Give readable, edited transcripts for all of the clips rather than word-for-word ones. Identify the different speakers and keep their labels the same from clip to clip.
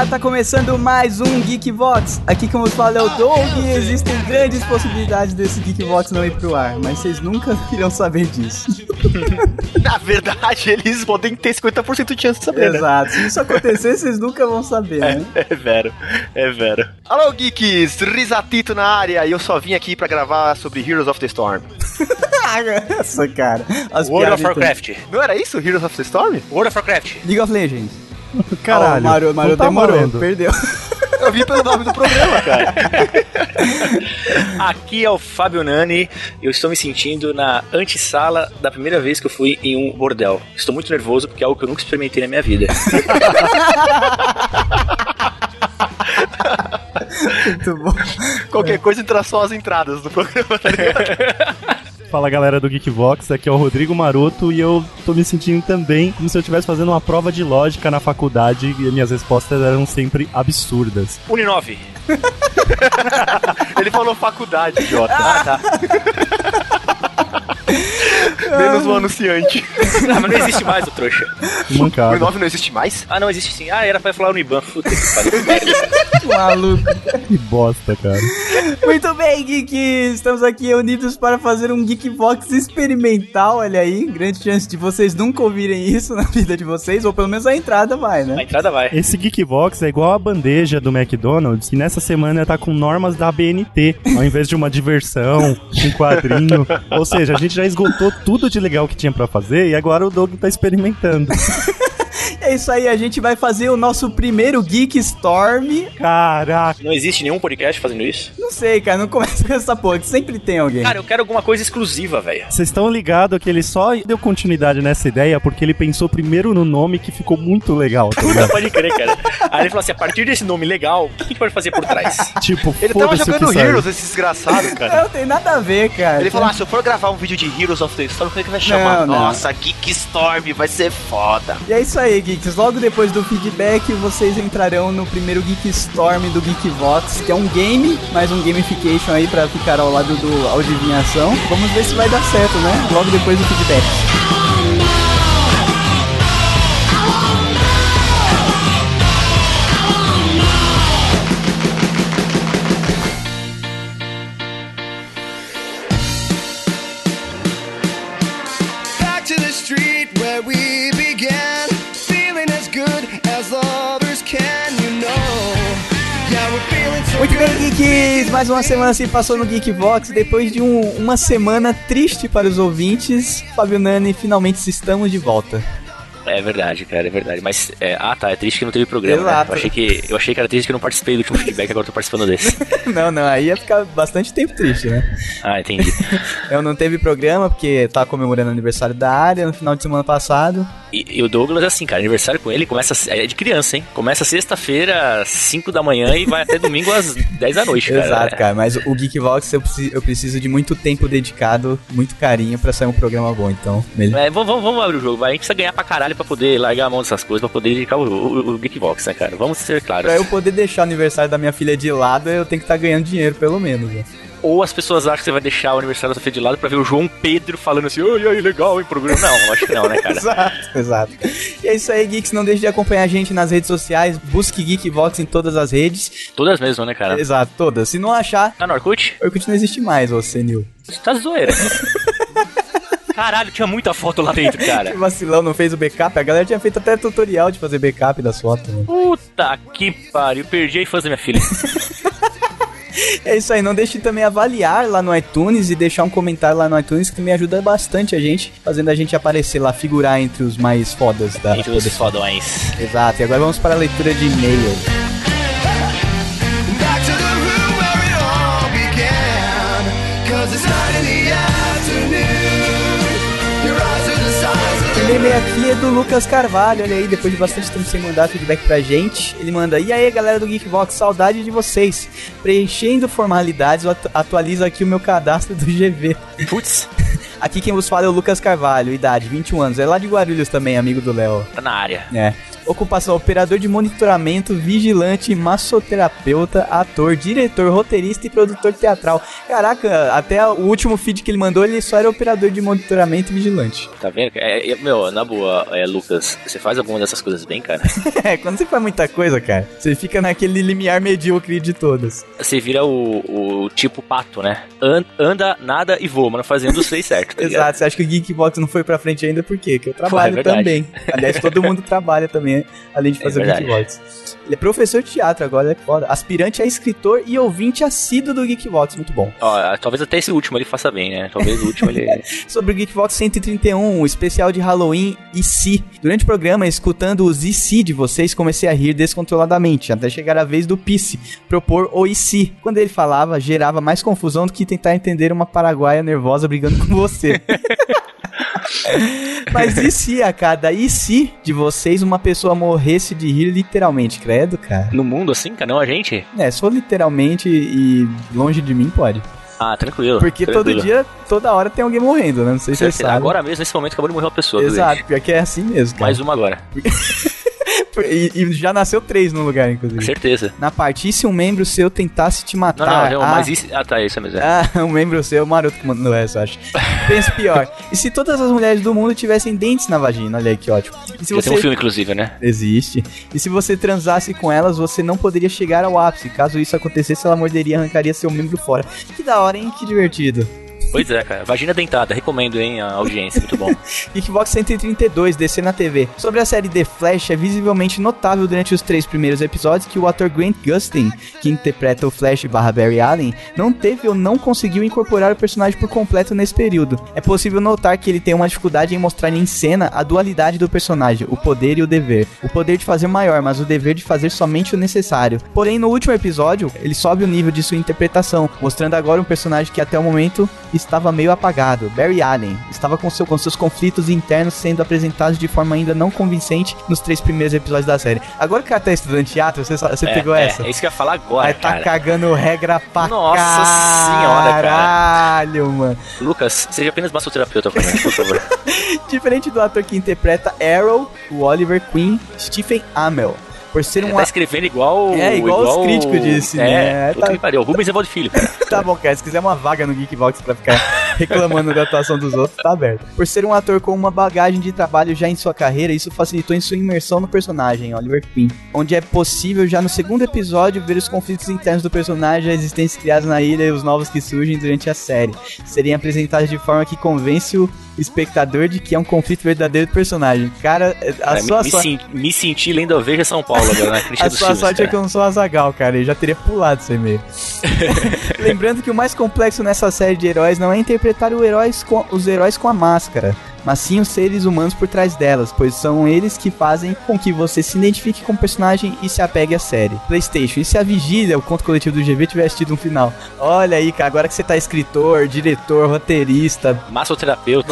Speaker 1: tá começando mais um Geekvox. Aqui como eu falo é o Doug e existem grandes possibilidades desse Geekvox não ir pro ar, mas vocês nunca irão saber disso.
Speaker 2: Na verdade, eles podem ter 50% de chance de saber,
Speaker 1: Exato, se isso acontecer, vocês nunca vão saber, né?
Speaker 2: É vero. Alô, geeks, Risatito na área, e eu só vim aqui pra gravar sobre Heroes of the Storm.
Speaker 1: Essa cara.
Speaker 3: World of Warcraft.
Speaker 2: Não era isso, Heroes of the Storm?
Speaker 3: World of Warcraft.
Speaker 1: League of Legends.
Speaker 4: Caralho,
Speaker 1: o Mario
Speaker 4: tá
Speaker 1: demorou,
Speaker 4: valendo.
Speaker 1: perdeu.
Speaker 2: Eu vi pelo nome do programa, cara.
Speaker 3: Aqui é o Fábio Nani. Eu estou me sentindo na antessala da primeira vez que eu fui em um bordel. Estou muito nervoso porque é algo que eu nunca experimentei na minha vida.
Speaker 1: Muito bom.
Speaker 2: Qualquer coisa entra só as entradas do programa, tá ligado?
Speaker 4: Fala galera do Geekvox, aqui é o Rodrigo Maroto e eu tô me sentindo também como se eu estivesse fazendo uma prova de lógica na faculdade e minhas respostas eram sempre absurdas.
Speaker 3: Uninove.
Speaker 2: Ele falou faculdade, idiota.
Speaker 3: Ah, tá.
Speaker 2: Menos um anunciante.
Speaker 3: Ah, mas não existe mais o trouxa.
Speaker 2: O
Speaker 4: Mancada.
Speaker 2: I9 não existe mais?
Speaker 3: Ah, não, existe sim. Ah, era pra falar Uniban. Puta que pariu.
Speaker 1: Maluco.
Speaker 4: Que bosta, cara.
Speaker 1: Muito bem, geeks! Estamos aqui reunidos para fazer um Geekvox experimental, olha aí. Grande chance de vocês nunca ouvirem isso na vida de vocês, ou pelo menos a entrada vai,
Speaker 3: A
Speaker 1: né?
Speaker 3: entrada vai.
Speaker 4: Esse Geekvox é igual a bandeja do McDonald's, que nessa semana tá com normas da ABNT, ao invés de uma diversão, um quadrinho. Ou seja, a gente já esgotou tudo de legal que tinha pra fazer e agora o Doug tá experimentando.
Speaker 1: É isso aí, a gente vai fazer o nosso primeiro Geek Storm.
Speaker 4: Caraca.
Speaker 3: Não existe nenhum podcast fazendo isso?
Speaker 1: Não sei, cara, não começa com essa porra, que sempre tem alguém.
Speaker 3: Cara, eu quero alguma coisa exclusiva, velho.
Speaker 4: Vocês estão ligados que ele só deu continuidade nessa ideia porque ele pensou primeiro no nome que ficou muito legal, tá
Speaker 3: Puta,
Speaker 4: ligado?
Speaker 3: pode crer, cara. Aí ele falou assim, a partir desse nome legal, o que a gente pode fazer por trás?
Speaker 4: Tipo,
Speaker 2: Ele tava
Speaker 4: foda-se o que
Speaker 2: jogando
Speaker 4: saiu.
Speaker 2: Heroes, esse desgraçado, cara.
Speaker 1: Não tem nada a ver, cara.
Speaker 2: Ele falou, se eu for gravar um vídeo de Heroes of the Storm, como é que vai chamar?
Speaker 1: Não.
Speaker 2: Nossa, Geek Storm, vai ser foda.
Speaker 1: E é isso aí, geeks. Logo depois do feedback, vocês entrarão no primeiro Geek Storm do Geekvox, que é um game, mais um gamification aí pra ficar ao lado do adivinhação. Vamos ver se vai dar certo, né? Logo depois do feedback.
Speaker 5: Back to the street where we began, feeling as good as others can, you know. Yeah, we're feeling so
Speaker 1: Muito bem,
Speaker 5: good.
Speaker 1: geeks! Mais uma semana se passou no Geekvox. Depois de uma semana triste para os ouvintes, Fábio Nani, finalmente estamos de volta.
Speaker 3: É verdade, cara, é verdade. Mas, é triste que não teve programa, né?
Speaker 1: Exato.
Speaker 3: Eu achei que era triste que eu não participei do último feedback, agora eu tô participando desse.
Speaker 1: Não, aí ia ficar bastante tempo triste, né?
Speaker 3: Ah, entendi.
Speaker 1: Eu não teve programa porque tava comemorando o aniversário da área no final de semana passado.
Speaker 3: E o Douglas, assim, cara, aniversário com ele começa... É de criança, hein? Começa sexta-feira, 5 da manhã e vai até domingo às 10 da noite, cara.
Speaker 1: Exato, cara, mas o Geekvox eu preciso de muito tempo dedicado, muito carinho pra sair um programa bom, então...
Speaker 3: Vamos abrir o jogo, vai. A gente precisa ganhar pra caralho pra poder largar a mão dessas coisas, pra poder dedicar o Geekvox, né, cara? Vamos ser claros.
Speaker 1: Pra eu poder deixar o aniversário da minha filha de lado, eu tenho que estar ganhando dinheiro, pelo menos, né?
Speaker 3: Ou as pessoas acham que você vai deixar o aniversário da sua filha de lado pra ver o João Pedro falando assim, oi, aí, legal, hein, programa. Não, acho que não, né, cara?
Speaker 1: Exato. E é isso aí, geeks, não deixe de acompanhar a gente nas redes sociais, busque Geekvox em todas as redes.
Speaker 3: Todas mesmo, né, cara?
Speaker 1: Exato, todas. Se não achar,
Speaker 3: Tá no Orkut?
Speaker 1: Orkut não existe mais, ô senil.
Speaker 3: Tá zoeira. Caralho, tinha muita foto lá dentro, cara.
Speaker 1: Que vacilão, não fez o backup? A galera tinha feito até tutorial de fazer backup das fotos, né?
Speaker 3: Puta que pariu, perdi a infância da minha filha.
Speaker 1: É isso aí, não deixe de também avaliar lá no iTunes e deixar um comentário lá no iTunes que me ajuda bastante a gente, fazendo a gente aparecer lá, figurar entre os mais fodas da
Speaker 3: Entre os fodões.
Speaker 1: Exato, e agora vamos para a leitura de e-mail.
Speaker 5: Back to the room where it all began, 'cause it's night in the afternoon. Your eyes are the size of
Speaker 1: O primeiro e-mail aqui é do Lucas Carvalho, olha aí, depois de bastante tempo sem mandar feedback pra gente, ele manda: e aí galera do Geekvox, saudade de vocês, preenchendo formalidades, eu atualizo aqui o meu cadastro do GV.
Speaker 3: Putz,
Speaker 1: Aqui quem vos fala é o Lucas Carvalho, idade 21 anos, é lá de Guarulhos também, amigo do Léo.
Speaker 3: tá na área.
Speaker 1: É. Ocupação: operador de monitoramento, vigilante, massoterapeuta, ator, diretor, roteirista e produtor teatral. Caraca, até o último feed que ele mandou, ele só era operador de monitoramento e vigilante.
Speaker 3: Tá vendo? Meu, na boa, Lucas, você faz alguma dessas coisas bem, cara?
Speaker 1: Quando você faz muita coisa, cara, você fica naquele limiar medíocre de todas.
Speaker 3: Você vira o tipo pato, né? Anda, nada e voa, mas não fazendo os 3 certo, tá ligado?
Speaker 1: Exato, você acha que o Geekbox não foi pra frente ainda por quê? Porque eu trabalho também. Aliás, todo mundo trabalha também, além de fazer o Geekbox. Ele é professor de teatro agora, é foda. Aspirante a escritor e ouvinte assíduo do Geekbox, muito bom.
Speaker 3: Ó, talvez até esse último ele faça bem, né? Talvez o último ele...
Speaker 1: Sobre o Geekbox 131, o especial de Halloween IC. Durante o programa, escutando os IC de vocês, comecei a rir descontroladamente, até chegar a vez do Pisse propor o IC. Quando ele falava, gerava mais confusão do que tentar entender uma paraguaia nervosa brigando com você. Mas e se a cada de vocês uma pessoa morresse de rir literalmente, credo, cara?
Speaker 3: No mundo assim, cara, não a gente?
Speaker 1: Só literalmente e longe de mim pode.
Speaker 3: Ah, tranquilo.
Speaker 1: Porque
Speaker 3: tranquilo.
Speaker 1: Todo dia, toda hora tem alguém morrendo, né? Não sei se você sabe.
Speaker 3: Agora mesmo, nesse momento, acabou de morrer uma pessoa.
Speaker 1: Exato, pior que é assim mesmo, cara.
Speaker 3: Mais uma agora.
Speaker 1: E já nasceu 3 no lugar, inclusive.
Speaker 3: Certeza.
Speaker 1: Na parte, e se um membro seu tentasse te matar?
Speaker 3: Não, mas isso... Ah, tá, isso mesmo.
Speaker 1: Um membro seu, o Maroto que mandou essa, eu acho. Pensa pior. E se todas as mulheres do mundo tivessem dentes na vagina? Olha aí, que ótimo. E se
Speaker 3: tem um filme, inclusive, né?
Speaker 1: Existe. E se você transasse com elas, você não poderia chegar ao ápice. Caso isso acontecesse, ela morderia e arrancaria seu membro fora. Que da hora, hein? Que divertido.
Speaker 3: Pois é, cara. Vagina dentada. Recomendo, hein, a audiência. Muito bom.
Speaker 1: Geekbox 132, DC na TV. Sobre a série The Flash, é visivelmente notável durante os 3 primeiros episódios que o ator Grant Gustin, que interpreta o Flash / Barry Allen, não teve ou não conseguiu incorporar o personagem por completo nesse período. É possível notar que ele tem uma dificuldade em mostrar em cena a dualidade do personagem, o poder e o dever. O poder de fazer maior, mas o dever de fazer somente o necessário. Porém, no último episódio, ele sobe o nível de sua interpretação, mostrando agora um personagem que até o momento estava meio apagado. Barry Allen estava com seus conflitos internos sendo apresentados de forma ainda não convincente nos 3 primeiros episódios da série. Agora que o cara tá estudando teatro, você pegou essa?
Speaker 3: É isso que eu ia falar agora,
Speaker 1: cara. Tá cagando regra pra
Speaker 3: Nossa senhora, cara.
Speaker 1: Caralho, mano.
Speaker 3: Lucas, seja apenas massoterapeuta pra mim, por favor.
Speaker 1: Diferente do ator que interpreta Arrow, o Oliver Queen, Stephen Amell. Por ser
Speaker 3: tá escrevendo igual
Speaker 1: os críticos disse, né?
Speaker 3: Puta que pariu. Rubens Evaldo Filho, cara.
Speaker 1: Tá bom, cara. Se quiser uma vaga no Geekbox pra ficar reclamando da atuação dos outros, tá aberto. Por ser um ator com uma bagagem de trabalho já em sua carreira, isso facilitou em sua imersão no personagem, Oliver Queen. Onde é possível, já no segundo episódio, ver os conflitos internos do personagem, as existências criadas na ilha e os novos que surgem durante a série. Serem apresentados de forma que convence o espectador de que é um conflito verdadeiro do personagem. Cara,
Speaker 3: me senti lendo a Veja São Paulo agora, na crítica
Speaker 1: dos filmes. A sua sorte é que eu não sou Azaghal, cara, eu já teria pulado esse e-mail. Lembrando que o mais complexo nessa série de heróis não é interpretar os heróis com a máscara, mas sim os seres humanos por trás delas, pois são eles que fazem com que você se identifique com o personagem e se apegue à série. PlayStation, e se a Vigília, o conto coletivo do GV, tivesse tido um final? Olha aí, cara, agora que você tá escritor, diretor, roteirista...
Speaker 3: Massoterapeuta,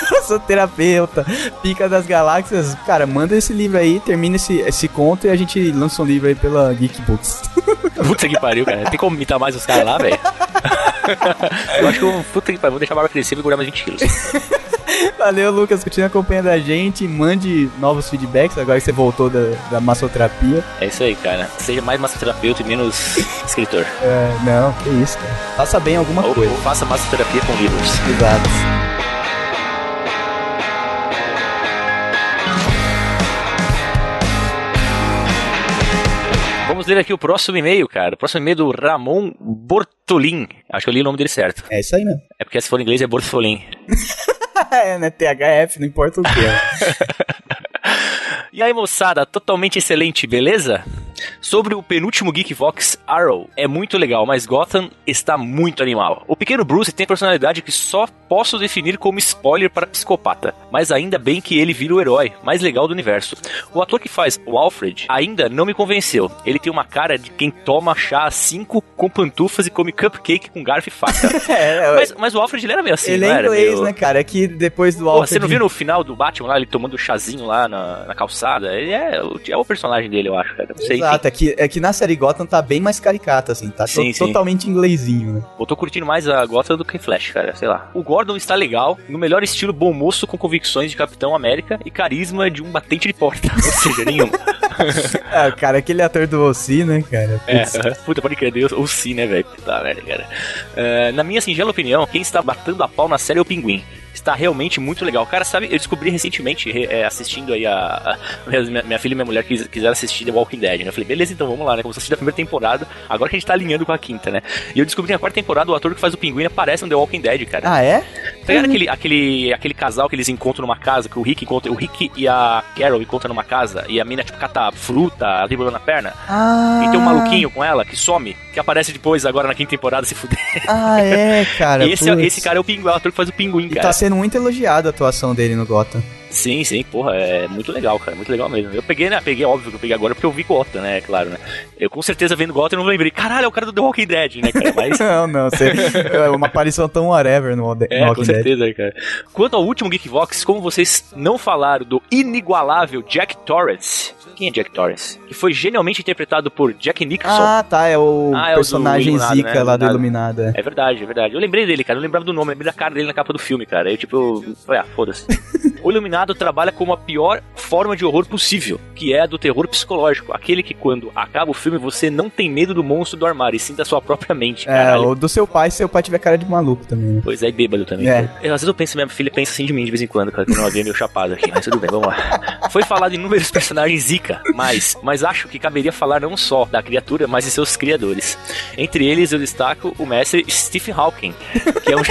Speaker 1: Pica das Galáxias, cara, manda esse livro aí, termina esse conto e a gente lança um livro aí pela Geekbooks.
Speaker 3: Puta que pariu, cara. Tem como imitar mais os caras lá, velho? Eu acho que puta que pariu, vou deixar a barba crescer e guardar mais 20 quilos.
Speaker 1: Valeu, Lucas, continue acompanhando a gente, mande novos feedbacks agora que você voltou da massoterapia.
Speaker 3: É isso aí, cara. Seja mais massoterapeuta e menos escritor.
Speaker 1: Não, que isso, cara. Faça bem alguma coisa.
Speaker 3: Ou faça massoterapia com livros.
Speaker 1: Exato.
Speaker 3: Vamos ler aqui o próximo e-mail, cara. O próximo e-mail do Ramon Bortolin. Acho que eu li o nome dele certo.
Speaker 1: É isso aí, né?
Speaker 3: É porque se for em inglês é Bortolin.
Speaker 1: né? THF, não importa o que.
Speaker 3: E aí, moçada, totalmente excelente, beleza? Sobre o penúltimo Geekvox, Arrow é muito legal, mas Gotham está muito animal. O pequeno Bruce tem personalidade que só posso definir como spoiler para psicopata, mas ainda bem que ele vira o herói mais legal do universo. O ator que faz o Alfred ainda não me convenceu. Ele tem uma cara de quem toma chá às 5 com pantufas e come cupcake com garfo e faca. Mas o Alfred ele era meio assim,
Speaker 1: ele
Speaker 3: não
Speaker 1: é
Speaker 3: era?
Speaker 1: Inglês,
Speaker 3: Meio...
Speaker 1: né, cara? É que depois do Alfred...
Speaker 3: Você não viu no final do Batman lá, ele tomando chazinho lá na calçada? Ele é o personagem dele, eu acho, cara. Não sei.
Speaker 1: Exato, é que na série Gotham tá bem mais caricata, assim, tá
Speaker 3: sim.
Speaker 1: totalmente inglesinho, né?
Speaker 3: Eu tô curtindo mais a Gotham do que Flash, cara, sei lá. O Gordon está legal, no melhor estilo bom moço com convicções de Capitão América e carisma de um batente de porta. Ou seja, nenhum.
Speaker 1: Cara, aquele ator do OC, né, cara?
Speaker 3: Puta, pode crer, Deus, ou sim, né, velho? Puta merda, cara. Na minha singela opinião, quem está batendo a pau na série é o Pinguim. Está realmente muito legal. Cara, sabe, eu descobri recentemente, assistindo aí minha filha e minha mulher quiseram assistir The Walking Dead, né? Eu falei, beleza, então vamos lá, né? Vamos assistir a primeira temporada, agora que a gente tá alinhando com a quinta, né? E eu descobri que na quarta temporada o ator que faz o Pinguim aparece no The Walking Dead, cara.
Speaker 1: Ah, é?
Speaker 3: Tá ligado aquele casal que eles encontram numa casa, que o Rick e a Carol encontram numa casa, e a mina, tipo, cata fruta, driblando na perna. E tem um maluquinho com ela que some, que aparece depois, agora na quinta temporada, se fuder.
Speaker 1: Cara.
Speaker 3: E esse cara é o Pinguim, o ator que faz o Pinguim, cara.
Speaker 1: E tá sendo muito elogiado a atuação dele no Gotham.
Speaker 3: Sim, porra, é muito legal, cara, muito legal mesmo. Eu peguei, óbvio que eu peguei agora porque eu vi Gotham, né, claro, né. Eu com certeza vendo Gotham eu não lembrei, caralho, é o cara do The Walking Dead, né, cara, mas...
Speaker 1: não, é uma aparição tão whatever no Walking Dead.
Speaker 3: Com certeza, cara. Quanto ao último Geekvox, como vocês não falaram do inigualável Jack Torrance... Quem é Jack Torrance? Que foi genialmente interpretado por Jack Nicholson.
Speaker 1: É o personagem
Speaker 3: o
Speaker 1: Zika, né? Lá do Iluminado.
Speaker 3: É verdade. Eu lembrei dele, cara. Eu lembrava do nome, lembrei da cara dele na capa do filme, cara. Eu falei, foda-se. O Iluminado trabalha como a pior forma de horror possível, que é a do terror psicológico. Aquele que quando acaba o filme você não tem medo do monstro do armário, e sim da sua própria mente, caralho.
Speaker 1: Ou do seu pai, se seu pai tiver cara de maluco também. Né?
Speaker 3: Pois é, e bêbado também. Às vezes eu penso, minha filha pensa assim de mim de vez em quando, cara, quando ela vê meio chapado aqui. Mas tudo bem, vamos lá. Foi falado em inúmeros personagens Zika, mas acho que caberia falar não só da criatura, mas de seus criadores. Entre eles eu destaco o mestre Stephen Hawking, que é um...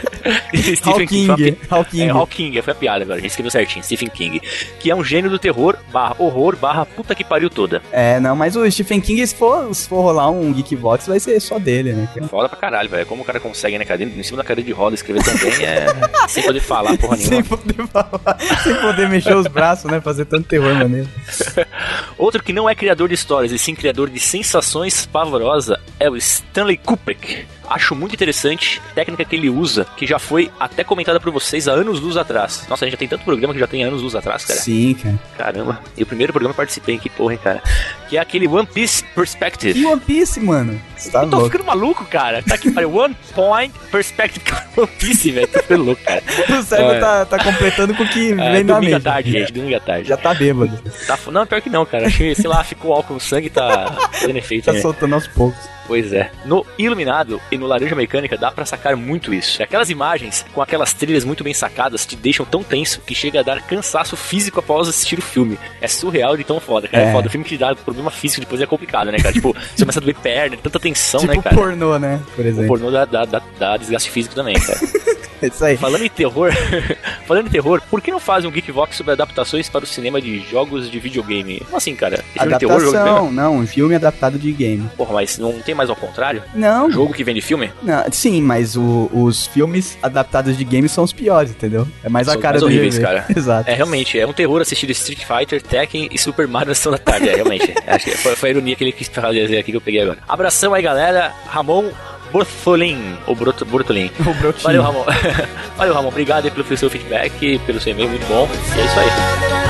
Speaker 3: Hawking, foi a piada agora, a gente escreveu certinho, Stephen King, que é um gênio do terror, horror, puta que pariu toda.
Speaker 1: Mas o Stephen King, se for rolar um Geekbox, vai ser só dele, né?
Speaker 3: Foda pra caralho, velho, como o cara consegue, né, cara, em cima da cadeira de roda escrever também, sem poder falar porra nenhuma.
Speaker 1: Sem poder mexer os braços, né, fazer tanto terror maneiro.
Speaker 3: Outro que não é criador de histórias, e sim criador de sensações pavorosa, é o Stanley Kubrick. Acho muito interessante a técnica que ele usa, que já foi até comentada por vocês há anos-luz atrás. Nossa, a gente já tem tanto programa que já tem anos-luz atrás, cara.
Speaker 1: Sim, cara.
Speaker 3: Caramba. E o primeiro programa eu participei, que porra, hein, cara. Que é aquele One Piece Perspective.
Speaker 1: Que One Piece, mano?
Speaker 3: Você tá louco. Eu tô ficando maluco, cara. Tá aqui, pariu. One Point Perspective. One Piece, velho. Tô ficando louco, cara.
Speaker 1: O cérebro tá completando com o que vem na mente.
Speaker 3: Domingo à tarde, gente. Domingo à tarde.
Speaker 1: Já tá bêbado.
Speaker 3: Não, pior que não, cara. Acho que, sei lá, ficou álcool no sangue e tá fazendo efeito.
Speaker 1: Tá soltando aos poucos.
Speaker 3: Pois é. No Iluminado e no Laranja Mecânica dá pra sacar muito isso. Aquelas imagens com aquelas trilhas muito bem sacadas te deixam tão tenso que chega a dar cansaço físico após assistir o filme. É surreal de tão foda, cara. É foda. O filme que te dá problema físico depois é complicado, né, cara? Tipo, você começa a doer perna, tanta tensão, né, cara?
Speaker 1: Tipo pornô, né? Por exemplo.
Speaker 3: O pornô dá desgaste físico também, cara.
Speaker 1: É isso aí.
Speaker 3: Falando em terror, por que não fazem um Geekvox sobre adaptações para o cinema de jogos de videogame? Como assim, cara?
Speaker 1: Adaptação, um filme adaptado de game.
Speaker 3: Porra, mas não tem mais ao contrário?
Speaker 1: Não.
Speaker 3: Jogo que vem de filme?
Speaker 1: Não, sim, mas os filmes adaptados de game são os piores, entendeu? É mais a cara do
Speaker 3: horríveis, cara.
Speaker 1: Exato.
Speaker 3: É, realmente, é um terror assistir Street Fighter, Tekken e Super Mario na sessão da tarde, realmente. Acho que foi a ironia que ele quis fazer aqui que eu peguei agora. Abração aí, galera. Ramon Bortolin. Valeu, Ramon. Valeu, Ramon. Obrigado aí pelo seu feedback, pelo seu e-mail, muito bom. E é isso aí.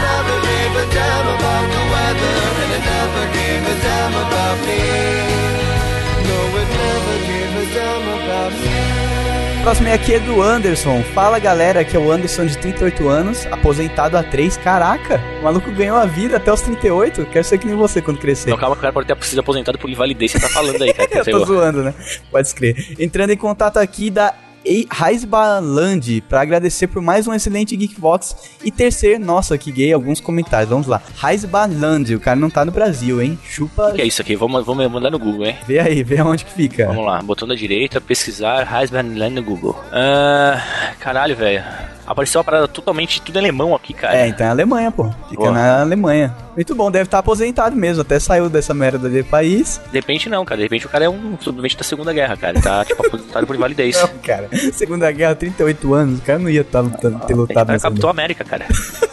Speaker 1: O próximo é aqui é do Anderson. Fala, galera, que é o Anderson de 38 anos, aposentado há 3. Caraca, o maluco ganhou a vida até os 38. Quero ser que nem você quando crescer.
Speaker 3: Não, calma, que o cara pode ter sido aposentado por invalidez. Você tá falando aí, cara.
Speaker 1: Eu tô zoando, né? Pode escrever. Entrando em contato aqui da Raisbaland pra agradecer por mais um excelente Geekvox e terceiro, nossa, que gay, alguns comentários, vamos lá. Raisbaland, o cara não tá no Brasil, hein? Chupa.
Speaker 3: O que é isso aqui? Vamos mandar no Google, hein?
Speaker 1: Vê aonde que fica.
Speaker 3: Vamos lá, botão da direita, pesquisar Raisbaland no Google. Caralho, velho. Apareceu uma parada totalmente tudo em alemão aqui, cara.
Speaker 1: Então é Alemanha, pô. Fica na Alemanha. Muito bom, deve estar aposentado mesmo. Até saiu dessa merda de país.
Speaker 3: De repente não, cara. De repente o cara é um sobrevivente da Segunda Guerra, cara. Ele tá, tipo, aposentado por invalidez.
Speaker 1: Não, cara. Segunda Guerra, 38 anos. O cara não ia ter lutado
Speaker 3: nessa. Capitão América, cara.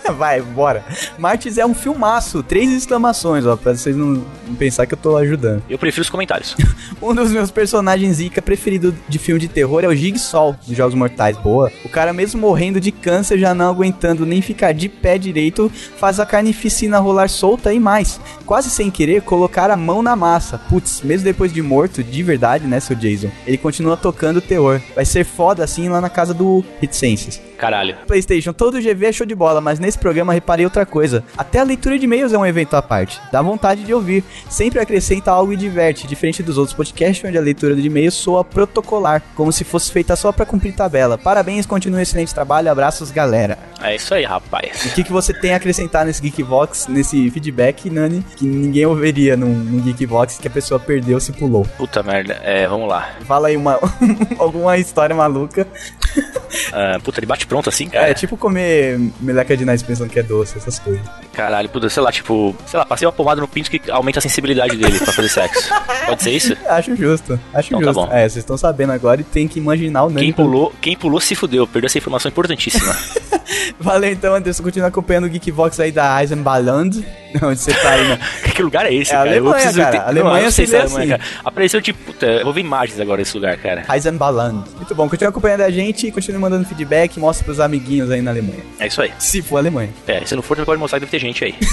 Speaker 1: Vai, bora. Martyrs é um filmaço, 3 exclamações, ó, pra vocês não pensar que eu tô ajudando.
Speaker 3: Eu prefiro os comentários.
Speaker 1: Um dos meus personagens zica preferido de filme de terror é o Jigsaw, dos Jogos Mortais. Boa. O cara mesmo morrendo de câncer, já não aguentando nem ficar de pé direito, faz a carnificina rolar solta e mais. Quase sem querer, colocar a mão na massa. Putz, mesmo depois de morto, de verdade, né, seu Jason? Ele continua tocando o terror. Vai ser foda assim lá na casa do Hitsenses.
Speaker 3: Caralho.
Speaker 1: PlayStation, todo GV é show de bola, mas nesse programa reparei outra coisa. Até a leitura de e-mails é um evento à parte. Dá vontade de ouvir. Sempre acrescenta algo e diverte, diferente dos outros podcasts onde a leitura de e-mails soa protocolar, como se fosse feita só pra cumprir tabela. Parabéns, continue um excelente trabalho, abraços, galera.
Speaker 3: É isso aí, rapaz.
Speaker 1: O que você tem a acrescentar nesse Geekvox, nesse feedback, Nani, que ninguém ouviria num Geekvox que a pessoa perdeu se pulou?
Speaker 3: Puta merda, vamos lá.
Speaker 1: Fala aí alguma história maluca.
Speaker 3: Puta, ele bate pronto assim, cara?
Speaker 1: É tipo comer meleca de nariz pensando que é doce, essas coisas.
Speaker 3: Caralho, puta, sei lá, passei uma pomada no pinto que aumenta a sensibilidade dele pra fazer sexo. Pode ser isso?
Speaker 1: Acho justo.
Speaker 3: Então tá bom.
Speaker 1: Vocês estão sabendo agora e tem que imaginar o Nani.
Speaker 3: Quem pulou se fudeu, perdeu essa informação importantíssima.
Speaker 1: Valeu então, Anderson, continua acompanhando o Geekvox aí da Eisenbahnland. Onde você tá aí, né?
Speaker 3: Que lugar é esse,
Speaker 1: cara?
Speaker 3: Alemanha,
Speaker 1: cara. Alemanha,
Speaker 3: sei se é Alemanha,
Speaker 1: assim.
Speaker 3: cara. Apareceu puta, eu vou ver imagens agora desse lugar, cara.
Speaker 1: Eisenbahnland. Muito bom, continua acompanhando a gente, continua mandando feedback, mostra pros amiguinhos aí na Alemanha.
Speaker 3: É isso aí.
Speaker 1: Se for Alemanha.
Speaker 3: Se não for, você pode mostrar que deve ter gente aí.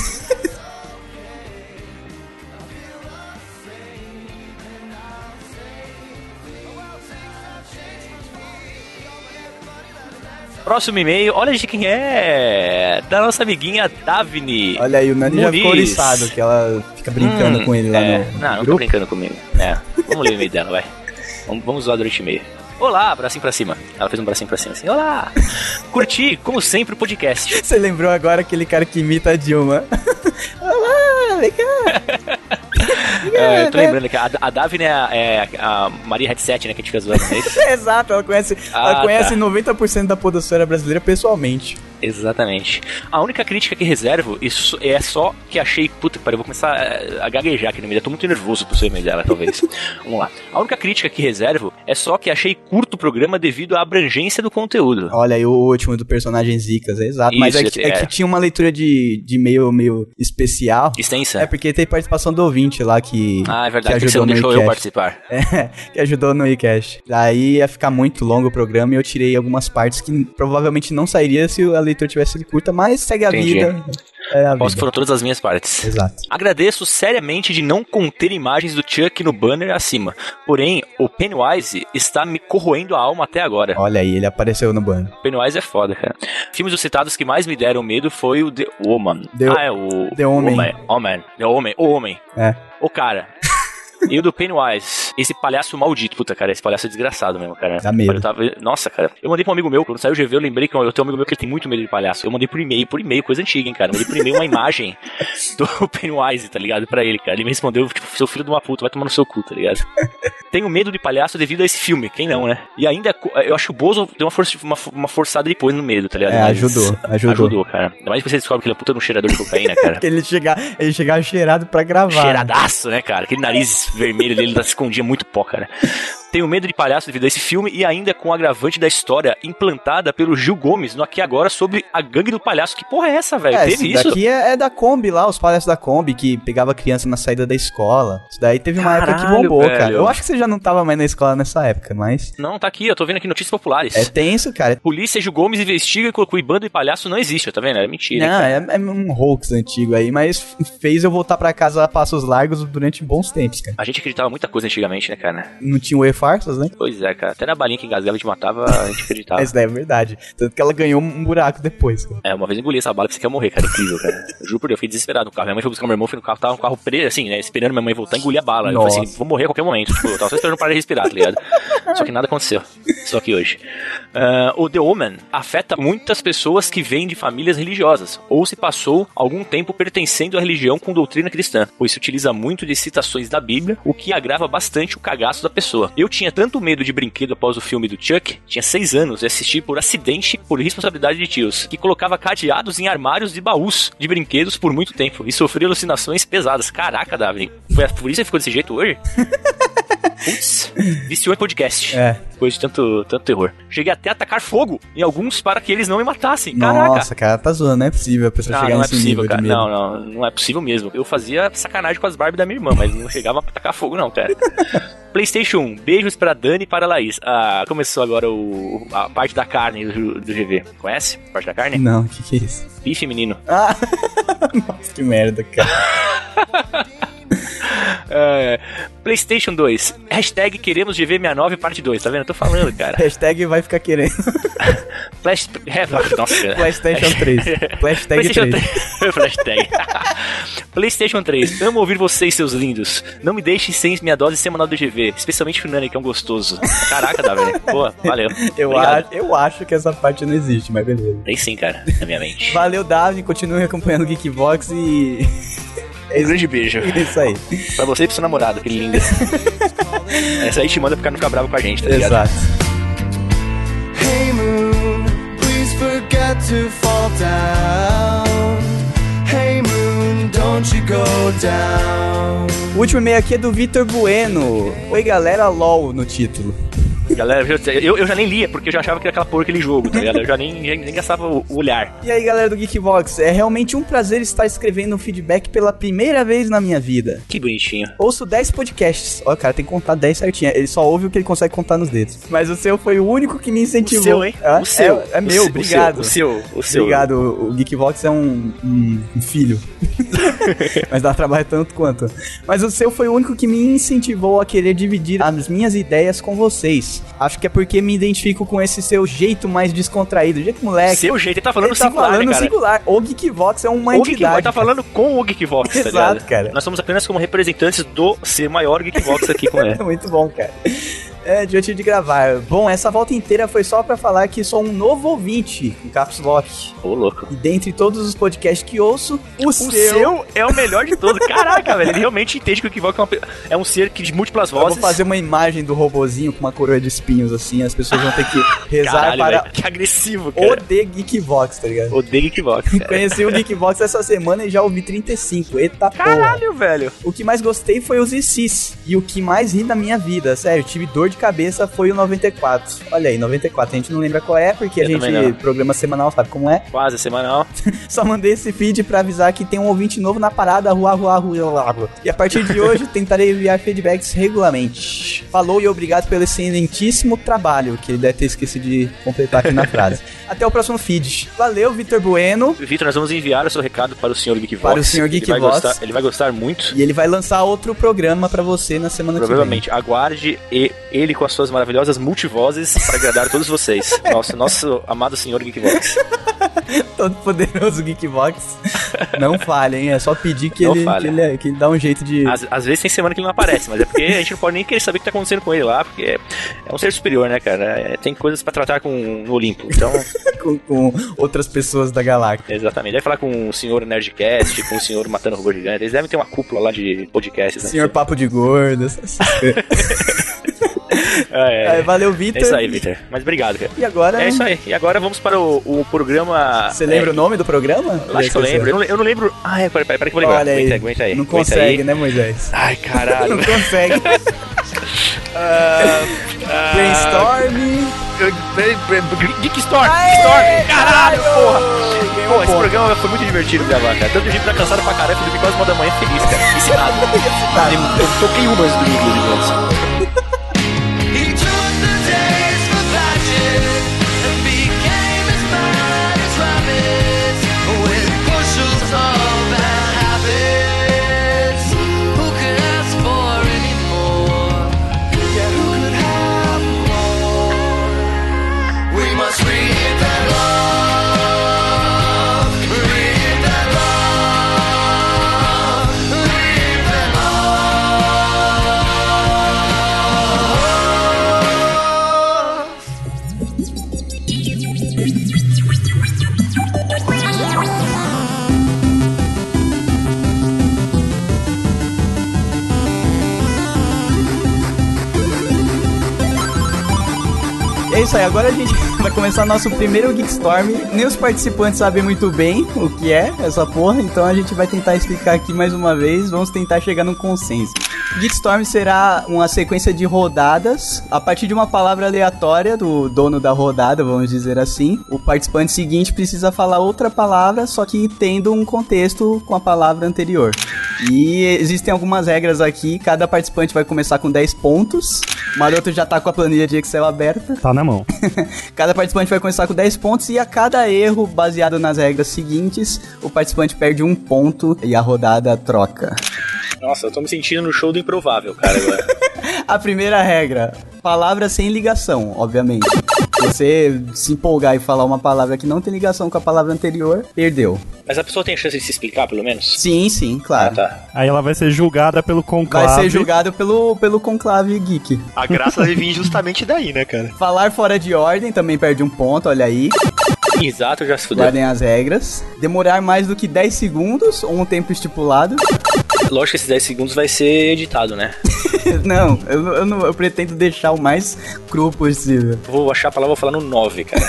Speaker 3: Próximo e-mail, olha de quem é, da nossa amiguinha Davine.
Speaker 1: Olha aí, o Nani já ficou oriçado, que ela fica brincando com ele lá no
Speaker 3: não tá brincando comigo. Vamos ler o e-mail dela, vai. Vamos usar durante o e-mail. Olá, bracinho pra cima. Ela fez um bracinho pra cima assim. Olá! Curti, como sempre, o podcast.
Speaker 1: Você lembrou agora aquele cara que imita a Dilma? Olá, vem cá!
Speaker 3: Eu tô lembrando que a Davine é a Maria Headset, né, que a gente fica zoando, não é isso?
Speaker 1: Exato, ela conhece 90% da podosfera brasileira pessoalmente.
Speaker 3: Exatamente. A única crítica que reservo isso é só que achei... Puta que pariu, eu vou começar a gaguejar aqui no meio. Eu tô muito nervoso pro seu e-mail dela, talvez. Vamos lá. A única crítica que reservo é só que achei curto o programa devido à abrangência do conteúdo.
Speaker 1: Olha aí o último do personagem Zicas, é exato.
Speaker 3: Isso,
Speaker 1: mas é que tinha uma leitura de meio especial.
Speaker 3: Extensa.
Speaker 1: É porque tem participação do ouvinte lá que...
Speaker 3: Ah, é verdade,
Speaker 1: que
Speaker 3: você não deixou eu participar.
Speaker 1: Que ajudou no iCast. Daí ia ficar muito longo o programa e eu tirei algumas partes que provavelmente não sairia se a leitura tivesse sido curta, mas segue a vida.
Speaker 3: Posso foram todas as minhas partes.
Speaker 1: Exato.
Speaker 3: Agradeço seriamente de não conter imagens do Chuck no banner acima. Porém, o Pennywise está me corroendo a alma até agora.
Speaker 1: Olha aí, ele apareceu no banner.
Speaker 3: Pennywise é foda, cara. Filmes dos citados que mais me deram medo foi o The Woman.
Speaker 1: The Homem.
Speaker 3: O Homem.
Speaker 1: É.
Speaker 3: O cara. E o do Pennywise, esse palhaço maldito, puta, cara, esse palhaço é desgraçado mesmo, cara.
Speaker 1: Dá medo.
Speaker 3: Nossa, cara, eu mandei pra um amigo meu, quando saiu o GV, eu lembrei que eu tenho um amigo meu que ele tem muito medo de palhaço. Eu mandei por e-mail, coisa antiga, hein, cara. Eu mandei por e-mail uma imagem do Pennywise, tá ligado, pra ele, cara. Ele me respondeu, tipo, seu filho de uma puta, vai tomar no seu cu, tá ligado? Tenho medo de palhaço devido a esse filme, quem não, né? E ainda, eu acho que o Bozo deu uma forçada depois no medo, tá ligado? Ajudou, cara. Ainda mais que você descobre que ele é puta no cheirador de cocaína, cara.
Speaker 1: Porque ele chegava cheirado pra gravar.
Speaker 3: Cheiradaço, né, cara? Aquele nariz vermelho dele escondia muito pó, cara. Tenho medo de palhaço devido a esse filme e ainda com o agravante da história implantada pelo Gil Gomes no Aqui Agora sobre a gangue do palhaço. Que porra é essa, velho? Teve isso?
Speaker 1: Daqui é da Kombi lá, os palhaços da Kombi que pegava criança na saída da escola. Isso daí teve uma época que bombou, velho. Cara. Eu acho que você já não tava mais na escola nessa época, mas...
Speaker 3: Não, tá aqui, eu tô vendo aqui notícias populares.
Speaker 1: É tenso, cara.
Speaker 3: Polícia Gil Gomes investiga e colocou bando de palhaço não existe, tá vendo? É mentira.
Speaker 1: Não, é um hoax antigo aí, mas fez eu voltar pra casa a passos largos durante bons tempos, cara.
Speaker 3: A gente acreditava muita coisa antigamente, né, cara?
Speaker 1: Não tinha o E-Farsas, né?
Speaker 3: Pois é, cara. Até na balinha que engasgava e te matava, a gente acreditava.
Speaker 1: Isso daí é verdade. Tanto que ela ganhou um buraco depois, cara.
Speaker 3: Uma vez eu engoli essa bala que você quer morrer, cara. Incrível, cara. Eu juro por Deus, eu fiquei desesperado no carro. Minha mãe foi buscar meu irmão, fui no carro, tava um carro preso, assim, né? Esperando minha mãe voltar, engoli a bala.
Speaker 1: Nossa.
Speaker 3: Eu falei assim, vou morrer a qualquer momento. Tipo, eu tava só esperando parar de respirar, tá ligado? Só que nada aconteceu. Só que hoje. O The Omen afeta muitas pessoas que vêm de famílias religiosas, ou se passou algum tempo pertencendo à religião com doutrina cristã, pois se utiliza muito de citações da Bíblia, o que agrava bastante o cagaço da pessoa. Eu tinha tanto medo de brinquedo após o filme do Chuck, tinha 6 anos, e assisti por acidente, por responsabilidade de tios, que colocava cadeados em armários de baús de brinquedos por muito tempo, e sofria alucinações pesadas. Caraca, Davi, foi por isso que você ficou desse jeito hoje? Putz, viciou em podcast.
Speaker 1: É.
Speaker 3: Depois de tanto terror. Cheguei até a atacar fogo em alguns para que eles não me matassem. Caraca.
Speaker 1: Nossa, cara, tá zoando, não é possível a pessoa chegar
Speaker 3: Não é
Speaker 1: nesse
Speaker 3: possível,
Speaker 1: nível
Speaker 3: cara.
Speaker 1: de medo.
Speaker 3: Não é possível mesmo. Eu fazia sacanagem com as Barbie da minha irmã, mas não chegava a tacar fogo, não, cara. PlayStation 1, beijos pra Dani e para a Laís. Ah, começou agora a parte da carne do GV. Conhece? A parte da carne?
Speaker 1: Não, o que é isso?
Speaker 3: Bife, menino.
Speaker 1: Ah, nossa, que merda, cara.
Speaker 3: PlayStation 2, hashtag queremos GV69 parte 2, tá vendo? Eu tô falando, cara.
Speaker 1: Hashtag vai ficar querendo.
Speaker 3: Nossa,
Speaker 1: PlayStation 3. Hashtag 3.
Speaker 3: Hashtag. PlayStation 3, amo ouvir vocês, seus lindos. Não me deixem sem minha dose semanal do GV, especialmente o Nani, que é um gostoso. Caraca, tá, velho. Pô, valeu.
Speaker 1: Eu acho que essa parte não existe, mas beleza.
Speaker 3: Tem sim, cara, na minha mente.
Speaker 1: Valeu, Davi. Continue acompanhando o Geekbox e...
Speaker 3: Um grande beijo.
Speaker 1: É isso aí.
Speaker 3: Pra você e pro seu namorado, aquele lindo. Essa aí te manda pra não ficar bravo com a gente, tá ligado?
Speaker 1: Exato.
Speaker 5: Hey moon, please forget to fall down. Hey moon, don't you go down.
Speaker 1: O último e-mail aqui é do Vitor Bueno. Oi, galera, LOL no título.
Speaker 3: Galera, eu já nem lia, porque eu já achava que era aquela porra, aquele jogo, tá ligado? Eu já nem gastava o olhar.
Speaker 1: E aí, galera do Geekbox, é realmente um prazer estar escrevendo um feedback pela primeira vez na minha vida.
Speaker 3: Que bonitinho.
Speaker 1: Ouço 10 podcasts. Ó, cara, tem que contar 10 certinho. Ele só ouve o que ele consegue contar nos dedos. Mas o seu foi o único que me incentivou.
Speaker 3: O seu, hein?
Speaker 1: Ah,
Speaker 3: o seu.
Speaker 1: É meu, obrigado.
Speaker 3: O seu.
Speaker 1: Obrigado, o Geekbox é um filho. Mas dá trabalho tanto quanto. Mas o seu foi o único que me incentivou a querer dividir as minhas ideias com vocês. Acho que é porque me identifico com esse seu jeito mais descontraído. Jeito moleque.
Speaker 3: Seu jeito, ele tá falando
Speaker 1: ele tá
Speaker 3: singular,
Speaker 1: falando
Speaker 3: né, cara?
Speaker 1: Singular. O Geekvox é uma entidade.
Speaker 3: Geekvox tá falando com o Geekvox, tá
Speaker 1: Exato,
Speaker 3: ligado?
Speaker 1: cara.
Speaker 3: Nós somos apenas como representantes do ser maior Geekvox aqui com ele.
Speaker 1: Muito bom, cara. É, divertido de gravar. Bom, essa volta inteira foi só pra falar que sou um novo ouvinte, com Caps Lock.
Speaker 3: Ô, louco.
Speaker 1: E dentre todos os podcasts que ouço, o
Speaker 3: seu é o melhor de todos. Caraca, velho, ele realmente entende que o Geekvox é um ser de múltiplas vozes.
Speaker 1: Eu vou fazer uma imagem do robozinho com uma coroa de espinhos, assim, as pessoas vão ter que rezar.
Speaker 3: Caralho,
Speaker 1: para...
Speaker 3: Véio, que agressivo, cara.
Speaker 1: O The Geekvox, tá ligado?
Speaker 3: O The Geekvox, cara.
Speaker 1: Conheci o Geekvox essa semana e já ouvi 35. Eita porra.
Speaker 3: Caralho, velho.
Speaker 1: O que mais gostei foi os ICs. E o que mais ri na minha vida, sério, tive dor de cabeça, foi o 94. Olha aí, 94. A gente não lembra qual é, porque a gente, programa semanal, sabe como é?
Speaker 3: Quase semanal.
Speaker 1: Só mandei esse feed pra avisar que tem um ouvinte novo na parada, rua. E a partir de hoje, tentarei enviar feedbacks regularmente. Falou e obrigado pelo excelentíssimo trabalho, que ele deve ter esquecido de completar aqui na frase. Até o próximo feed. Valeu, Vitor Bueno.
Speaker 3: Vitor, nós vamos enviar o seu recado para o Sr. Geekvox.
Speaker 1: Para o Sr. Geekvox.
Speaker 3: Ele vai gostar muito.
Speaker 1: E ele vai lançar outro programa pra você na semana que vem.
Speaker 3: Provavelmente. Aguarde ele com as suas maravilhosas multivozes para agradar todos vocês. Nosso amado Sr. Geekvox.
Speaker 1: Todo poderoso Geekvox. Não falha, hein? É só pedir que ele dá um jeito de...
Speaker 3: Às vezes tem semana que ele não aparece, mas é porque a gente não pode nem querer saber o que tá acontecendo com ele lá, porque é um ser superior, né, cara? Tem coisas pra tratar no Olimpo, então...
Speaker 1: com outras pessoas da galáxia.
Speaker 3: Exatamente. Deve falar com o Sr. Nerdcast, com o Sr. Matando Robô Gigante. Eles devem ter uma cúpula lá de podcasts, né?
Speaker 1: Sr. Papo de Gordo. Valeu, Vitor.
Speaker 3: É isso aí, Vitor. Mas obrigado, cara.
Speaker 1: E agora...
Speaker 3: É isso aí. E agora vamos para o programa...
Speaker 1: Você lembra o nome do programa?
Speaker 3: Acho que eu lembro. Eu não lembro... Peraí que eu vou lembrar.
Speaker 1: Olha aí.
Speaker 3: Aguenta aí.
Speaker 1: Não consegue, né, Moisés?
Speaker 3: Ai, caralho.
Speaker 1: Não consegue. Brainstorm...
Speaker 3: Geekstorm! Caralho, porra! Pô, esse programa foi muito divertido gravar, cara. Tanto a gente tá cansado pra caramba, dormi quase 1h da manhã feliz, cara. Ensinado. Eu toquei uma antes do domingo, digamos.
Speaker 5: He took the days for passion and became as mad as rabbits with bushels of bad habits. Who could ask for any more? Yeah, who could have more? We must read that love, read that love, read that love.
Speaker 1: E é isso aí, agora a gente vai começar nosso primeiro Geekstorm. Nem os participantes sabem muito bem o que é essa porra, então a gente vai tentar explicar aqui mais uma vez, vamos tentar chegar num consenso. Geekstorm será uma sequência de rodadas, a partir de uma palavra aleatória do dono da rodada, vamos dizer assim. O participante seguinte precisa falar outra palavra, só que tendo um contexto com a palavra anterior. E existem algumas regras aqui, cada participante vai começar com 10 pontos. O Maroto já tá com a planilha de Excel aberta.
Speaker 4: Tá na mão.
Speaker 1: Cada participante vai começar com 10 pontos e a cada erro, baseado nas regras seguintes, o participante perde 1 ponto e a rodada troca.
Speaker 3: Nossa, eu tô me sentindo no show do improvável, cara, agora.
Speaker 1: A primeira regra, palavra sem ligação, obviamente. Se você se empolgar e falar uma palavra que não tem ligação com a palavra anterior, perdeu.
Speaker 3: Mas a pessoa tem chance de se explicar, pelo menos?
Speaker 1: Sim, claro.
Speaker 3: Tá.
Speaker 4: Aí ela vai ser julgada pelo conclave.
Speaker 1: Vai ser julgado pelo conclave geek.
Speaker 2: A graça deve vir justamente daí, né, cara?
Speaker 1: Falar fora de ordem também perde 1 ponto, olha aí.
Speaker 3: Exato, já se fudeu.
Speaker 1: Guardem as regras. Demorar mais do que 10 segundos ou um tempo estipulado.
Speaker 3: Lógico que esses 10 segundos vai ser editado, né?
Speaker 1: Não, eu pretendo deixar o mais cru possível.
Speaker 3: Vou achar a palavra, vou falar no 9, cara.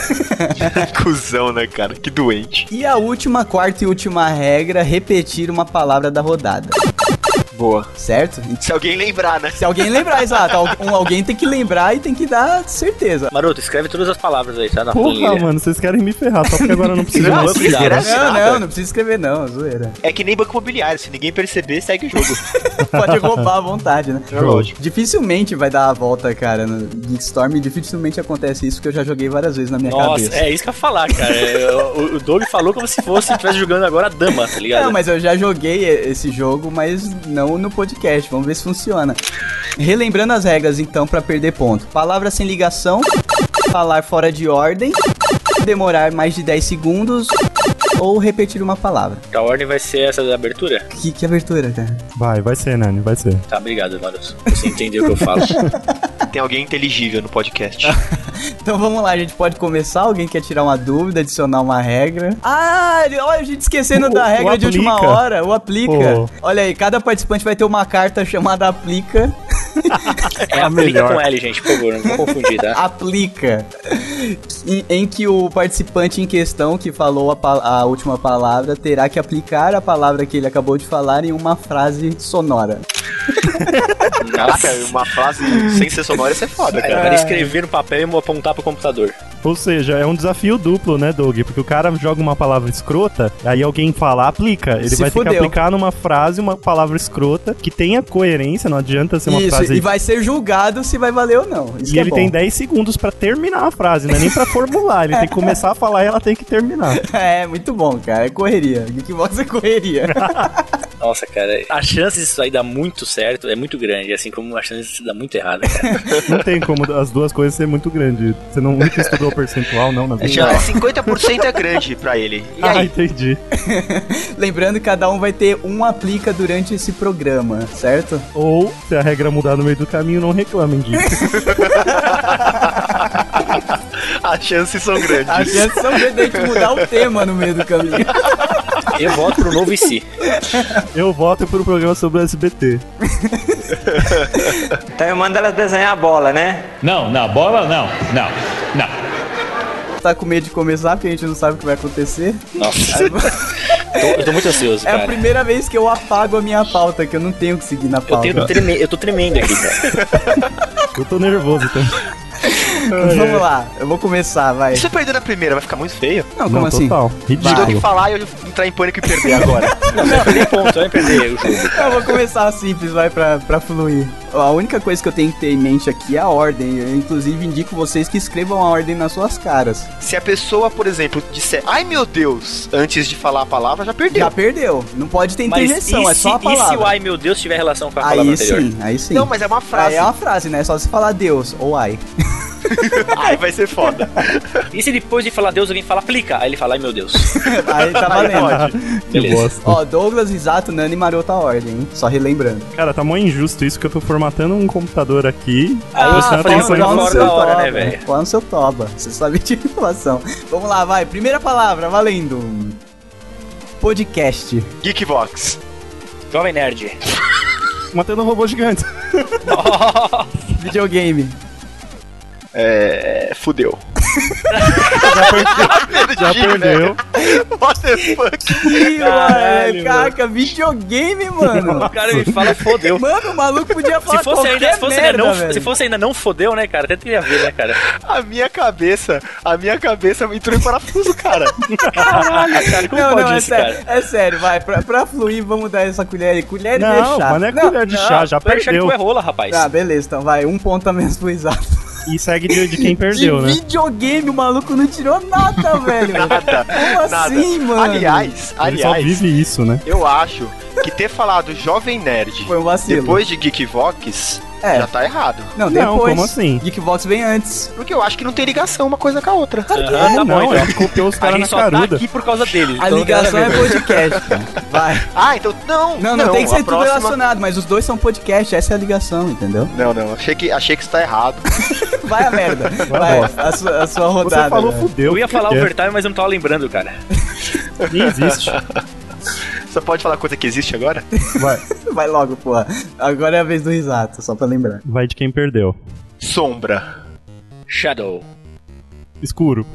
Speaker 2: Cusão, né, cara? Que doente.
Speaker 1: E a última, quarta e última regra, repetir uma palavra da rodada.
Speaker 2: Boa.
Speaker 1: Certo?
Speaker 2: Se alguém lembrar, né?
Speaker 1: Se alguém lembrar, exato. Alguém tem que lembrar e tem que dar certeza.
Speaker 3: Maroto, escreve todas as palavras aí, tá? Na
Speaker 4: Porra,
Speaker 3: planilha.
Speaker 4: mano, vocês querem me ferrar, só porque agora eu não preciso
Speaker 2: Não,
Speaker 4: mais.
Speaker 2: se escreve nada.
Speaker 1: Não precisa escrever não, zoeira.
Speaker 2: É que nem banco imobiliário, se ninguém perceber, segue o jogo.
Speaker 1: Pode roubar à vontade, né?
Speaker 2: É lógico.
Speaker 1: Dificilmente vai dar a volta, cara, no Geekstorm. Dificilmente acontece isso, porque eu já joguei várias vezes na minha
Speaker 3: Nossa,
Speaker 1: cabeça.
Speaker 3: é isso que eu ia falar, cara. O Doug falou como se estivesse jogando agora a dama, tá ligado?
Speaker 1: Não, mas eu já joguei esse jogo, mas não no podcast. Vamos ver se funciona. Relembrando as regras, então, pra perder ponto. Palavra sem ligação, falar fora de ordem, demorar mais de 10 segundos ou repetir uma palavra.
Speaker 3: A ordem vai ser essa da abertura?
Speaker 1: Que abertura, cara?
Speaker 4: Vai ser, Nani, vai ser.
Speaker 3: Tá, obrigado, Maroto. Você entendeu o que eu falo.
Speaker 2: Tem alguém inteligível no podcast.
Speaker 1: Então vamos lá, a gente pode começar. Alguém quer tirar uma dúvida, adicionar uma regra? Ah, olha, a gente esquecendo da regra de última
Speaker 4: aplica.
Speaker 1: hora. O aplica.
Speaker 4: Pô.
Speaker 1: Olha aí, cada participante vai ter uma carta chamada aplica.
Speaker 3: É aplica
Speaker 4: melhor.
Speaker 3: com L, gente, por favor, não vou confundir, tá?
Speaker 1: Aplica. Em que o participante em questão que falou a última palavra terá que aplicar a palavra que ele acabou de falar em uma frase sonora.
Speaker 2: Caraca, uma frase sem ser sonora, isso é foda,
Speaker 3: Cara,
Speaker 2: cara.
Speaker 3: vai escrever no papel e apontar pro computador.
Speaker 4: Ou seja, é um desafio duplo, né, Doug? Porque o cara joga uma palavra escrota, aí alguém fala, aplica. Ele
Speaker 1: Se
Speaker 4: vai ter
Speaker 1: fudeu.
Speaker 4: que aplicar numa frase uma palavra escrota que tenha coerência, não adianta ser uma
Speaker 1: Isso,
Speaker 4: frase...
Speaker 1: e vai ser julgado se vai valer ou não. Isso
Speaker 4: E
Speaker 1: que
Speaker 4: ele
Speaker 1: é bom.
Speaker 4: tem 10 segundos pra terminar a frase, não é nem pra formular. Ele tem que começar a falar e ela tem que terminar.
Speaker 1: É, muito bom, cara. É correria. Geekbox é correria.
Speaker 3: Nossa, cara, a chance disso aí dar muito certo é muito grande, assim como a chance disso dar muito errado, cara.
Speaker 4: Não tem como as duas coisas ser muito grandes. Você nunca estudou percentual, não, na vida?
Speaker 2: Já 50% é grande pra ele. E
Speaker 4: Ah,
Speaker 2: aí?
Speaker 4: entendi.
Speaker 1: Lembrando que cada um vai ter um aplica durante esse programa, certo?
Speaker 4: Ou, se a regra mudar no meio do caminho, não reclamem disso.
Speaker 2: As chances são grandes.
Speaker 1: As chances são grandes de a gente mudar o tema no meio do caminho.
Speaker 3: Eu voto pro novo IC.
Speaker 4: Eu voto pro programa sobre o SBT.
Speaker 6: Então eu mando elas desenhar a bola, né?
Speaker 7: Não, bola não.
Speaker 1: Tá com medo de começar porque a gente não sabe o que vai acontecer.
Speaker 3: Nossa, eu tô muito ansioso,
Speaker 1: É a
Speaker 3: cara.
Speaker 1: primeira vez que eu apago a minha pauta, que eu não tenho que seguir na pauta.
Speaker 3: Eu tô tremendo aqui, cara.
Speaker 4: Eu tô nervoso também.
Speaker 1: Vamos lá, eu vou começar, vai.
Speaker 2: Se você perder na primeira, vai ficar muito feio.
Speaker 1: Não, como
Speaker 4: Não,
Speaker 1: assim?
Speaker 4: total.
Speaker 2: Se eu
Speaker 4: Ridículo.
Speaker 2: que falar e eu entrar em pânico e perder agora.
Speaker 3: Não, você vai perder ponto, vai perder o jogo.
Speaker 1: Eu vou começar simples, vai, pra fluir. A única coisa que eu tenho que ter em mente aqui é a ordem. Eu, inclusive, indico vocês que escrevam a ordem nas suas caras.
Speaker 2: Se a pessoa, por exemplo, disser, ai meu Deus, antes de falar a palavra, já perdeu.
Speaker 1: Já perdeu. Não pode ter
Speaker 3: Mas
Speaker 1: interjeição, é só a
Speaker 3: e se o
Speaker 1: palavra.
Speaker 3: ai meu Deus tiver relação com a palavra
Speaker 1: Aí
Speaker 3: anterior?
Speaker 1: sim, aí sim.
Speaker 2: Não, mas é uma frase.
Speaker 1: Aí é uma frase, né? É só você falar Deus ou ai.
Speaker 2: Ai, vai ser foda.
Speaker 3: E se depois de falar Deus alguém fala aplica? Aí ele fala ai meu Deus.
Speaker 1: Aí tá
Speaker 2: Aí
Speaker 1: valendo.
Speaker 2: pode.
Speaker 4: Que
Speaker 3: Beleza.
Speaker 4: bosta.
Speaker 1: Ó, Douglas, Risato, Nani e Maroto a ordem, hein? Só relembrando.
Speaker 4: Cara, tá mó injusto isso que eu tô formatando um computador aqui.
Speaker 3: Aí você tá
Speaker 4: prestando
Speaker 3: fazendo
Speaker 4: atenção
Speaker 3: coisa
Speaker 4: em
Speaker 3: fora da hora, né, velho?
Speaker 1: Põe no seu toba. Você sabe de informação. Vamos lá, vai. Primeira palavra, valendo. Podcast.
Speaker 2: Geekbox.
Speaker 3: Jovem Nerd.
Speaker 4: matando um robô gigante.
Speaker 1: Videogame.
Speaker 2: Fudeu.
Speaker 4: Já perdeu.
Speaker 2: What the fuck?
Speaker 1: Ih,
Speaker 3: Caralho,
Speaker 1: mano, caraca, videogame, mano.
Speaker 3: O cara me fala fodeu.
Speaker 1: Mano, o maluco podia falar
Speaker 3: Se fosse,
Speaker 1: qualquer merda, velho.
Speaker 3: se fosse ainda não fodeu, né, cara? Até teria a ver, né, cara?
Speaker 2: A minha cabeça entrou em parafuso, cara.
Speaker 3: Caralho, cara, como
Speaker 1: Não,
Speaker 3: pode
Speaker 1: não, é
Speaker 3: isso,
Speaker 1: sério,
Speaker 3: cara?
Speaker 1: é sério, vai, pra fluir, vamos dar essa colher aí. Colher de
Speaker 4: Não,
Speaker 1: chá.
Speaker 4: mas não é colher de chá, já perdeu.
Speaker 3: é rola, rapaz.
Speaker 1: Tá, beleza, então vai, um ponto a menos pro exato.
Speaker 4: E segue de quem perdeu,
Speaker 1: de
Speaker 4: né?
Speaker 1: videogame, o maluco não tirou nada, velho.
Speaker 2: Nada.
Speaker 1: Como
Speaker 2: Nada.
Speaker 1: assim, mano?
Speaker 2: Aliás,
Speaker 4: Ele só vive isso, né?
Speaker 2: eu acho que ter falado Jovem Nerd
Speaker 1: Foi um vacilo.
Speaker 2: depois de Geekvox
Speaker 1: É.
Speaker 2: já tá errado.
Speaker 1: Não,
Speaker 4: Não,
Speaker 1: depois.
Speaker 4: como assim?
Speaker 1: Geekbox vem antes.
Speaker 2: Porque eu acho que não tem ligação uma coisa com a outra.
Speaker 3: Tá
Speaker 4: Não,
Speaker 3: bom,
Speaker 4: a
Speaker 3: então.
Speaker 4: gente copiou os
Speaker 3: A
Speaker 4: caras na
Speaker 3: gente só tá
Speaker 4: caruda.
Speaker 3: aqui por causa deles.
Speaker 1: A
Speaker 3: então
Speaker 1: ligação
Speaker 3: não tem
Speaker 1: é
Speaker 3: nada a ver.
Speaker 1: podcast, cara. Vai.
Speaker 2: Ah, então
Speaker 1: Não, tem que ser
Speaker 2: a
Speaker 1: tudo
Speaker 2: próxima-
Speaker 1: relacionado, mas os dois são podcast, essa é a ligação, entendeu?
Speaker 2: Não, achei que isso tá errado.
Speaker 1: Vai a merda. Vai, a sua rodada.
Speaker 4: Você falou
Speaker 1: velho.
Speaker 4: fudeu.
Speaker 3: Eu ia
Speaker 4: o que
Speaker 3: falar
Speaker 4: que é?
Speaker 3: overtime, mas eu não tava lembrando, cara.
Speaker 4: Nem existe.
Speaker 2: Você pode falar coisa que existe agora?
Speaker 4: Vai,
Speaker 1: Vai logo, porra. Agora é a vez do Risato, só pra lembrar.
Speaker 4: vai de quem perdeu.
Speaker 2: Sombra.
Speaker 3: Shadow.
Speaker 4: Escuro.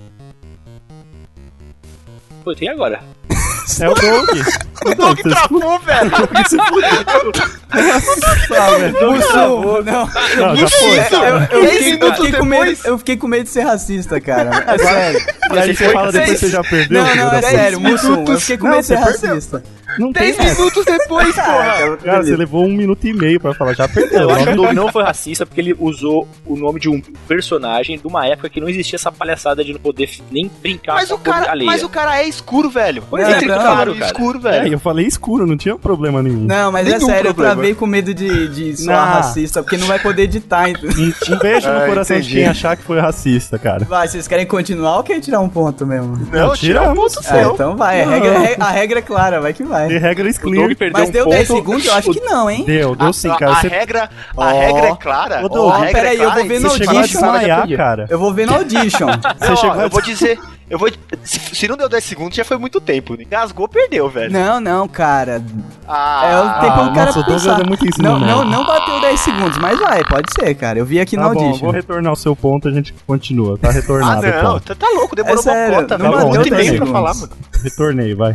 Speaker 3: Pô, tem agora.
Speaker 4: É o Doug.
Speaker 2: O Doug travou, velho.
Speaker 1: Mussum, não.
Speaker 4: Não, já foi.
Speaker 1: Eu fiquei com medo de ser racista, cara. É sério.
Speaker 4: E aí você fala depois que você já perdeu?
Speaker 1: Não,
Speaker 4: filho
Speaker 1: não,
Speaker 4: da
Speaker 1: é
Speaker 4: puta?
Speaker 1: sério, Mussum. Eu fiquei com
Speaker 4: Não,
Speaker 1: medo de ser
Speaker 4: você perdeu.
Speaker 1: racista.
Speaker 4: Não tem
Speaker 2: 10
Speaker 4: essa.
Speaker 2: minutos depois, porra.
Speaker 4: Cara, você levou 1 minuto e meio pra falar, já perdeu.
Speaker 3: Eu acho que o
Speaker 4: Não,
Speaker 3: Doug não foi racista porque ele usou o nome de um personagem de uma época que não existia essa palhaçada de não poder nem brincar
Speaker 2: Mas
Speaker 3: com
Speaker 2: o cara,
Speaker 3: alheia.
Speaker 2: mas o cara é escuro, velho.
Speaker 3: Pois
Speaker 1: é,
Speaker 2: Ele
Speaker 1: não,
Speaker 2: claro,
Speaker 3: cara.
Speaker 2: escuro,
Speaker 4: É,
Speaker 2: velho.
Speaker 4: eu falei escuro, não tinha problema nenhum.
Speaker 1: Não, mas é
Speaker 2: Nenhum
Speaker 1: sério, eu
Speaker 2: problema.
Speaker 1: travei com medo de soar
Speaker 4: Não.
Speaker 1: racista, porque não vai poder editar. Então.
Speaker 4: Um beijo no coração
Speaker 2: entendi.
Speaker 4: de quem achar que foi racista, cara.
Speaker 1: Vai, vocês querem continuar ou querem tirar um ponto mesmo?
Speaker 2: Não, tira um ponto
Speaker 1: Ah,
Speaker 2: seu.
Speaker 1: então vai, a regra é clara, vai que vai.
Speaker 4: De regras
Speaker 3: O Doug
Speaker 4: clear.
Speaker 3: perdeu
Speaker 1: Mas
Speaker 3: um
Speaker 1: deu
Speaker 3: ponto.
Speaker 1: 10 segundos? Eu acho que não, hein?
Speaker 4: Deu sim, cara.
Speaker 2: A
Speaker 4: Você
Speaker 2: regra
Speaker 1: Ó.
Speaker 2: é clara.
Speaker 4: Ô, Doug,
Speaker 2: A regra
Speaker 1: peraí,
Speaker 2: é
Speaker 1: eu
Speaker 2: clara
Speaker 1: vou ver
Speaker 2: e
Speaker 1: no
Speaker 2: você
Speaker 4: chegou a
Speaker 1: audition.
Speaker 4: desmaiar, cara.
Speaker 1: Eu vou ver no audition.
Speaker 2: Não,
Speaker 4: chegou a-
Speaker 2: eu vou dizer. Se não deu 10 segundos, já foi muito tempo. Engasgou, perdeu, velho.
Speaker 1: Não, cara. É o
Speaker 2: Ah,
Speaker 1: tempo pro cara
Speaker 4: nossa, o Douglas
Speaker 1: pensar.
Speaker 4: é muito isso, né?
Speaker 1: Não bateu 10 segundos, mas vai, pode ser, cara. Eu vi aqui no
Speaker 4: Tá bom,
Speaker 1: audition.
Speaker 4: vou retornar o seu ponto, a gente continua. Tá retornado o
Speaker 2: não,
Speaker 4: ponto.
Speaker 2: tá louco, demorou
Speaker 1: É sério,
Speaker 2: uma cota,
Speaker 1: não
Speaker 2: velho.
Speaker 4: bateu
Speaker 2: Muito
Speaker 4: 10
Speaker 2: tempo pra
Speaker 1: segundos.
Speaker 2: falar, mano.
Speaker 4: Retornei, vai.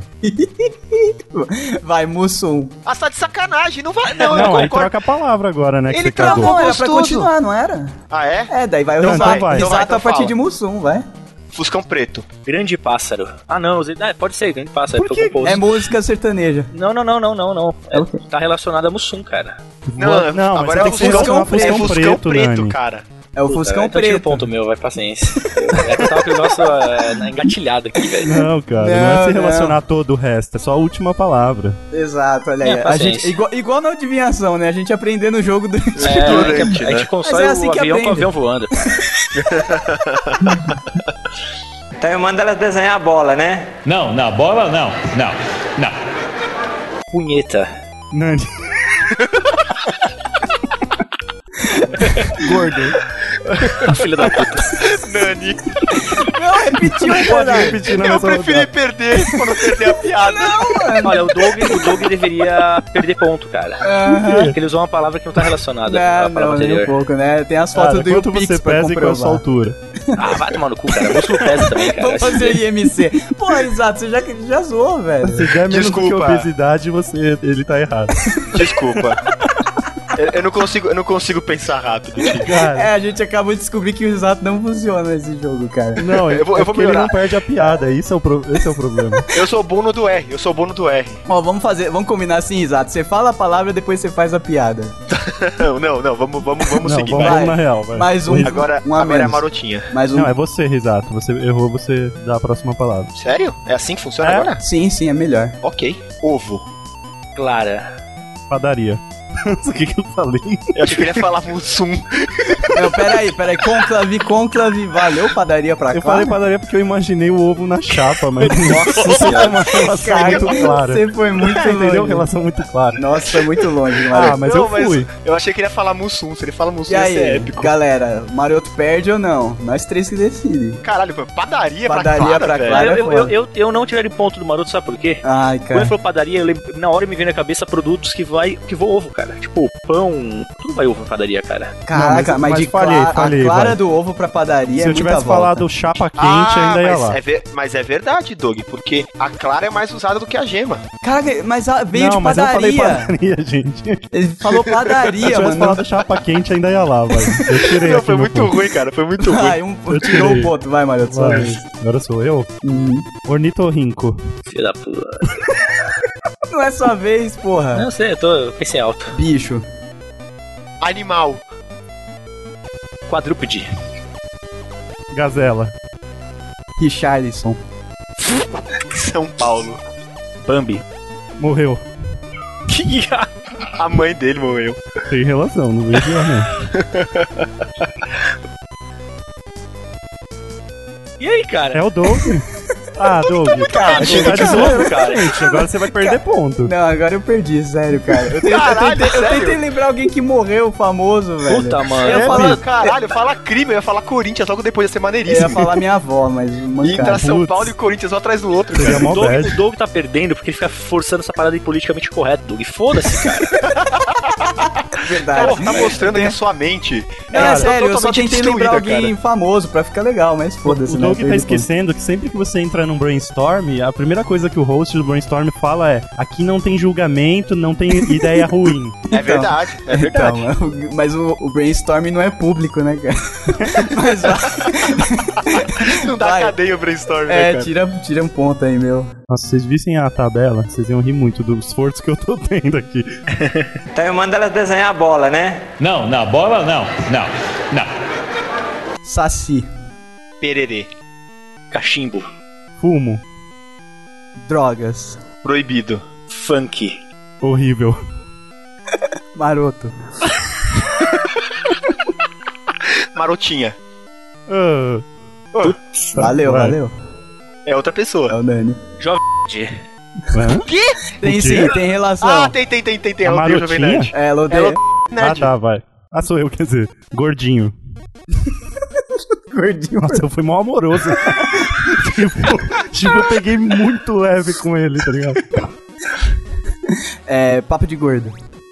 Speaker 1: Vai, Mussum.
Speaker 2: Ah, você tá de sacanagem, não vai. Não, eu
Speaker 4: Não, aí
Speaker 2: concordo.
Speaker 4: troca a palavra agora, né? Que
Speaker 2: Ele
Speaker 4: você cagou.
Speaker 2: travou.
Speaker 1: Não, era pra
Speaker 2: gostoso.
Speaker 1: continuar, não era?
Speaker 2: Ah, é?
Speaker 1: É, daí vai o
Speaker 4: Então
Speaker 1: risato,
Speaker 4: vai.
Speaker 2: Então vai,
Speaker 1: risato
Speaker 2: então
Speaker 1: a partir
Speaker 2: fala.
Speaker 1: de Mussum, vai.
Speaker 2: Fuscão preto.
Speaker 3: Grande pássaro. Ah, não, pode ser, grande pássaro.
Speaker 4: Por
Speaker 3: Tô
Speaker 4: quê?
Speaker 3: composto.
Speaker 1: É música sertaneja.
Speaker 3: Não.
Speaker 1: É o quê?
Speaker 3: Tá relacionado a Mussum, cara.
Speaker 4: Não, mas
Speaker 2: agora
Speaker 4: você
Speaker 2: é
Speaker 4: tem
Speaker 2: o
Speaker 4: que ser relacionado
Speaker 2: Fuscão,
Speaker 4: ao Fuscão preto, Nani.
Speaker 2: cara.
Speaker 1: É o
Speaker 3: Puta,
Speaker 1: Fuscão
Speaker 3: então tira o
Speaker 1: preto.
Speaker 3: ponto meu, vai, paciência. É que eu tava com o negócio engatilhado aqui, velho.
Speaker 4: Não, cara, não,
Speaker 1: Não,
Speaker 4: é se
Speaker 1: não.
Speaker 4: relacionar a todo o resto, é só a última palavra.
Speaker 1: Exato, olha aí.
Speaker 3: É,
Speaker 1: A
Speaker 3: paciência.
Speaker 1: gente, igual na adivinhação, né? A gente aprendendo o jogo do.
Speaker 2: Durante,
Speaker 3: A gente
Speaker 2: né?
Speaker 3: constrói
Speaker 1: Mas é assim
Speaker 3: o
Speaker 1: que
Speaker 3: avião com o
Speaker 1: aprende.
Speaker 3: avião voando.
Speaker 6: Então eu mando elas desenhar a bola, né?
Speaker 7: Não, na bola não. Não.
Speaker 3: Punheta.
Speaker 4: Nani.
Speaker 1: Gordo.
Speaker 3: Filha da puta.
Speaker 2: Nani.
Speaker 1: Não, repetiu,
Speaker 4: Pode
Speaker 1: caralho.
Speaker 4: repetir na
Speaker 2: Eu
Speaker 4: mesma
Speaker 2: preferi
Speaker 4: rodada.
Speaker 2: perder pra não perder a piada.
Speaker 3: Olha, o Doug deveria perder ponto, cara. Porque ele usou uma palavra que não tá relacionada à palavra
Speaker 1: Não, nem um
Speaker 3: anterior.
Speaker 1: pouco, né? Tem as fotos do
Speaker 4: quanto
Speaker 1: YouPix
Speaker 4: você
Speaker 1: pra
Speaker 4: pesa e qual é a sua
Speaker 1: comprovar.
Speaker 4: altura?
Speaker 3: Ah, vai tomar no cu, cara. Músculo pesa também, cara.
Speaker 1: Vamos fazer IMC. Pô, exato, você já zoou, velho.
Speaker 4: Se der menos do que
Speaker 2: Desculpa.
Speaker 4: obesidade, ele tá errado.
Speaker 2: Desculpa. Eu não consigo pensar rápido.
Speaker 4: Cara,
Speaker 1: É, a gente acabou de descobrir que o exato não funciona nesse jogo, cara.
Speaker 4: não,
Speaker 2: Eu vou
Speaker 4: porque ele
Speaker 2: melhorar.
Speaker 4: não perde a piada, esse é o problema.
Speaker 2: Eu sou bom no do R.
Speaker 1: Ó, vamos combinar assim, exato. Você fala a palavra, depois você faz a piada.
Speaker 2: Não, vamos
Speaker 4: Não,
Speaker 2: seguir.
Speaker 4: vamos
Speaker 2: vai.
Speaker 4: na real, vai.
Speaker 1: Mais um.
Speaker 2: Agora,
Speaker 1: Um a
Speaker 2: agora é a
Speaker 1: menos.
Speaker 2: marotinha.
Speaker 1: Mais um.
Speaker 4: Não, é você, Risato. Você errou, você dá a próxima palavra.
Speaker 2: Sério? É assim que funciona
Speaker 4: É.
Speaker 2: agora?
Speaker 1: Sim, é melhor.
Speaker 2: Ok. Ovo.
Speaker 3: Clara.
Speaker 4: Padaria. O que eu falei?
Speaker 2: Eu achei que ele ia falar Mussum.
Speaker 1: Não, peraí. Conclave, valeu, padaria pra cá.
Speaker 4: Eu falei padaria porque eu imaginei o ovo na chapa, mas nossa, você tem uma relação muito clara.
Speaker 1: Você foi muito
Speaker 4: Entendeu?
Speaker 1: longe.
Speaker 4: Relação muito clara.
Speaker 1: Nossa, foi muito longe,
Speaker 4: Ah,
Speaker 1: Maroto.
Speaker 4: mas
Speaker 2: Não,
Speaker 4: eu fui.
Speaker 2: eu achei que ele ia falar Mussum. Se ele fala Mussum,
Speaker 1: E
Speaker 2: ia ser
Speaker 1: aí,
Speaker 2: épico.
Speaker 1: galera, Maroto perde ou não? Nós três que decidem.
Speaker 2: Caralho, pô, padaria
Speaker 1: Padaria pra
Speaker 2: velho.
Speaker 1: Clara.
Speaker 3: Eu não tiraria ponto do Maroto, sabe por quê?
Speaker 1: Ai,
Speaker 3: Quando
Speaker 1: cara.
Speaker 3: ele falou padaria, na hora me veio na cabeça produtos que voam ovo, cara. Tipo, pão. Tudo vai ovo na padaria, cara.
Speaker 1: Caraca,
Speaker 4: Não,
Speaker 1: mas
Speaker 4: mas
Speaker 1: de
Speaker 4: falei.
Speaker 1: a clara
Speaker 4: vai.
Speaker 1: do ovo pra padaria
Speaker 4: Se
Speaker 1: é
Speaker 4: eu tivesse
Speaker 1: muita volta.
Speaker 4: falado chapa quente, ainda ia lá.
Speaker 2: Mas é verdade, Doug, porque a clara é mais usada do que a gema.
Speaker 1: Cara, mas veio
Speaker 4: Não,
Speaker 1: de
Speaker 4: mas eu falei
Speaker 1: padaria.
Speaker 4: padaria, gente.
Speaker 1: Ele falou
Speaker 4: Se
Speaker 1: padaria,
Speaker 4: eu tivesse
Speaker 1: mano.
Speaker 4: falado chapa quente, ainda ia lá, vai. Eu tirei
Speaker 2: Não,
Speaker 4: aqui
Speaker 2: foi
Speaker 4: meu
Speaker 2: muito
Speaker 4: ponto.
Speaker 2: ruim, cara. Foi muito ruim.
Speaker 1: Vai, tirou um ponto, vai, Mario, sua
Speaker 4: Vai,
Speaker 1: vez.
Speaker 4: agora sou eu? Ornitorrinco.
Speaker 3: Filho da puta.
Speaker 1: Não é sua vez, porra.
Speaker 3: Não sei, eu pensei alto.
Speaker 1: Bicho.
Speaker 2: Animal.
Speaker 3: Quadrúpede.
Speaker 4: Gazela.
Speaker 1: Richarlison.
Speaker 2: São Paulo.
Speaker 3: Bambi.
Speaker 4: Morreu.
Speaker 2: A mãe dele morreu.
Speaker 4: Tem relação, não vejo não.
Speaker 3: E aí, cara?
Speaker 4: É o Doug. Ah, Doug.
Speaker 3: Achei que
Speaker 4: Tá de
Speaker 3: tinha
Speaker 4: zoeira,
Speaker 3: outro, cara.
Speaker 4: gente. Agora você vai perder ponto.
Speaker 1: Não, agora eu perdi, sério, cara. Eu
Speaker 2: Caralho,
Speaker 1: tentei
Speaker 2: sério?
Speaker 1: lembrar alguém que morreu famoso, velho.
Speaker 3: Puta, mano.
Speaker 1: Eu ia
Speaker 2: Eu
Speaker 1: falar,
Speaker 2: falo, caralho, fala crime, eu ia falar Corinthians logo depois, ia ser
Speaker 1: eu ia
Speaker 2: maneiríssimo.
Speaker 1: falar minha avó, mas
Speaker 2: E
Speaker 1: mancada.
Speaker 2: entrar São
Speaker 4: Putz.
Speaker 2: Paulo e Corinthians um atrás do outro,
Speaker 4: Seria
Speaker 2: cara.
Speaker 4: mó
Speaker 3: O
Speaker 4: bad.
Speaker 3: Doug tá perdendo porque ele fica forçando essa parada de politicamente correto, Doug. Foda-se, cara.
Speaker 1: Verdade.
Speaker 2: Pô, tá mostrando que a sua mente
Speaker 1: Não,
Speaker 2: tá
Speaker 1: é sério, eu só
Speaker 2: totalmente
Speaker 1: tentei lembrar
Speaker 2: destruída,
Speaker 1: alguém famoso pra ficar legal, mas foda-se,
Speaker 4: O
Speaker 1: né?
Speaker 4: Doug
Speaker 1: Eu
Speaker 4: tá
Speaker 1: perdi
Speaker 4: esquecendo que sempre que você entra num brainstorm, a primeira coisa que o host do brainstorm fala é: aqui não tem julgamento, não tem ideia ruim.
Speaker 2: É verdade, é verdade.
Speaker 1: Então, mas o brainstorm não é público, né, cara? Mas
Speaker 2: Não dá
Speaker 1: vai.
Speaker 2: cadeia o brainstorm, né, cara?
Speaker 1: tira um ponto aí, meu.
Speaker 4: Nossa, se vocês vissem a tabela, vocês iam rir muito do esforço que eu tô tendo aqui.
Speaker 6: Então eu mando elas desenhar a bola, né?
Speaker 7: Não, na bola não. Não, não.
Speaker 1: Saci,
Speaker 2: Pererê.
Speaker 3: Cachimbo.
Speaker 4: Fumo.
Speaker 1: drogas,
Speaker 2: Proibido.
Speaker 3: Funk.
Speaker 4: Horrível.
Speaker 1: maroto,
Speaker 2: Marotinha.
Speaker 4: Ah,
Speaker 1: valeu,
Speaker 4: vai.
Speaker 1: valeu.
Speaker 2: É outra
Speaker 1: É
Speaker 2: pessoa.
Speaker 1: o Dani.
Speaker 4: hã?
Speaker 1: Tem
Speaker 4: O
Speaker 1: sim,
Speaker 4: quê?
Speaker 1: tem relação.
Speaker 2: Ah, tem.
Speaker 4: A
Speaker 2: Ela odeia o Jovem
Speaker 4: marotinha?
Speaker 2: Nerd.
Speaker 1: É, ela odeia.
Speaker 2: Ela
Speaker 4: Ah,
Speaker 2: Nerd.
Speaker 4: tá, vai. Ah, sou eu, quer dizer, gordinho.
Speaker 1: Gordinho.
Speaker 4: Nossa, eu fui mal amoroso. tipo, eu peguei muito leve com ele, tá ligado?
Speaker 1: É, papo de gordo.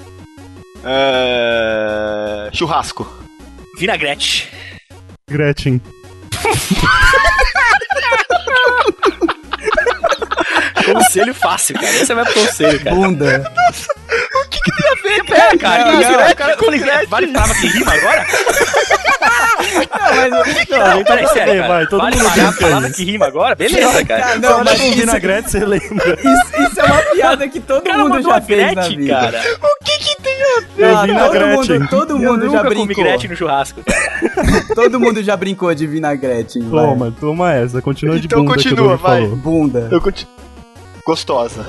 Speaker 2: Churrasco.
Speaker 3: Vinagrete.
Speaker 4: Gretchen.
Speaker 3: Conselho fácil, cara. Esse vai pro conselho, cara.
Speaker 1: Bunda.
Speaker 3: É, cara.
Speaker 1: Não,
Speaker 3: que
Speaker 1: não,
Speaker 3: isso, cara? Eu falei, vale palavra que rima agora? Não, peraí, sério, cara.
Speaker 4: vai, todo
Speaker 3: vale
Speaker 4: mundo
Speaker 3: parar a
Speaker 4: brinca
Speaker 3: palavra
Speaker 4: isso.
Speaker 3: que rima agora? Beleza, cara.
Speaker 1: Não, mas
Speaker 4: Com
Speaker 1: isso,
Speaker 4: vinagrete, você lembra?
Speaker 1: isso é uma piada que todo
Speaker 3: O cara
Speaker 1: mundo
Speaker 3: mandou
Speaker 1: já
Speaker 3: a
Speaker 1: fez na
Speaker 3: Gretchen,
Speaker 1: vida.
Speaker 3: cara.
Speaker 4: Eu
Speaker 1: Ah,
Speaker 4: vi na Gretchen.
Speaker 1: todo
Speaker 3: Eu
Speaker 1: mundo já
Speaker 3: nunca comi
Speaker 1: brincou.
Speaker 3: Gretchen no churrasco, cara.
Speaker 1: Todo mundo já brincou de vinagrete.
Speaker 4: Toma, toma essa. Continua de
Speaker 2: Então
Speaker 4: bunda que o
Speaker 2: continua,
Speaker 4: Doug
Speaker 2: vai.
Speaker 4: falou.
Speaker 1: Bunda.
Speaker 2: Eu continuo. Gostosa.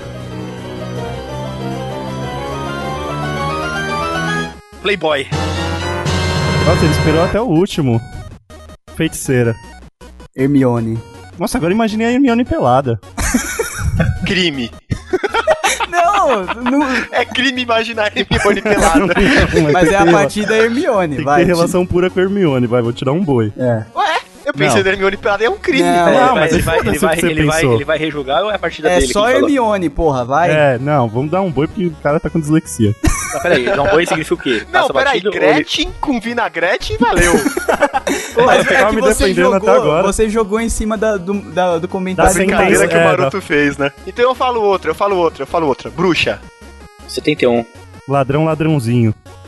Speaker 3: Playboy.
Speaker 4: Nossa, ele esperou até o último. Feiticeira.
Speaker 1: Hermione.
Speaker 4: Nossa, agora imaginei a Hermione pelada.
Speaker 2: Crime.
Speaker 1: Não,
Speaker 2: É crime imaginar Hermione pelada.
Speaker 1: mas é a
Speaker 4: ter
Speaker 1: partir da Hermione,
Speaker 4: Tem que
Speaker 1: vai.
Speaker 4: ter relação pura com a Hermione, vai, vou tirar um boi.
Speaker 1: É.
Speaker 2: Ué, eu pensei
Speaker 4: Não.
Speaker 2: na Hermione pelada, é um crime.
Speaker 1: Não,
Speaker 4: Não, mas
Speaker 3: ele vai,
Speaker 4: foda-se o que você
Speaker 3: ele vai
Speaker 4: pensou.
Speaker 3: rejugar ou é a partida
Speaker 1: É
Speaker 3: dele?
Speaker 1: só
Speaker 3: que falou?
Speaker 1: Hermione, porra, vai.
Speaker 4: É, não, vamos dar um boi porque o cara tá com dislexia.
Speaker 3: Não, peraí, dar um boi significa o quê?
Speaker 2: Não,
Speaker 3: Passa
Speaker 2: peraí,
Speaker 3: batido ou
Speaker 2: Gretchen com vinagrete, valeu.
Speaker 1: Mas
Speaker 4: você tava me defendendo até agora.
Speaker 1: Você jogou em cima do comentário.
Speaker 4: Da
Speaker 1: do
Speaker 2: Brincadeira
Speaker 1: cara.
Speaker 2: que o
Speaker 4: É,
Speaker 2: Maroto fez, né? Então eu falo outra. Bruxa.
Speaker 3: 71.
Speaker 4: Ladrão, ladrãozinho.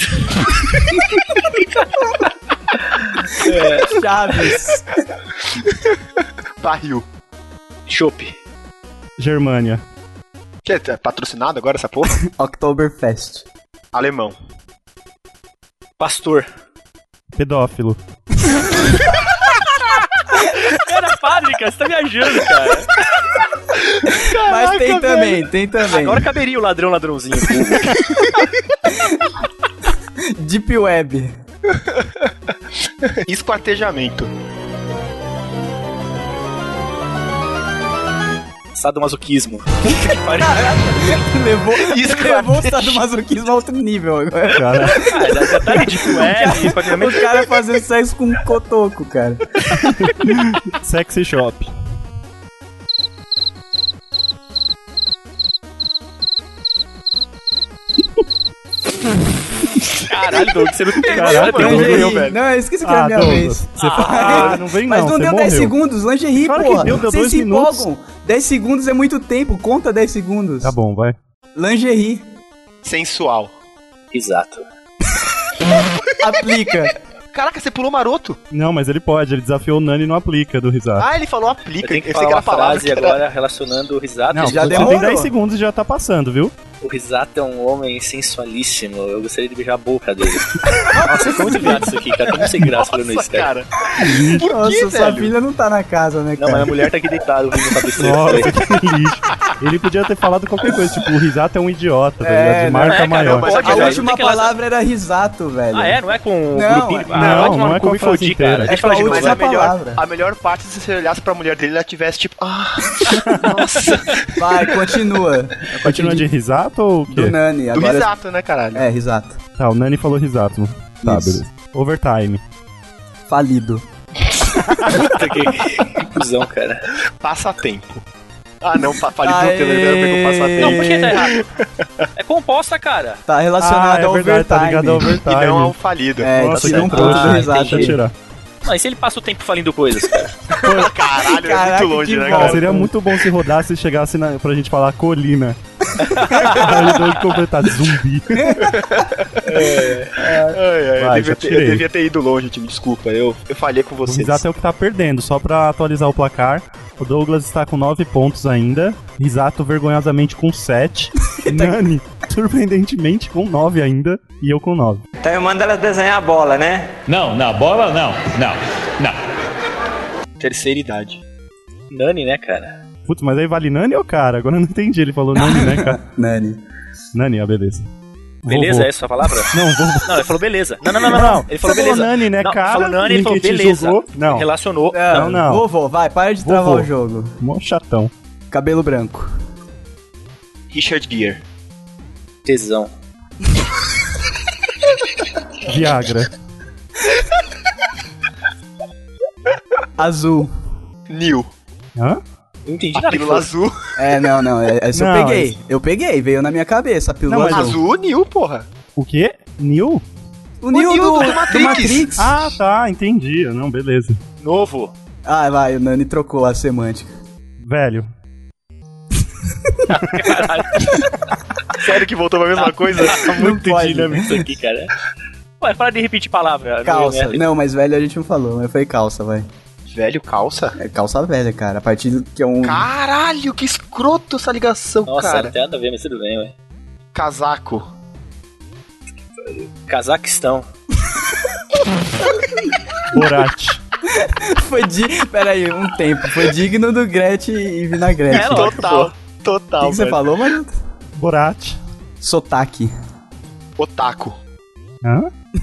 Speaker 1: Chaves.
Speaker 2: Barril.
Speaker 3: Chopp.
Speaker 4: Germânia.
Speaker 2: Que é patrocinado agora essa porra?
Speaker 1: Oktoberfest.
Speaker 2: Alemão.
Speaker 3: Pastor.
Speaker 4: Pedófilo.
Speaker 3: Era padre, cara. Você tá viajando, cara.
Speaker 1: Mas tem também.
Speaker 3: Agora caberia o ladrão, ladrãozinho.
Speaker 1: Deep Web.
Speaker 2: Esquartejamento.
Speaker 3: Sadomasoquismo.
Speaker 1: levou o sadomasoquismo a outro nível agora.
Speaker 4: Cara,
Speaker 3: Já tá de deep web,
Speaker 1: O
Speaker 3: praticamente.
Speaker 1: cara fazendo sexo com um cotoco, cara.
Speaker 4: sexy shop.
Speaker 3: Caralho, Doug, você não tem
Speaker 4: Caralho,
Speaker 3: mano.
Speaker 4: Doug.
Speaker 1: Lingerie.
Speaker 2: velho.
Speaker 1: Não, eu esqueci que era a minha
Speaker 4: Douglas,
Speaker 1: vez.
Speaker 4: Você fala, não vem
Speaker 1: Mas
Speaker 4: não,
Speaker 1: não
Speaker 4: você
Speaker 1: deu
Speaker 4: morreu.
Speaker 1: 10 segundos, lingerie,
Speaker 4: Claro que
Speaker 1: porra.
Speaker 4: deu 2
Speaker 1: Vocês se
Speaker 4: minutos.
Speaker 1: empolgam. 10 segundos é muito tempo, conta 10 segundos.
Speaker 4: Tá bom, vai.
Speaker 1: Lingerie.
Speaker 2: Sensual.
Speaker 3: Exato.
Speaker 1: Aplica.
Speaker 2: Caraca, você pulou maroto.
Speaker 4: Não, mas ele pode, ele desafiou o Nani no aplica do risado.
Speaker 2: Ah, ele falou
Speaker 3: Eu
Speaker 2: aplica.
Speaker 3: tenho que
Speaker 2: Eu sei
Speaker 3: falar
Speaker 2: que era
Speaker 3: uma
Speaker 2: a palavra
Speaker 3: frase
Speaker 2: que era-
Speaker 3: agora relacionando o Risato.
Speaker 4: Não,
Speaker 1: já
Speaker 4: você
Speaker 1: demorou.
Speaker 4: tem 10 segundos e já tá passando, viu?
Speaker 3: O Risato é um homem sensualíssimo. Eu gostaria de beijar a boca dele. Nossa, ficou muito viado isso aqui, cara. Tô muito sem graça falando
Speaker 2: Nossa,
Speaker 3: isso, cara.
Speaker 2: Por
Speaker 1: Nossa,
Speaker 2: que,
Speaker 1: sua
Speaker 2: velho?
Speaker 1: filha não tá na casa, né,
Speaker 3: Não, mas
Speaker 1: cara?
Speaker 3: a mulher tá aqui deitada, ouvindo o cabeceiro.
Speaker 4: Nossa, que lixo. Ele podia ter falado qualquer coisa, tipo, o Risato é um idiota, tá
Speaker 1: É,
Speaker 4: ligado? De
Speaker 1: não
Speaker 4: marca
Speaker 3: é, cara,
Speaker 4: maior.
Speaker 3: mas
Speaker 1: A
Speaker 3: velho, não
Speaker 1: última
Speaker 3: tem que ela-
Speaker 1: palavra era risato, velho.
Speaker 3: Ah, é? Não é com o
Speaker 1: Não,
Speaker 3: grupinho?
Speaker 1: não,
Speaker 3: Ah, vai tomar
Speaker 4: não
Speaker 3: no
Speaker 4: é
Speaker 3: cu
Speaker 4: com a
Speaker 3: e
Speaker 4: frase
Speaker 3: fodi,
Speaker 4: inteira.
Speaker 3: cara.
Speaker 1: É
Speaker 3: Deixa eu falar de
Speaker 1: com a
Speaker 3: novo.
Speaker 2: Mas
Speaker 1: última palavra.
Speaker 2: a melhor parte é se você olhasse pra mulher dele e ela tivesse tipo. Ah, nossa.
Speaker 1: Vai, continua.
Speaker 4: Continua de Risato ou o
Speaker 1: Do
Speaker 4: quê?
Speaker 1: Nani.
Speaker 2: Do
Speaker 1: Agora...
Speaker 2: risato, né, caralho?
Speaker 1: É, risato.
Speaker 4: Tá, o Nani falou Risato. Tá,
Speaker 1: Isso.
Speaker 4: beleza. Overtime.
Speaker 1: Falido.
Speaker 3: Puta, que cuzão, cara.
Speaker 2: Passatempo. Ah, não, fale do
Speaker 1: Aê.
Speaker 2: que eu ver com passatempo.
Speaker 3: Não, por que tá errado? É composta, cara.
Speaker 1: Tá relacionado ao
Speaker 4: verdade, tá
Speaker 1: overtime.
Speaker 4: ligado ao
Speaker 2: E
Speaker 4: overtime.
Speaker 2: não é um falido.
Speaker 1: É,
Speaker 4: Nossa,
Speaker 1: tira um
Speaker 4: que
Speaker 1: ponto
Speaker 4: trouxa.
Speaker 1: do risato.
Speaker 4: Deixa eu
Speaker 1: aí.
Speaker 4: tirar.
Speaker 3: Não, e se ele passa o tempo falindo coisas, cara?
Speaker 2: Caralho, é
Speaker 1: Caraca,
Speaker 2: muito longe,
Speaker 1: que
Speaker 2: né,
Speaker 1: bom.
Speaker 4: Cara,
Speaker 2: cara?
Speaker 4: seria muito bom se rodasse e chegasse pra gente falar colina. Aí eu que completar zumbi.
Speaker 2: Ai,
Speaker 4: Vai,
Speaker 2: eu,
Speaker 4: já
Speaker 2: eu
Speaker 4: tirei.
Speaker 2: devia ter ido longe, time. Desculpa, eu falhei com
Speaker 4: O
Speaker 2: vocês.
Speaker 4: Risato é o que tá perdendo, só pra atualizar o placar. O Douglas está com 9 pontos ainda. Risato vergonhosamente com 7. Nani, surpreendentemente, com 9 ainda. E eu com 9.
Speaker 6: Então eu mando elas desenhar a bola, né?
Speaker 7: Não, na bola não. Não, não.
Speaker 2: Terceira idade.
Speaker 3: Nani, né, cara?
Speaker 4: Putz, mas aí vale Nani ou cara? Agora eu não entendi. Ele falou Nani, né, cara?
Speaker 1: Nani.
Speaker 4: Nani, beleza.
Speaker 3: Beleza,
Speaker 4: Vovô.
Speaker 3: é essa a palavra?
Speaker 4: Não, vovô.
Speaker 3: Não, ele falou beleza. Não. Ele falou
Speaker 4: Você
Speaker 3: beleza.
Speaker 4: Nani, né,
Speaker 3: não,
Speaker 4: cara?
Speaker 3: falou Nani, ele falou
Speaker 4: Ninguém te
Speaker 3: beleza.
Speaker 4: julgou. Não.
Speaker 3: Relacionou.
Speaker 4: Não.
Speaker 1: Vovô, vai, para de travar
Speaker 4: Vovô.
Speaker 1: o jogo.
Speaker 4: Mó chatão.
Speaker 1: Cabelo branco.
Speaker 2: Richard Gere.
Speaker 3: Tesão.
Speaker 4: Viagra.
Speaker 1: Azul.
Speaker 2: Neil.
Speaker 4: Hã?
Speaker 3: Não entendi
Speaker 2: A
Speaker 3: nada que
Speaker 2: pílula
Speaker 3: falou.
Speaker 2: azul.
Speaker 1: É, não, essa
Speaker 4: Não,
Speaker 1: eu peguei. Eu peguei, veio na minha cabeça a pílula
Speaker 4: Não, mas
Speaker 1: azul.
Speaker 2: Azul, Neil, porra.
Speaker 4: O quê? Neo?
Speaker 1: O Neo
Speaker 2: Neo
Speaker 1: do
Speaker 2: do Matrix.
Speaker 4: Ah, tá, entendi. Não, beleza.
Speaker 3: Novo.
Speaker 1: Ah, vai, o Nani trocou a semântica.
Speaker 4: Velho.
Speaker 2: Sério que voltou pra mesma coisa?
Speaker 3: Muito
Speaker 1: pode.
Speaker 3: dinâmico isso aqui, cara. Ué, para de repetir palavra.
Speaker 1: Calça.
Speaker 3: Né?
Speaker 1: Não, mas velho a gente não falou, mas foi calça, vai.
Speaker 2: Velho, calça?
Speaker 1: É calça velha, cara. A partir do que é um...
Speaker 2: Caralho, que escroto essa ligação,
Speaker 3: Nossa,
Speaker 2: cara.
Speaker 3: não tem nada a ver, mas tudo bem, ué.
Speaker 2: Casaco.
Speaker 3: Cazaquistão.
Speaker 4: Borat.
Speaker 1: Foi Pera aí, um tempo. Foi digno do Gretchen e Vinagrete.
Speaker 3: É,
Speaker 1: O
Speaker 3: lógico,
Speaker 2: Total,
Speaker 3: pô.
Speaker 2: total,
Speaker 1: que você
Speaker 2: velho.
Speaker 1: falou, mano?
Speaker 4: Borat.
Speaker 1: Sotaque.
Speaker 2: Otaku.
Speaker 4: Hã?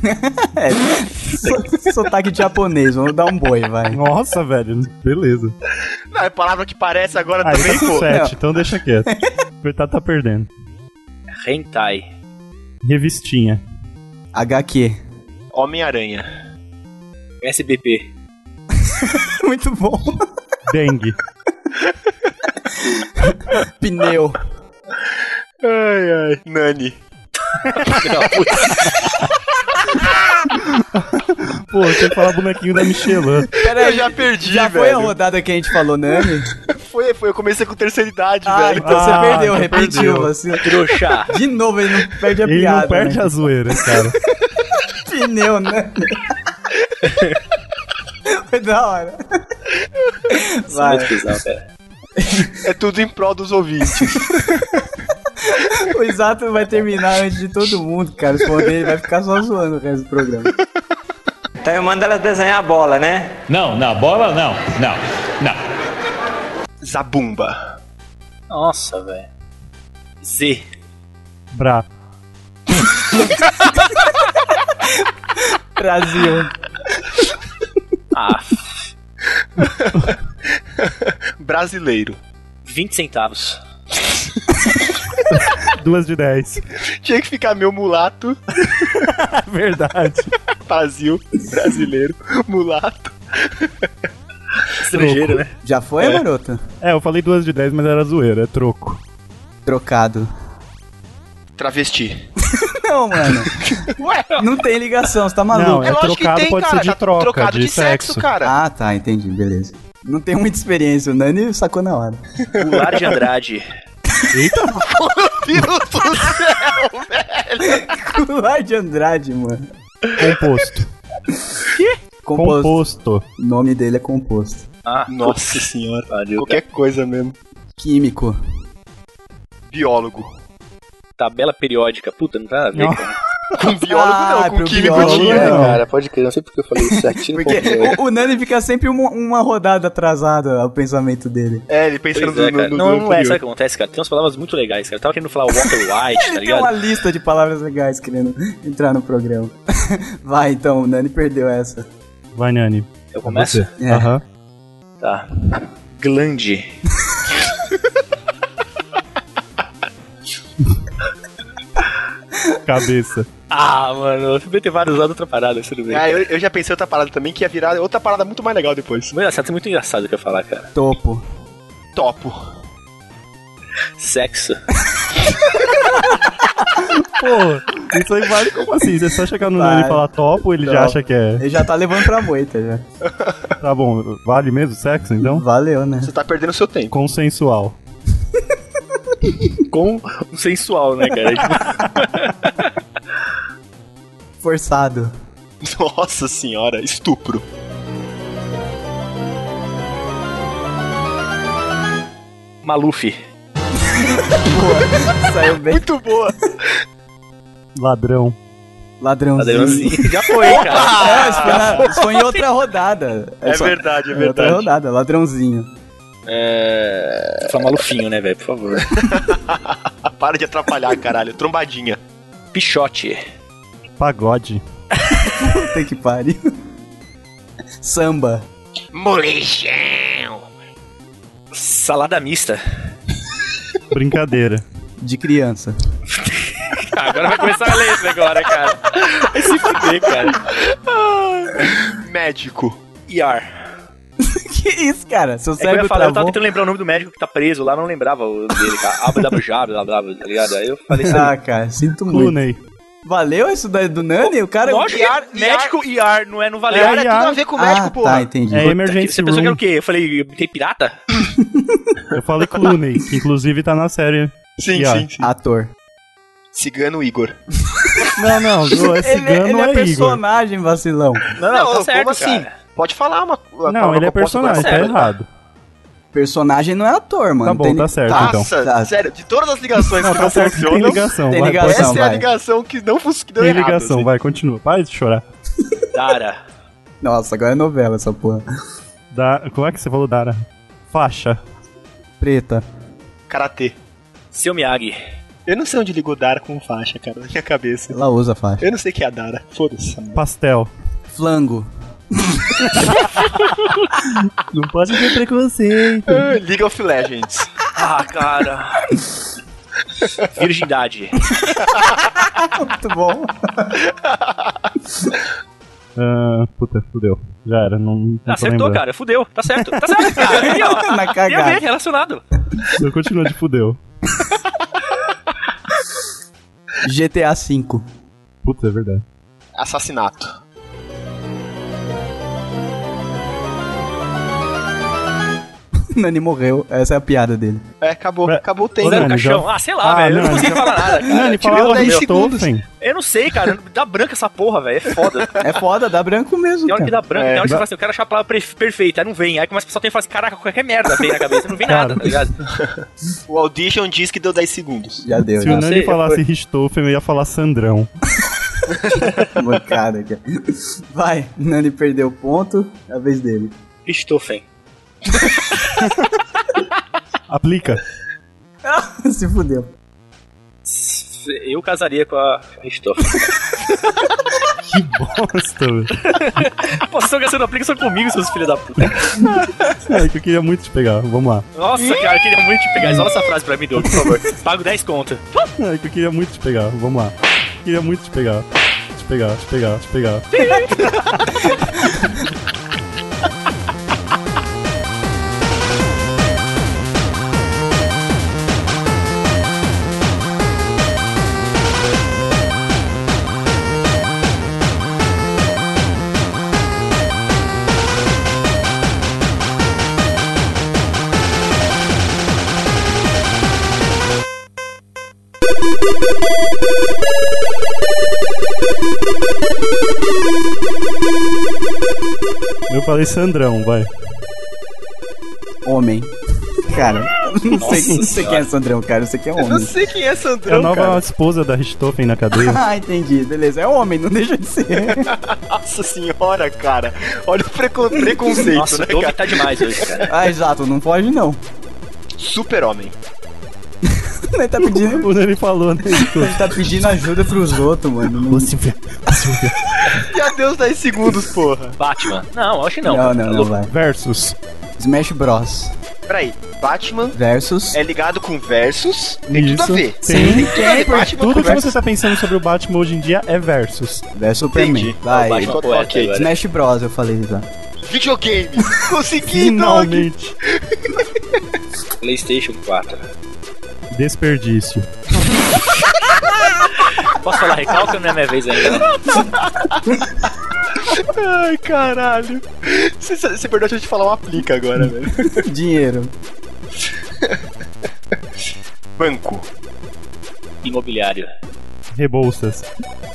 Speaker 1: Sotaque japonês, vamos dar um boi, vai.
Speaker 4: Nossa, velho. Beleza.
Speaker 2: Não, é palavra que parece agora
Speaker 4: Ah, ele
Speaker 2: também,
Speaker 4: tá com
Speaker 2: pô.
Speaker 4: 7, então deixa quieto. O Coitado tá perdendo.
Speaker 3: Hentai.
Speaker 4: Revistinha.
Speaker 1: HQ.
Speaker 2: Homem-Aranha.
Speaker 3: SBP.
Speaker 1: Muito bom.
Speaker 4: Dengue.
Speaker 1: Pneu.
Speaker 2: Ai, ai. Nani.
Speaker 4: Pô, eu tenho que falar bonequinho da Michelin.
Speaker 1: Pera
Speaker 2: Eu
Speaker 1: aí,
Speaker 2: já perdi,
Speaker 1: já
Speaker 2: velho.
Speaker 1: foi a rodada que a gente falou Nani?
Speaker 2: Foi, eu comecei com terceira idade,
Speaker 1: Ah,
Speaker 2: velho.
Speaker 1: então você
Speaker 4: Ah,
Speaker 1: perdeu,
Speaker 4: já
Speaker 1: repetiu.
Speaker 4: perdeu.
Speaker 1: Você...
Speaker 3: Trouxa.
Speaker 1: De novo, ele não perde a
Speaker 4: Ele
Speaker 1: piada.
Speaker 4: não perde
Speaker 1: né?
Speaker 4: a zoeira, cara.
Speaker 1: Pneu, Nani. Foi da hora. Vai.
Speaker 3: Muito bizarro, cara.
Speaker 2: É tudo em prol dos ouvintes.
Speaker 1: O Exato vai terminar antes de todo mundo, cara. Responder, ele vai ficar só zoando o resto do programa.
Speaker 6: Então eu mando elas desenhar a bola, né?
Speaker 7: Não, na bola não. Não, não.
Speaker 2: Zabumba.
Speaker 3: Nossa, velho. Z.
Speaker 4: Bra.
Speaker 1: Brasil.
Speaker 3: Ah,
Speaker 2: Brasileiro.
Speaker 3: 20 centavos.
Speaker 4: 2 de 10.
Speaker 2: Tinha que ficar meu mulato.
Speaker 4: Verdade.
Speaker 2: Brasil. Brasileiro. Mulato.
Speaker 3: Estrangeiro, né?
Speaker 1: Já foi, garoto?
Speaker 4: É, eu falei 2 de 10, mas era zoeira, é troco.
Speaker 1: Trocado.
Speaker 2: Travesti.
Speaker 1: Não, mano.
Speaker 2: Ué,
Speaker 1: Não tem ligação, você tá maluco.
Speaker 4: Não,
Speaker 2: é lógico que
Speaker 4: trocado
Speaker 2: tem,
Speaker 4: pode
Speaker 2: cara.
Speaker 4: ser de
Speaker 2: Tá
Speaker 4: troca,
Speaker 2: trocado
Speaker 4: de
Speaker 2: de sexo,
Speaker 4: sexo.
Speaker 2: cara.
Speaker 1: Ah, tá, entendi, beleza. Não tem muita experiência, o Nani sacou na hora.
Speaker 3: Goulart de Andrade.
Speaker 2: Deus do céu, velho.
Speaker 1: Goulart de Andrade, mano.
Speaker 4: Composto. Composto.
Speaker 1: O nome dele é composto.
Speaker 3: Ah,
Speaker 2: Nossa senhora.
Speaker 3: pariu.
Speaker 2: Qualquer coisa mesmo.
Speaker 1: Químico.
Speaker 2: Biólogo.
Speaker 3: Tabela periódica. Puta, não tem nada a ver,
Speaker 4: Não.
Speaker 3: cara.
Speaker 2: Com biólogo não, com
Speaker 1: pro
Speaker 2: químico
Speaker 1: biólogo
Speaker 2: tinha.
Speaker 1: não.
Speaker 3: Cara, pode crer. Não sei porque eu falei isso certinho.
Speaker 1: Porque o Nani fica sempre uma rodada atrasada ao pensamento dele.
Speaker 2: É, ele pensando
Speaker 3: Pois é, cara.
Speaker 2: no
Speaker 3: Não é,
Speaker 2: anterior.
Speaker 3: sabe o que acontece, cara? Tem umas palavras muito legais, cara. Eu tava querendo falar Walter White, tá
Speaker 1: Ele tem uma
Speaker 3: ligado?
Speaker 1: lista de palavras legais querendo entrar no programa. Vai, então, o Nani perdeu essa.
Speaker 4: Vai, Nani.
Speaker 3: Eu começo?
Speaker 4: Você.
Speaker 1: É.
Speaker 4: Aham.
Speaker 3: Tá. Glande.
Speaker 4: Cabeça.
Speaker 3: Ah, mano, eu também ter vários usado outra parada, tudo bem.
Speaker 2: Ah, eu já pensei outra parada também, que ia virar outra parada muito mais legal depois.
Speaker 3: Muito engraçado, muito engraçado o que eu ia falar, cara.
Speaker 1: Topo.
Speaker 2: Topo.
Speaker 3: Sexo.
Speaker 4: Pô, isso aí vale como assim? Você só chegar no
Speaker 1: Vale.
Speaker 4: Nani e falar topo, ele já
Speaker 1: Topo.
Speaker 4: acha que é.
Speaker 1: Ele já tá levando pra moita, já.
Speaker 4: Tá bom, vale mesmo sexo, então?
Speaker 1: Valeu, né?
Speaker 2: Você tá perdendo seu tempo.
Speaker 4: Consensual.
Speaker 3: Com o sensual, né, cara?
Speaker 1: Forçado.
Speaker 2: Nossa senhora, estupro.
Speaker 3: Maluf.
Speaker 1: Saiu bem.
Speaker 2: Muito boa.
Speaker 4: Ladrão.
Speaker 1: Ladrãozinho.
Speaker 3: Ladrãozinho. Já foi, cara.
Speaker 1: É, isso foi em outra rodada.
Speaker 2: É
Speaker 1: só-
Speaker 2: verdade, é
Speaker 1: em outra
Speaker 2: verdade.
Speaker 1: rodada, ladrãozinho.
Speaker 3: Vou falar malufinho, né, velho? Por favor.
Speaker 2: Para de atrapalhar, caralho. Trombadinha.
Speaker 3: Pichote.
Speaker 4: Pagode.
Speaker 1: Puta que pariu. Samba.
Speaker 2: Molichão.
Speaker 3: Salada mista.
Speaker 4: Brincadeira.
Speaker 1: De criança.
Speaker 3: Agora vai começar a ler agora, cara. Vai se fuder, cara.
Speaker 2: Médico.
Speaker 3: IR.
Speaker 1: Que isso, cara? Seu
Speaker 3: É que eu
Speaker 1: cérebro
Speaker 3: ia falar, eu tava
Speaker 1: travou?
Speaker 3: tentando lembrar o nome do médico que tá preso lá, mas não lembrava o dele, cara. Abdabujab, blá blá blá, tá ligado? Aí eu falei isso aí.
Speaker 1: Ah, cara, sinto muito.
Speaker 4: Clooney.
Speaker 1: Valeu isso daí do Nani? O cara...
Speaker 3: Lógico, médico IR, não é, não valeu.
Speaker 2: Cara, é tudo a ver com o médico,
Speaker 1: Ah,
Speaker 2: porra.
Speaker 1: tá, entendi.
Speaker 4: É emergency
Speaker 3: Você pensou que era
Speaker 4: room.
Speaker 3: o quê? Eu falei, tem pirata?
Speaker 4: Eu falei Clooney, que inclusive tá na série.
Speaker 2: Sim,
Speaker 4: Yeah.
Speaker 2: sim, sim.
Speaker 1: Ator.
Speaker 2: Cigano Igor.
Speaker 4: Não, não, é cigano
Speaker 1: ele
Speaker 4: ou
Speaker 1: é
Speaker 4: é Igor?
Speaker 1: personagem, vacilão.
Speaker 3: Não, tá certo,
Speaker 2: como assim?
Speaker 3: cara.
Speaker 2: Pode falar uma
Speaker 4: Não, ele é personagem, tá
Speaker 3: certo.
Speaker 4: errado.
Speaker 1: Personagem não é ator, mano.
Speaker 4: Tá bom, tá certo então.
Speaker 2: Nossa,
Speaker 1: Tá.
Speaker 2: sério, de todas as ligações
Speaker 4: Não,
Speaker 2: que
Speaker 4: tá
Speaker 2: não
Speaker 4: certo que tem
Speaker 2: funcionam,
Speaker 4: ligação.
Speaker 1: Tem
Speaker 4: vai,
Speaker 1: ligação.
Speaker 4: pode-
Speaker 2: essa é a
Speaker 1: vai.
Speaker 2: ligação que não que deu
Speaker 4: Tem
Speaker 2: errado.
Speaker 4: ligação,
Speaker 2: assim.
Speaker 4: vai, continua. Para de chorar.
Speaker 3: Dara.
Speaker 1: Nossa, agora é novela essa porra.
Speaker 4: Como é que você falou, Dara? Faixa.
Speaker 1: Preta.
Speaker 2: Karatê.
Speaker 3: Seu Miyagi.
Speaker 2: Eu não sei onde ligou Dara com faixa, cara, na minha cabeça.
Speaker 1: Ela usa faixa.
Speaker 2: Eu não sei o que é a Dara. Foda-se.
Speaker 4: Pastel.
Speaker 1: Flango.
Speaker 4: Não pode ter preconceito.
Speaker 2: League of Legends.
Speaker 3: Ah, cara. Virgindade.
Speaker 1: Muito bom.
Speaker 4: Puta, fudeu. Já era, não tô
Speaker 3: Acertou,
Speaker 4: lembrando.
Speaker 3: cara. Fudeu. Tá certo, cara. Aqui, ó.
Speaker 1: Na
Speaker 3: Tem a ver,
Speaker 1: cagada.
Speaker 3: relacionado.
Speaker 4: Eu continuo de fudeu.
Speaker 1: GTA V.
Speaker 4: Puta, é verdade.
Speaker 2: Assassinato.
Speaker 1: Nani morreu. Essa é a piada dele.
Speaker 2: É, acabou o tempo.
Speaker 3: Zero
Speaker 4: Nani,
Speaker 3: caixão.
Speaker 4: já-
Speaker 3: Ah, sei lá, velho. Eu não
Speaker 4: Nani,
Speaker 3: consigo
Speaker 4: já-
Speaker 3: falar nada, cara.
Speaker 4: Nani,
Speaker 2: tirou
Speaker 4: falava
Speaker 2: 10 segundos.
Speaker 4: Richthofen.
Speaker 3: Eu não sei, cara. Dá branca essa porra, velho. É foda.
Speaker 1: É foda, dá branco mesmo,
Speaker 3: Tem hora que
Speaker 1: cara.
Speaker 3: dá branca, tem hora que você fala assim, eu quero achar a palavra perfeita, aí não vem. Aí começa a pessoa tem que falar assim, caraca, qualquer merda vem na cabeça, não vem
Speaker 4: Cara.
Speaker 3: nada, tá ligado?
Speaker 2: O Audition diz que deu 10 segundos.
Speaker 1: Já deu,
Speaker 4: Se o
Speaker 1: já.
Speaker 4: Nani
Speaker 3: sei,
Speaker 4: falasse
Speaker 3: foi.
Speaker 4: Richthofen, eu ia falar Sandrão.
Speaker 1: Mancada, cara. Vai, Nani perdeu o ponto. É a vez dele.
Speaker 3: Richthofen.
Speaker 4: Aplica.
Speaker 1: Se fudeu.
Speaker 3: Eu casaria com a Richthofen.
Speaker 4: Que bosta, velho.
Speaker 3: Pô, vocês estão gastando aplicação comigo, seus filhos da puta.
Speaker 4: É que eu queria muito te pegar. Vamos lá.
Speaker 3: Nossa, cara, eu queria muito te pegar. Isola essa frase pra mim, Doug, por favor. Pago 10 conto.
Speaker 4: É que eu queria muito te pegar. Vamos lá. Queria muito te pegar. Te pegar, te pegar, te pegar. Eu falei Sandrão, vai.
Speaker 1: Homem. Cara, não sei quem é Sandrão, cara. Eu sei que é
Speaker 2: Eu não
Speaker 1: homem.
Speaker 2: sei quem é
Speaker 4: É a
Speaker 2: Sandrão,
Speaker 4: nova
Speaker 2: cara.
Speaker 4: esposa da Richthofen na cadeia.
Speaker 1: Ah, entendi. Beleza. É homem, não deixa de ser.
Speaker 2: Nossa senhora, cara. Olha o preconceito,
Speaker 3: Nossa,
Speaker 2: né,
Speaker 3: o Doug
Speaker 2: cara?
Speaker 3: tá demais hoje, cara.
Speaker 1: Ah, exato. Não foge, não.
Speaker 2: Super-homem.
Speaker 1: Ele tá pedindo...
Speaker 4: Quando ele falou, né?
Speaker 1: Ele tá pedindo ajuda pros outros, mano. Não...
Speaker 4: Você vê.
Speaker 2: E adeus 10 segundos, porra.
Speaker 3: Batman. Não, acho que não.
Speaker 1: Não, vai.
Speaker 4: Versus.
Speaker 1: Smash Bros.
Speaker 2: Peraí, Batman
Speaker 1: Versus...
Speaker 2: é ligado com Versus, tem tudo a
Speaker 4: Isso.
Speaker 2: ver.
Speaker 4: Tem.
Speaker 2: Tem tudo a ver, Batman
Speaker 4: Tudo
Speaker 2: com
Speaker 4: que você
Speaker 2: Versus.
Speaker 4: tá pensando sobre o Batman hoje em dia é Versus.
Speaker 1: Versus Superman.
Speaker 2: Entendi.
Speaker 1: Vai.
Speaker 3: Batman poeta
Speaker 2: ok.
Speaker 3: agora.
Speaker 1: Smash Bros, eu falei já.
Speaker 2: Videogame. Consegui, Doug.
Speaker 4: Finalmente.
Speaker 3: PlayStation 4.
Speaker 4: Desperdício.
Speaker 3: Posso falar recalque ou não é minha vez ainda?
Speaker 2: Ai, caralho. Você perdeu a chance de falar um aplica agora, velho.
Speaker 1: Dinheiro.
Speaker 2: Banco.
Speaker 3: Imobiliário.
Speaker 4: Rebouças.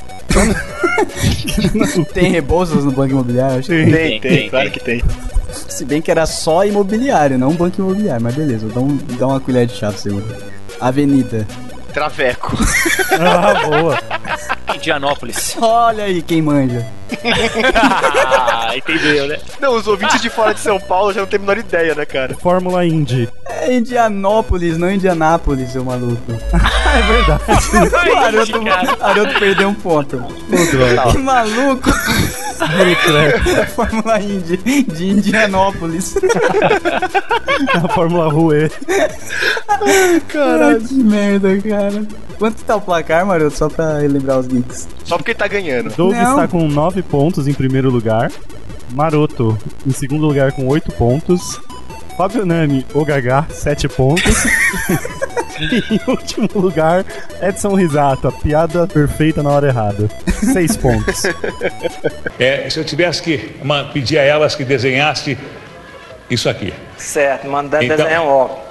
Speaker 1: Tem Rebouças no banco imobiliário? Acho que...
Speaker 3: Tem,
Speaker 2: claro que tem.
Speaker 1: Se bem que era só imobiliário, não banco imobiliário. Mas beleza, vou dar uma colher de chá pra você. Avenida.
Speaker 2: Traveco.
Speaker 4: Ah, boa.
Speaker 3: Indianópolis.
Speaker 1: Olha aí quem manja.
Speaker 3: Entendeu, né?
Speaker 2: Não, os ouvintes de fora de São Paulo já não têm a menor ideia, né, cara?
Speaker 4: Fórmula Indy.
Speaker 1: É Indianópolis, não Indianápolis, seu maluco.
Speaker 4: É verdade.
Speaker 1: O Haroldo perdeu um ponto. Que maluco. Fórmula Indy de Indianópolis.
Speaker 4: A Fórmula Rue.
Speaker 1: Caralho, que merda, cara. Quanto tá o placar, Maroto? Só pra relembrar os geeks.
Speaker 2: Só porque ele tá ganhando.
Speaker 4: Doug
Speaker 1: Não.
Speaker 4: está com 9 pontos em primeiro lugar. Maroto em segundo lugar com 8 pontos. Fábio Nani, o Gagá, 7 pontos. E em último lugar, Edson Risato, a piada perfeita na hora errada. 6 pontos.
Speaker 7: Se eu tivesse que pedir a elas que desenhasse isso aqui.
Speaker 6: Certo, mandando
Speaker 7: Então-
Speaker 6: desenhar um óculos.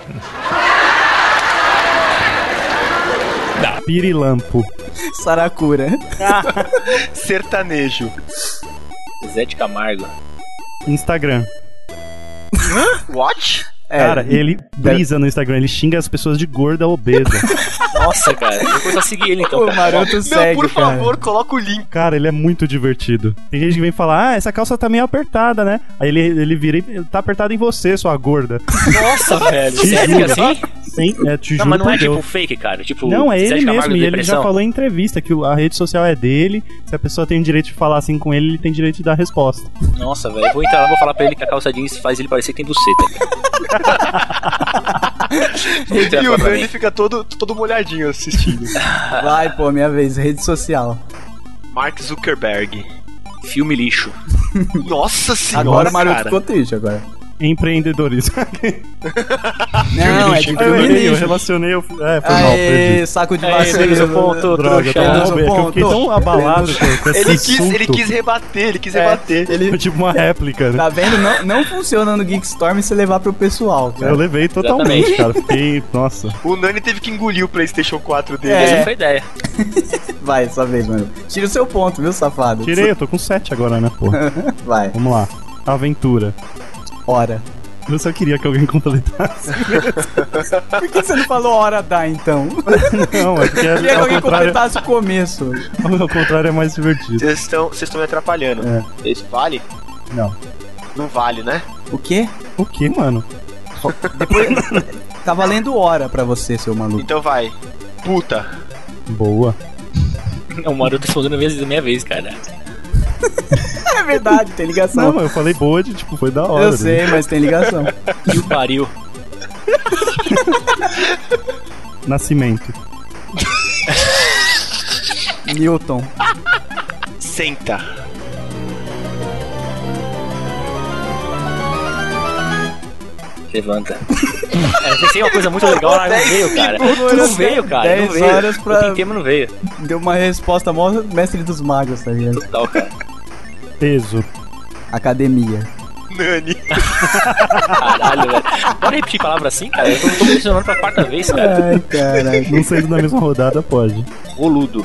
Speaker 4: Pirilampo.
Speaker 1: Saracura.
Speaker 2: Sertanejo.
Speaker 3: Zé de Camargo.
Speaker 4: Instagram.
Speaker 2: What?
Speaker 4: Cara, ele brisa no Instagram, ele xinga as pessoas de gorda obesa.
Speaker 3: Nossa, cara. Eu vou só seguir ele então.
Speaker 1: O Maroto
Speaker 2: Não,
Speaker 1: segue,
Speaker 2: por
Speaker 1: cara.
Speaker 2: favor, coloca o link.
Speaker 4: Cara, ele é muito divertido. Tem gente que vem falar, essa calça tá meio apertada, né? Aí ele vira e tá apertada em você, sua gorda.
Speaker 3: Nossa, velho.
Speaker 4: Te
Speaker 3: Sério
Speaker 4: juro.
Speaker 3: assim?
Speaker 4: Sim, te
Speaker 3: Não,
Speaker 4: juro
Speaker 3: mas não
Speaker 4: por
Speaker 3: é
Speaker 4: Deus.
Speaker 3: tipo fake, cara. Tipo,
Speaker 4: Não, é
Speaker 3: Zé
Speaker 4: ele
Speaker 3: de Camargo
Speaker 4: mesmo, e
Speaker 3: de
Speaker 4: ele já
Speaker 3: depressão.
Speaker 4: falou em entrevista que a rede social é dele, se a pessoa tem direito de falar assim com ele tem direito de dar resposta.
Speaker 3: Nossa, velho. Eu vou entrar lá, vou falar pra ele que a calça jeans faz ele parecer que tem buceta. Vou entrar
Speaker 2: E o
Speaker 3: pra
Speaker 2: Dani
Speaker 3: mim.
Speaker 2: fica todo molhadinho assistindo.
Speaker 1: Vai, pô, minha vez. Rede social.
Speaker 2: Mark Zuckerberg.
Speaker 3: Filme lixo.
Speaker 2: Nossa senhora,
Speaker 1: Agora o Maroto
Speaker 2: cara.
Speaker 1: ficou triste agora.
Speaker 4: Empreendedorismo.
Speaker 1: Não, é de filme
Speaker 4: eu
Speaker 1: lixo.
Speaker 4: relacionei o... foi mal,
Speaker 1: Aê,
Speaker 4: perdi.
Speaker 1: saco de
Speaker 3: Aí,
Speaker 1: vacina.
Speaker 3: pega seu ponto,
Speaker 4: Droga,
Speaker 3: trouxa.
Speaker 4: tá
Speaker 1: Perdeu
Speaker 4: bom,
Speaker 1: seu
Speaker 4: é que eu
Speaker 1: ponto.
Speaker 4: fiquei tão abalado com esse assunto.
Speaker 2: Ele quis rebater,
Speaker 1: Ele,
Speaker 4: Foi tipo uma réplica, né?
Speaker 1: tá vendo? Não funciona no Geekstorm se levar pro pessoal, cara.
Speaker 4: Eu levei totalmente,
Speaker 3: Exatamente.
Speaker 4: cara. Fiquei... Nossa.
Speaker 2: O Nani teve que engolir o PlayStation 4 dele.
Speaker 1: É.
Speaker 3: Essa foi a ideia.
Speaker 1: Vai, sua vez, mano. Tira o seu ponto, viu, safado?
Speaker 4: Tirei, eu tô com 7 agora, né, pô?
Speaker 1: Vai.
Speaker 4: Vamos lá. Aventura.
Speaker 1: Hora.
Speaker 4: Eu só queria que alguém completasse.
Speaker 1: Por que você não falou hora dá, então?
Speaker 4: Não, é porque
Speaker 1: Queria que
Speaker 4: ao
Speaker 1: alguém
Speaker 4: contrário,
Speaker 1: completasse o começo.
Speaker 4: ao contrário é mais divertido.
Speaker 2: Vocês estão me atrapalhando.
Speaker 4: É.
Speaker 2: Esse vale?
Speaker 4: Não.
Speaker 2: Não vale, né?
Speaker 1: O quê?
Speaker 4: O que, mano?
Speaker 1: Depois... Tá valendo hora pra você, seu maluco.
Speaker 2: Então vai. Puta.
Speaker 4: Boa.
Speaker 3: Não, mano, eu tô respondendo a minha vez, cara.
Speaker 1: É verdade, tem ligação.
Speaker 4: Não, eu falei boa de, tipo, foi da hora.
Speaker 1: Eu
Speaker 4: né?
Speaker 1: sei, mas tem ligação.
Speaker 3: Que o pariu.
Speaker 4: Nascimento.
Speaker 1: Newton.
Speaker 2: Senta.
Speaker 3: Levanta. Cara, eu pensei em uma coisa muito legal, mas não veio, cara. Não veio, cara. Não
Speaker 1: 10
Speaker 3: veio.
Speaker 1: horas pra-
Speaker 3: O tema não veio.
Speaker 1: Deu uma resposta mó mestre dos magos, tá ligado?
Speaker 3: Total, cara.
Speaker 4: Peso.
Speaker 1: Academia.
Speaker 2: Nani.
Speaker 3: Caralho, velho. Pode repetir palavra assim, cara? Eu tô mencionando pra quarta vez, cara.
Speaker 1: Ai, caralho.
Speaker 4: Não sendo na mesma rodada, pode.
Speaker 3: Roludo.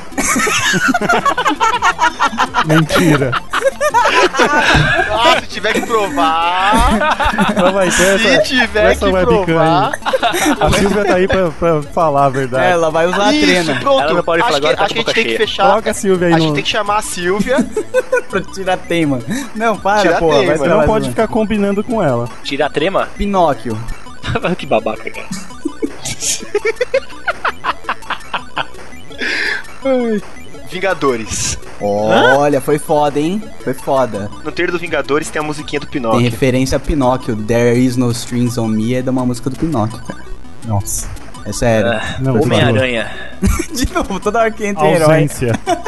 Speaker 4: Mentira.
Speaker 2: Ah, se tiver que provar.
Speaker 4: Não vai ter
Speaker 2: Se
Speaker 4: essa,
Speaker 2: tiver
Speaker 4: essa
Speaker 2: que
Speaker 4: webcam
Speaker 2: provar.
Speaker 4: aí. A Silvia tá aí pra falar a verdade.
Speaker 1: Ela vai usar a
Speaker 2: Isso,
Speaker 1: trena
Speaker 2: pronto.
Speaker 3: Ela não pode falar
Speaker 2: acho
Speaker 3: agora,
Speaker 2: que,
Speaker 3: tá
Speaker 2: acho
Speaker 3: de
Speaker 2: que a gente
Speaker 3: boca
Speaker 2: tem que
Speaker 3: cheia.
Speaker 2: fechar.
Speaker 4: Coloca a Silvia aí
Speaker 2: A gente
Speaker 4: no...
Speaker 2: tem que chamar a Silvia.
Speaker 1: pra tirar teima. Não, para,
Speaker 2: Tira
Speaker 1: pô.
Speaker 2: teima,
Speaker 1: Vai
Speaker 4: Você
Speaker 1: pra
Speaker 4: não
Speaker 1: mais
Speaker 4: pode
Speaker 1: uma.
Speaker 4: ficar combinando com ela.
Speaker 3: Tirar a trema?
Speaker 1: Pinóquio.
Speaker 3: Que babaca, cara.
Speaker 2: Vingadores.
Speaker 1: Olha, foi foda, hein? Foi foda.
Speaker 2: No trailer do Vingadores tem a musiquinha do
Speaker 1: Tem
Speaker 2: Pinóquio.
Speaker 1: referência a Pinóquio. There is no strings on me é de uma música do Pinóquio, cara.
Speaker 4: Nossa.
Speaker 1: É sério.
Speaker 4: Não,
Speaker 3: Homem-Aranha.
Speaker 1: De novo, toda hora que entra herói.
Speaker 4: ausência.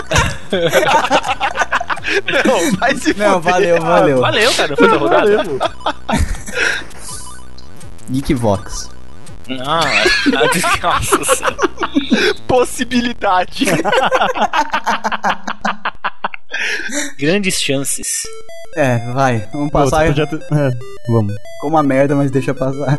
Speaker 2: Não, vai se
Speaker 1: Não,
Speaker 2: fuder.
Speaker 1: valeu.
Speaker 3: Valeu, cara. Não foi da rodada?
Speaker 1: Geekvox.
Speaker 3: Nossa senhora.
Speaker 2: Possibilidade.
Speaker 3: Grandes chances.
Speaker 1: É, vai. Vamos
Speaker 4: Pô,
Speaker 1: passar
Speaker 4: você podia ter... vamos.
Speaker 1: com uma merda, mas deixa passar.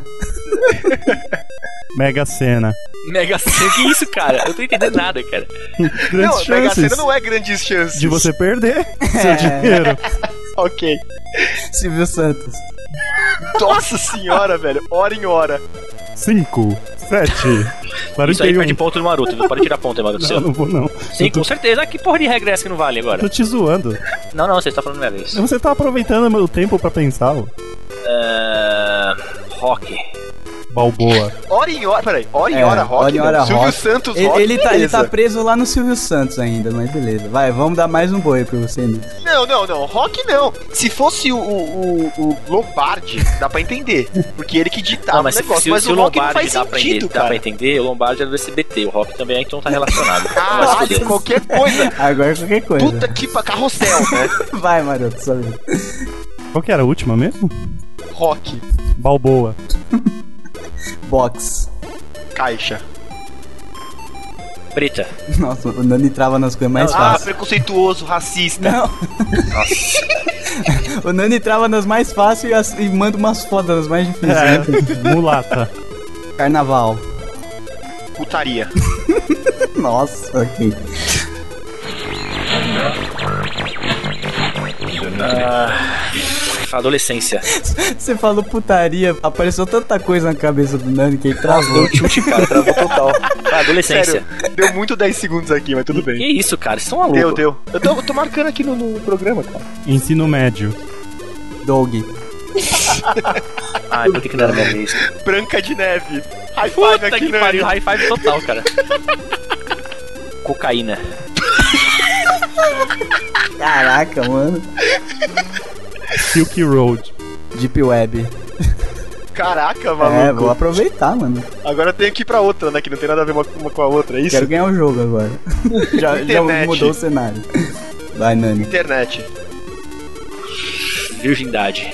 Speaker 4: Mega Sena.
Speaker 3: Mega Sena, que isso, cara? Eu não tô entendendo nada, cara.
Speaker 4: Grandes
Speaker 2: Não, Mega
Speaker 4: chances
Speaker 2: Sena não é grandes chances.
Speaker 4: de você perder seu dinheiro.
Speaker 2: Ok.
Speaker 1: Silvio Santos.
Speaker 2: Nossa senhora, velho. Hora em hora.
Speaker 4: 5, 7,
Speaker 3: Isso aí
Speaker 4: 41.
Speaker 3: perde ponto do Maroto, viu? Pode tirar ponto aí, Maroto.
Speaker 4: Não,
Speaker 3: Seu.
Speaker 4: não vou não.
Speaker 3: Sim, com certeza. Ah, que porra de regra é essa que não vale agora?
Speaker 4: Tô te zoando.
Speaker 3: Não, você está falando minha vez.
Speaker 4: Você tá aproveitando meu tempo pra pensar, ó.
Speaker 3: Rock.
Speaker 4: Balboa.
Speaker 2: Hora em hora. Peraí. Hora em
Speaker 1: É,
Speaker 2: hora, Rock.
Speaker 1: hora em hora,
Speaker 2: não. Silvio
Speaker 1: Rock.
Speaker 2: Santos,
Speaker 1: Ele,
Speaker 2: Rock.
Speaker 1: ele tá
Speaker 2: beleza.
Speaker 1: preso lá no Silvio Santos ainda, mas beleza. Vai, vamos dar mais um boi pra você, né?
Speaker 2: Não. Rock não. Se fosse o Lombardi, dá pra entender. Porque ele que ditava
Speaker 3: Não, mas
Speaker 2: o negócio.
Speaker 3: se
Speaker 2: Mas
Speaker 3: o
Speaker 2: o Rock não
Speaker 3: Lombardi
Speaker 2: faz
Speaker 3: dá pra
Speaker 2: sentido,
Speaker 3: dá pra
Speaker 2: cara.
Speaker 3: entender, o Lombardi é do SBT, o Rock também, então tá relacionado.
Speaker 2: Caralho, qualquer coisa.
Speaker 1: Agora qualquer coisa.
Speaker 2: Puta que pra carrossel, né?
Speaker 1: Vai, maroto, só vez.
Speaker 4: Qual que era a última mesmo?
Speaker 2: Rock.
Speaker 4: Balboa.
Speaker 1: Box.
Speaker 2: Caixa.
Speaker 3: Preta.
Speaker 1: Nossa, o Nani trava nas coisas mais
Speaker 2: Ah,
Speaker 1: fáceis.
Speaker 2: preconceituoso, racista.
Speaker 1: Não. O Nani trava nas mais fáceis e manda umas fodas nas mais difíceis. né?
Speaker 4: Mulata.
Speaker 1: Carnaval.
Speaker 2: Putaria.
Speaker 1: Nossa, ok.
Speaker 3: Adolescência.
Speaker 1: Você falou putaria, apareceu tanta coisa na cabeça do Nani que ele
Speaker 3: Deu
Speaker 1: travou.
Speaker 3: um chute, cara, travou total. Adolescência.
Speaker 2: Sério, deu muito 10 segundos aqui, mas tudo
Speaker 3: Que
Speaker 2: bem.
Speaker 3: isso, cara? Vocês são malucos.
Speaker 2: Deu. Eu tô marcando aqui no programa, cara.
Speaker 4: Ensino médio.
Speaker 1: Doug.
Speaker 3: Ai, por que não era minha vez?
Speaker 2: Branca de Neve. High five
Speaker 3: Puta
Speaker 2: aqui,
Speaker 3: que
Speaker 2: né?
Speaker 3: pariu, high five total, cara. Cocaína.
Speaker 1: Caraca, mano.
Speaker 4: Silk Road.
Speaker 1: Deep Web.
Speaker 2: Caraca,
Speaker 1: É,
Speaker 2: maluco.
Speaker 1: vou aproveitar, mano.
Speaker 2: Agora eu tenho que ir pra outra, né? Que não tem nada a ver uma com a outra, é isso?
Speaker 1: Quero ganhar o jogo agora. já
Speaker 2: Internet.
Speaker 1: mudou o cenário. Vai, Nani.
Speaker 2: Internet.
Speaker 3: Virgindade.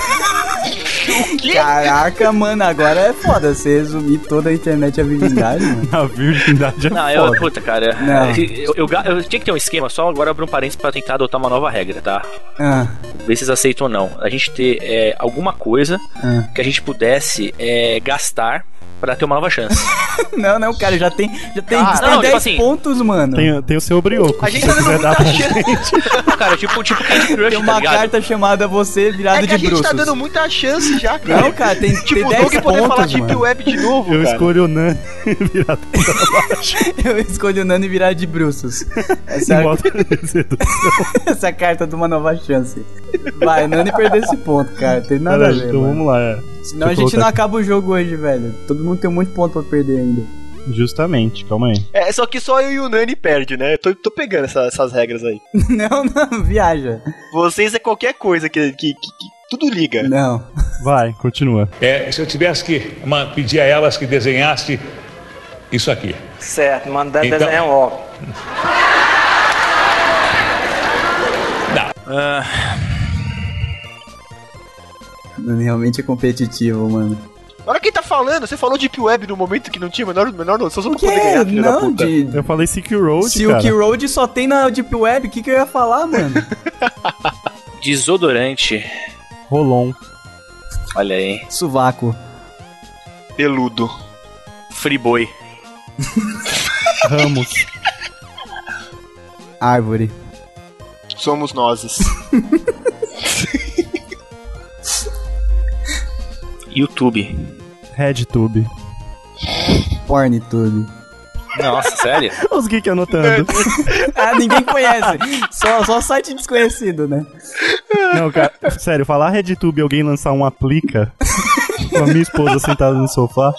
Speaker 1: Caraca, mano, agora é foda você resumir toda a internet à virgindade, mano.
Speaker 4: A virgindade é
Speaker 3: Não,
Speaker 4: foda.
Speaker 3: puta, cara.
Speaker 1: Não.
Speaker 3: Eu tinha que ter um esquema, só agora abrir um parênteses pra tentar adotar uma nova regra, tá?
Speaker 1: Ah,
Speaker 3: Ver se vocês aceitam ou não. A gente ter alguma coisa
Speaker 1: ah.
Speaker 3: que a gente pudesse gastar pra ter uma nova chance.
Speaker 1: Não, cara, já tem
Speaker 2: Cara,
Speaker 3: não,
Speaker 1: 10
Speaker 3: tipo assim,
Speaker 1: pontos, mano.
Speaker 4: Tem o seu brioco.
Speaker 2: A
Speaker 4: Se
Speaker 2: gente
Speaker 4: você
Speaker 2: tá dando
Speaker 4: quiser dar
Speaker 2: muita
Speaker 4: pra
Speaker 2: chance.
Speaker 4: gente.
Speaker 3: Não, cara, tipo Candy Crush,
Speaker 1: Tem
Speaker 3: tá
Speaker 1: uma
Speaker 3: ligado?
Speaker 1: carta chamada você virado
Speaker 2: É que
Speaker 1: de
Speaker 2: a gente
Speaker 1: bruços.
Speaker 2: tá dando muita chance já, cara.
Speaker 1: Não, cara, tem
Speaker 2: Tipo, o
Speaker 1: 10
Speaker 2: Doug poder falar
Speaker 1: pontos,
Speaker 2: Deep
Speaker 1: mano.
Speaker 2: Web de novo,
Speaker 4: Eu
Speaker 2: cara.
Speaker 4: escolho o Nani virado
Speaker 1: Eu escolho o Nani virar de bruços. Essa,
Speaker 4: em modo de sedução.
Speaker 1: essa carta de uma nova chance. Vai, o Nani perdeu esse ponto, cara. Tem nada a
Speaker 4: Peraí,
Speaker 1: ver,
Speaker 4: então
Speaker 1: mano.
Speaker 4: vamos lá.
Speaker 1: Senão a
Speaker 4: Deixa eu
Speaker 1: gente não
Speaker 4: colocar
Speaker 1: acaba o jogo hoje, velho. Todo mundo tem muito ponto pra perder ainda.
Speaker 4: aqui. Justamente, calma aí.
Speaker 2: É, só que só eu e o Nani perde, né? Eu tô pegando essas regras aí.
Speaker 1: Não, viaja.
Speaker 2: Vocês é qualquer coisa que tudo liga.
Speaker 1: Não.
Speaker 4: Vai, continua.
Speaker 7: Se eu tivesse que pedir a elas que desenhasse isso aqui.
Speaker 6: Certo, mandar
Speaker 7: Então-
Speaker 6: desenhar um óculos.
Speaker 1: Nani realmente é competitivo, mano.
Speaker 2: Olha quem tá falando, você falou Deep Web no momento que não tinha menor noção só
Speaker 1: O
Speaker 2: pra
Speaker 1: que
Speaker 2: poder ganhar, filho da
Speaker 1: Não,
Speaker 2: puta.
Speaker 4: Eu falei Silk Road,
Speaker 1: Silk
Speaker 4: cara.
Speaker 1: Road só tem na Deep Web. O que eu ia falar, mano?
Speaker 3: Desodorante.
Speaker 4: Rolon.
Speaker 3: Olha aí.
Speaker 1: Sovaco.
Speaker 2: Peludo.
Speaker 3: Friboi.
Speaker 4: Ramos.
Speaker 1: Árvore.
Speaker 2: Somos nozes.
Speaker 3: YouTube.
Speaker 4: RedTube.
Speaker 1: Pornitube.
Speaker 3: Nossa, sério?
Speaker 4: Os geeks anotando.
Speaker 1: Ah, ninguém conhece. Só site desconhecido, né?
Speaker 4: Não, cara, sério, falar RedTube e alguém lançar um aplica com a minha esposa sentada no sofá.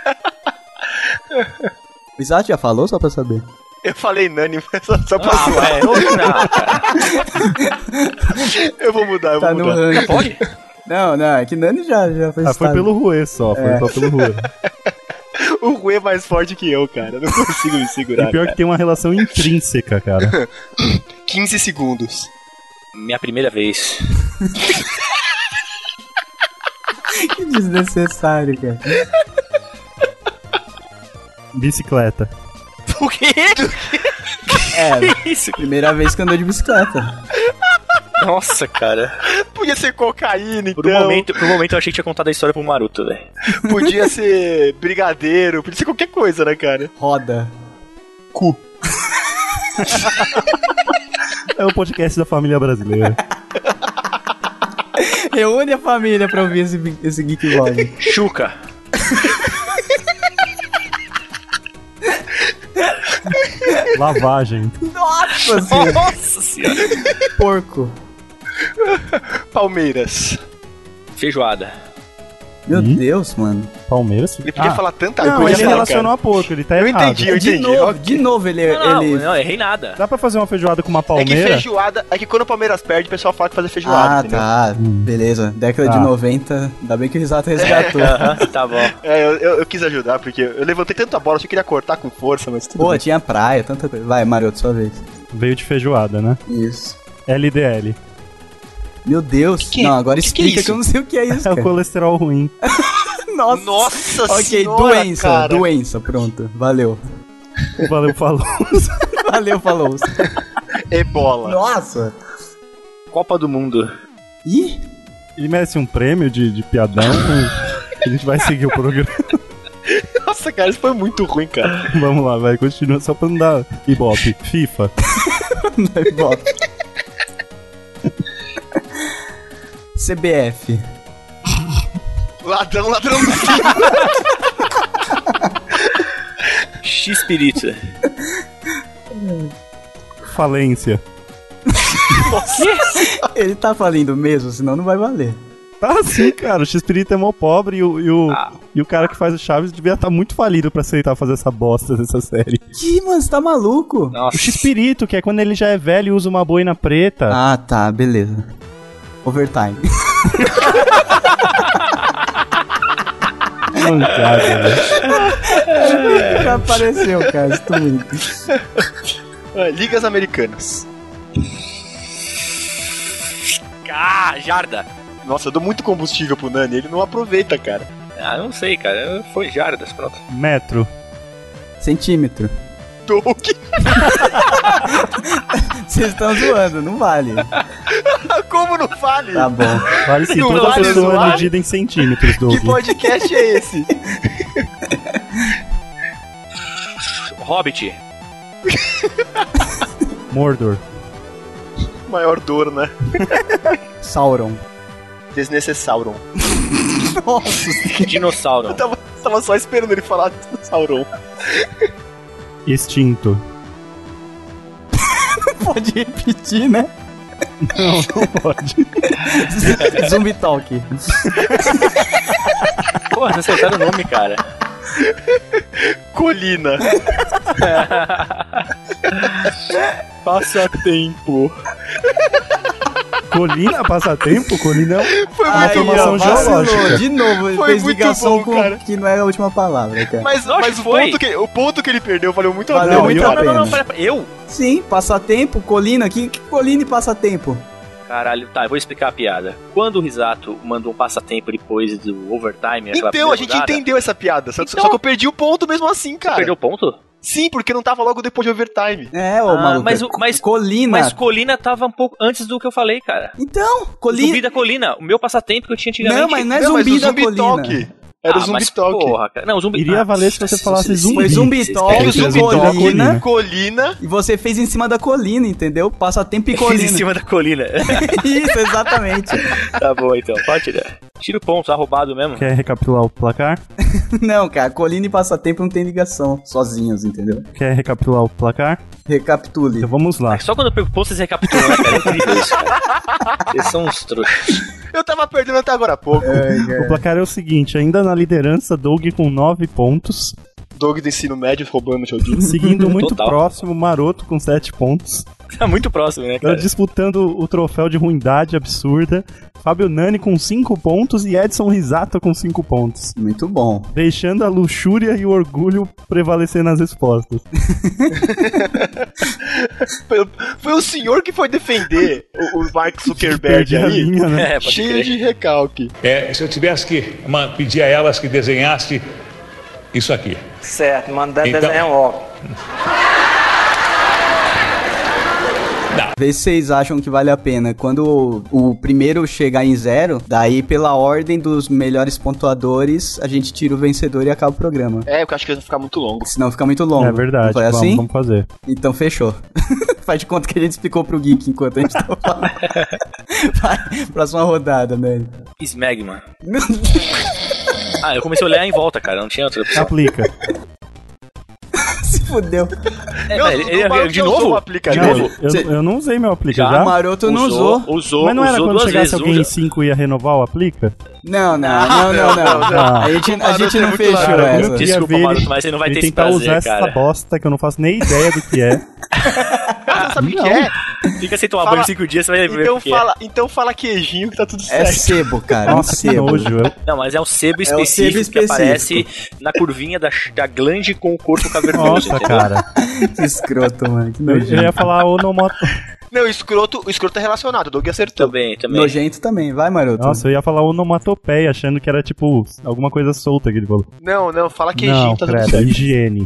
Speaker 1: O Isato já falou, só pra saber?
Speaker 2: Eu falei Nani, mas só pra
Speaker 3: Ah,
Speaker 2: zoar.
Speaker 3: ué, não, cara.
Speaker 2: Eu vou mudar, eu
Speaker 1: Tá
Speaker 2: vou
Speaker 1: no
Speaker 2: mudar.
Speaker 1: ranking.
Speaker 3: Pode?
Speaker 1: Não, é que Nani já foi
Speaker 4: Ah, foi
Speaker 1: citado.
Speaker 4: pelo Rue só, foi só pelo Rue.
Speaker 2: O Rui é mais forte que eu, cara. Eu não consigo me
Speaker 4: E
Speaker 2: segurar.
Speaker 4: pior que tem uma relação intrínseca, cara.
Speaker 2: 15 segundos.
Speaker 3: Minha primeira vez.
Speaker 1: Que desnecessário, cara.
Speaker 4: Bicicleta.
Speaker 3: O quê?
Speaker 1: É,
Speaker 3: Isso.
Speaker 1: primeira vez que andou de bicicleta.
Speaker 3: Nossa, cara.
Speaker 2: Podia ser cocaína,
Speaker 3: Por um
Speaker 2: então.
Speaker 3: momento eu achei que tinha contado a história pro Maroto, velho.
Speaker 2: Podia ser brigadeiro. Podia ser qualquer coisa, né, cara?
Speaker 1: Roda.
Speaker 2: Cu.
Speaker 4: É o podcast da família brasileira.
Speaker 1: Reúne a família pra ouvir esse Geek Vlog.
Speaker 3: Chuca.
Speaker 4: Lavagem.
Speaker 1: Nossa senhora.
Speaker 3: Nossa senhora.
Speaker 1: Porco.
Speaker 2: Palmeiras.
Speaker 3: Feijoada.
Speaker 1: Meu Deus, mano.
Speaker 4: Palmeiras.
Speaker 2: Ele podia falar tanta
Speaker 4: Não,
Speaker 2: coisa,
Speaker 4: ele
Speaker 2: cara.
Speaker 4: relacionou a porco, ele tá
Speaker 2: Eu
Speaker 4: errado.
Speaker 2: entendi, eu entendi.
Speaker 1: De novo ele...
Speaker 3: Não, errei nada.
Speaker 4: Dá pra fazer uma feijoada com uma
Speaker 2: É que
Speaker 4: palmeira?
Speaker 2: feijoada... É que quando o Palmeiras perde, o pessoal fala que fazer feijoada,
Speaker 1: Ah,
Speaker 2: entendeu?
Speaker 1: tá. Beleza. Década de
Speaker 4: Tá.
Speaker 1: 90. Ainda bem que o Risato resgatou.
Speaker 3: Aham, tá bom.
Speaker 2: É, eu quis ajudar, porque eu levantei tanta bola, eu queria cortar com força, mas tudo
Speaker 1: Pô,
Speaker 2: bem.
Speaker 1: tinha praia, tanta coisa. Vai, Maroto, sua vez.
Speaker 4: Veio de feijoada, né?
Speaker 1: Isso.
Speaker 4: LDL.
Speaker 1: Meu Deus.
Speaker 2: Que-
Speaker 1: não, agora
Speaker 2: que é
Speaker 1: explica
Speaker 2: isso?
Speaker 1: que eu não sei o que é isso,
Speaker 4: É o
Speaker 1: cara.
Speaker 4: colesterol ruim.
Speaker 1: Nossa.
Speaker 2: Nossa
Speaker 1: Ok,
Speaker 2: senhora,
Speaker 1: doença.
Speaker 2: cara.
Speaker 1: Doença, pronto. Valeu.
Speaker 4: Valeu, falou.
Speaker 1: Valeu, falou.
Speaker 2: Ebola.
Speaker 1: Nossa.
Speaker 3: Copa do Mundo.
Speaker 1: Ih,
Speaker 4: Ele merece um prêmio de piadão. A gente vai seguir o programa.
Speaker 2: Nossa, cara, isso foi muito ruim, cara.
Speaker 4: Vamos lá, vai, continua só pra não dar ibope. FIFA.
Speaker 1: vai, volta. CBF.
Speaker 2: Ladrão do filho.
Speaker 3: X-Pirita.
Speaker 4: Falência.
Speaker 1: Ele tá falindo mesmo, senão não vai valer.
Speaker 4: Tá sim, cara. O X-Pirito é mó pobre e o cara que faz o Chaves devia estar muito falido pra aceitar fazer essa bosta dessa série.
Speaker 1: Que, mano, você tá maluco?
Speaker 3: Nossa.
Speaker 4: O X-Pirito, que é quando ele já é velho e usa uma boina preta.
Speaker 1: Ah, tá, beleza. Overtime.
Speaker 4: Mancada, velho.
Speaker 1: Já apareceu, cara, isso tudo.
Speaker 2: Ligas Americanas.
Speaker 3: Ah, Jarda.
Speaker 2: Nossa, eu dou muito combustível pro Nani, ele não aproveita, cara.
Speaker 3: Ah, não sei, cara. Foi Jardas, pronto.
Speaker 4: Metro.
Speaker 1: Centímetro.
Speaker 2: Doug.
Speaker 1: Vocês estão zoando, não vale.
Speaker 2: Como não vale?
Speaker 1: Tá bom.
Speaker 4: Vale sim,
Speaker 2: Não
Speaker 4: toda
Speaker 2: vale
Speaker 4: pessoa
Speaker 2: zoar?
Speaker 4: é medida em centímetros, Doug.
Speaker 2: Que podcast é esse?
Speaker 3: Hobbit.
Speaker 4: Mordor.
Speaker 2: Maior dor, né?
Speaker 1: Sauron.
Speaker 2: Desnecessauron.
Speaker 1: Nossa,
Speaker 3: Dinossauro.
Speaker 2: Eu tava só esperando ele falar Sauron.
Speaker 4: Extinto.
Speaker 1: pode repetir, né?
Speaker 4: Não pode.
Speaker 1: Zumbi Talk.
Speaker 3: Porra, não acertaram o nome, cara.
Speaker 2: Colina. Passatempo.
Speaker 4: Colina, passatempo? Colina é
Speaker 2: Foi
Speaker 4: uma
Speaker 2: muito
Speaker 4: formação
Speaker 2: bom.
Speaker 4: geológica.
Speaker 1: De novo,
Speaker 2: Foi
Speaker 1: fez
Speaker 2: muito
Speaker 1: ligação
Speaker 2: bom,
Speaker 1: com
Speaker 2: cara.
Speaker 1: que não era a última palavra, cara.
Speaker 2: Mas
Speaker 3: Lógico que foi.
Speaker 2: o ponto que ele perdeu valeu muito
Speaker 1: Valeu
Speaker 2: pena.
Speaker 1: muito a pena.
Speaker 3: Não, pera. Eu?
Speaker 1: Sim, passatempo, colina. Que colina e passatempo?
Speaker 3: Caralho, tá, eu vou explicar a piada. Quando o Risato mandou um passatempo depois do overtime, aquela
Speaker 2: Então,
Speaker 3: primeira
Speaker 2: a gente
Speaker 3: rodada,
Speaker 2: entendeu essa piada. Só
Speaker 3: Então-
Speaker 2: que eu perdi o ponto mesmo assim, cara.
Speaker 3: Perdeu o ponto?
Speaker 2: Sim, porque não tava logo depois de overtime.
Speaker 1: É, ô
Speaker 3: Ah,
Speaker 1: maluco.
Speaker 3: mas
Speaker 1: Colina.
Speaker 3: Mas Colina tava um pouco antes do que eu falei, cara.
Speaker 1: Então,
Speaker 3: Zumbi
Speaker 1: Colina.
Speaker 3: da Colina, o meu passatempo que eu tinha antigamente.
Speaker 1: Não, mas não é
Speaker 2: Não, mas
Speaker 1: zumbi
Speaker 2: o
Speaker 1: da
Speaker 2: Zumbi
Speaker 1: Colina.
Speaker 2: Talk. Era o Zumbi
Speaker 3: mas
Speaker 2: Talk.
Speaker 3: porra, cara. Não, o Zumbi...
Speaker 4: Iria valer se você falasse zumbi.
Speaker 1: Foi Zumbi
Speaker 3: Vocês
Speaker 1: Talk,
Speaker 3: querem
Speaker 2: O Zumbi
Speaker 1: Colina.
Speaker 2: Talk, Colina.
Speaker 1: E você fez em cima da colina, entendeu? Passatempo e
Speaker 3: Fiz
Speaker 1: colina.
Speaker 3: em cima da colina.
Speaker 1: Isso, exatamente.
Speaker 3: Tá bom, então. Pode tirar. Tira o ponto, tá roubado mesmo.
Speaker 4: Quer recapitular o placar?
Speaker 1: Não, cara, colina e passatempo não tem ligação. Sozinhos, entendeu?
Speaker 4: Quer recapitular o placar?
Speaker 1: Recapitule.
Speaker 4: Então vamos lá.
Speaker 3: Só quando eu pego o ponto, vocês recapitulam, né, cara? É incrível isso, cara. Vocês são uns trouxas.
Speaker 2: Eu tava perdendo até agora há pouco.
Speaker 4: O placar é o seguinte, ainda na liderança, Doug com 9 pontos.
Speaker 2: Doug do ensino médio roubando o Sheldon.
Speaker 4: Seguindo muito
Speaker 3: Total.
Speaker 4: próximo, Maroto com 7 pontos.
Speaker 3: Tá muito próximo, né,
Speaker 4: Então,
Speaker 3: cara?
Speaker 4: disputando o troféu de ruindade absurda. Fábio Nani com 5 pontos e Edson Risato com 5 pontos.
Speaker 1: Muito bom.
Speaker 4: Deixando a luxúria e o orgulho prevalecer nas respostas.
Speaker 2: Foi o senhor que foi defender o Mark Zuckerberg
Speaker 4: Perdi a
Speaker 2: aí.
Speaker 4: linha, né?
Speaker 3: É, pode
Speaker 2: Cheio
Speaker 3: crer.
Speaker 2: de recalque.
Speaker 7: Se eu tivesse que pedir a elas que desenhasse isso aqui.
Speaker 6: Certo, mandar
Speaker 7: Então-
Speaker 6: desenhar um óculos.
Speaker 1: Vê se vocês acham que vale a pena. Quando o primeiro chegar em 0, daí pela ordem dos melhores pontuadores, a gente tira o vencedor e acaba o programa.
Speaker 2: É, porque eu acho que vai ficar muito longo.
Speaker 1: Senão fica muito longo.
Speaker 4: É verdade,
Speaker 1: Foi assim?
Speaker 4: vamos fazer.
Speaker 1: Então fechou. Faz de conta que a gente explicou pro Geek enquanto a gente tava falando. Vai, próxima rodada, né?
Speaker 3: Smegma. Ah, eu comecei a olhar em volta, cara. Não tinha outra opção.
Speaker 4: Aplica.
Speaker 1: Se fudeu.
Speaker 3: É,
Speaker 2: Meu,
Speaker 3: velho,
Speaker 2: o Maroto
Speaker 3: de
Speaker 2: já usou
Speaker 3: novo?
Speaker 2: o aplicativo.
Speaker 4: Não,
Speaker 3: novo?
Speaker 4: eu não usei meu Aplica
Speaker 3: Já,
Speaker 4: já.
Speaker 1: O Maroto não usou.
Speaker 3: Usou,
Speaker 4: Mas não era
Speaker 3: usou
Speaker 4: quando
Speaker 3: duas
Speaker 4: chegasse
Speaker 3: vezes.
Speaker 4: alguém
Speaker 3: Um
Speaker 4: em
Speaker 3: já-
Speaker 4: 5 ia renovar o Aplica?
Speaker 1: Não.
Speaker 4: Ah.
Speaker 1: A gente
Speaker 2: Maroto é
Speaker 1: não
Speaker 2: muito
Speaker 1: fechou
Speaker 2: largo.
Speaker 4: Eu
Speaker 1: essa.
Speaker 4: queria
Speaker 3: Desculpa,
Speaker 4: ver
Speaker 3: Maroto, mas você não vai
Speaker 4: ele
Speaker 3: ter esse
Speaker 4: tentar
Speaker 3: prazer,
Speaker 4: usar
Speaker 3: cara.
Speaker 4: essa bosta que eu não faço nem ideia do que é.
Speaker 2: Ah, você sabe o que é?
Speaker 3: Fica sem tomar
Speaker 2: Fala-
Speaker 3: banho 5 dias, você vai ver
Speaker 2: Então
Speaker 3: o que
Speaker 2: fala, então fala queijinho que tá tudo
Speaker 1: É
Speaker 2: certo.
Speaker 1: sebo, cara.
Speaker 4: Nossa,
Speaker 1: um
Speaker 4: que
Speaker 1: sebo.
Speaker 4: nojo.
Speaker 3: Não, mas é um sebo
Speaker 1: É o
Speaker 3: específico,
Speaker 1: sebo
Speaker 3: que
Speaker 1: específico.
Speaker 3: aparece na curvinha da glande com o corpo cavernoso,
Speaker 4: Nossa,
Speaker 3: entendeu?
Speaker 4: cara.
Speaker 1: Que escroto, mano. Que
Speaker 4: Eu
Speaker 1: nojento.
Speaker 4: ia falar onomato...
Speaker 2: Não, o escroto é relacionado, o Doug acertou.
Speaker 3: Também.
Speaker 1: Nojento também. Vai, Maroto.
Speaker 4: Nossa, eu ia falar onomatopeia, achando que era tipo alguma coisa solta que ele falou.
Speaker 2: Não, fala queijinho
Speaker 4: Não,
Speaker 2: que tá tudo
Speaker 4: credo,
Speaker 2: certo.
Speaker 4: higiene.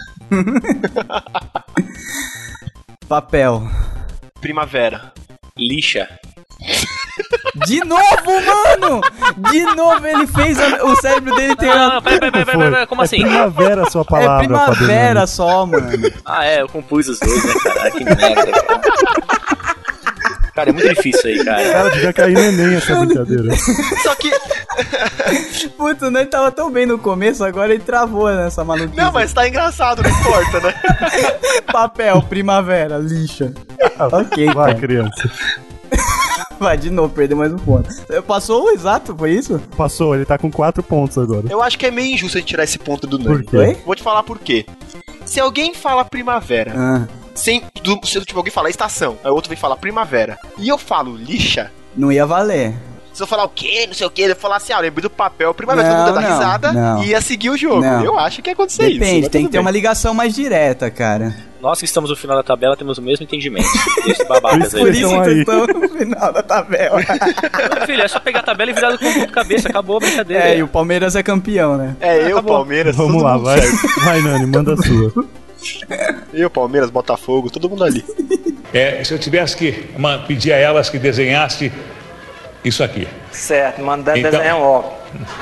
Speaker 1: Papel.
Speaker 2: Primavera.
Speaker 3: Lixa.
Speaker 1: De novo, mano! De novo ele fez o cérebro dele ter...
Speaker 3: Ah, pera, como
Speaker 4: É
Speaker 3: assim?
Speaker 4: primavera a sua palavra,
Speaker 1: É primavera
Speaker 4: Fabio
Speaker 1: só, mano.
Speaker 3: Ah, é, eu compus os dois, né, cara? Que merda, cara. Cara, é muito difícil aí, cara.
Speaker 4: Cara, devia cair no Enem essa brincadeira.
Speaker 2: Só que...
Speaker 1: Puta, nós tava tão bem no começo, agora ele travou nessa maluquice.
Speaker 2: Não, mas tá engraçado, não importa, né?
Speaker 1: Papel, primavera, lixa. Ok,
Speaker 4: Vai,
Speaker 1: cara.
Speaker 4: criança.
Speaker 1: Vai, de novo, perdeu mais um ponto. Passou o exato, foi isso?
Speaker 4: Passou, ele tá com 4 pontos agora.
Speaker 2: Eu acho que é meio injusto a gente tirar esse ponto do
Speaker 4: Por
Speaker 2: Nani.
Speaker 4: quê?
Speaker 1: Oi?
Speaker 2: Vou te falar por quê. Se alguém fala primavera,
Speaker 1: Ah,
Speaker 2: se tipo, alguém falar estação, aí o outro vem falar primavera, e eu falo lixa,
Speaker 1: não ia valer.
Speaker 2: se eu falar o quê, não sei o quê, eu falar assim, eu lembrei do papel, primavera,
Speaker 1: Não,
Speaker 2: todo mundo ia dar
Speaker 1: não,
Speaker 2: risada
Speaker 1: não.
Speaker 2: e ia seguir o jogo.
Speaker 1: Não.
Speaker 2: Eu acho que ia acontecer isso.
Speaker 1: Depende,
Speaker 2: mas
Speaker 1: tem
Speaker 2: tudo
Speaker 1: que ter
Speaker 2: bem.
Speaker 1: uma ligação mais direta, cara.
Speaker 3: Nós que estamos no final da tabela temos o mesmo entendimento. Esses babacas
Speaker 1: Por
Speaker 3: aí.
Speaker 1: isso
Speaker 4: estão
Speaker 1: que
Speaker 4: aí.
Speaker 1: estão no final da tabela.
Speaker 3: Filho, é só pegar a tabela e virar do ponto de cabeça. Acabou a brincadeira.
Speaker 1: É, e o Palmeiras é campeão, né?
Speaker 2: É, eu,
Speaker 3: Acabou.
Speaker 2: Palmeiras,
Speaker 4: Vamos
Speaker 2: todo
Speaker 4: lá,
Speaker 2: mundo
Speaker 4: vai.
Speaker 2: certo.
Speaker 4: Vai, Nani, manda a sua.
Speaker 2: Eu, Palmeiras, Botafogo, todo mundo ali.
Speaker 7: Se eu tivesse que pedir a elas que desenhasse isso aqui.
Speaker 6: Certo, mandar
Speaker 7: Então-
Speaker 6: desenhar um óculos.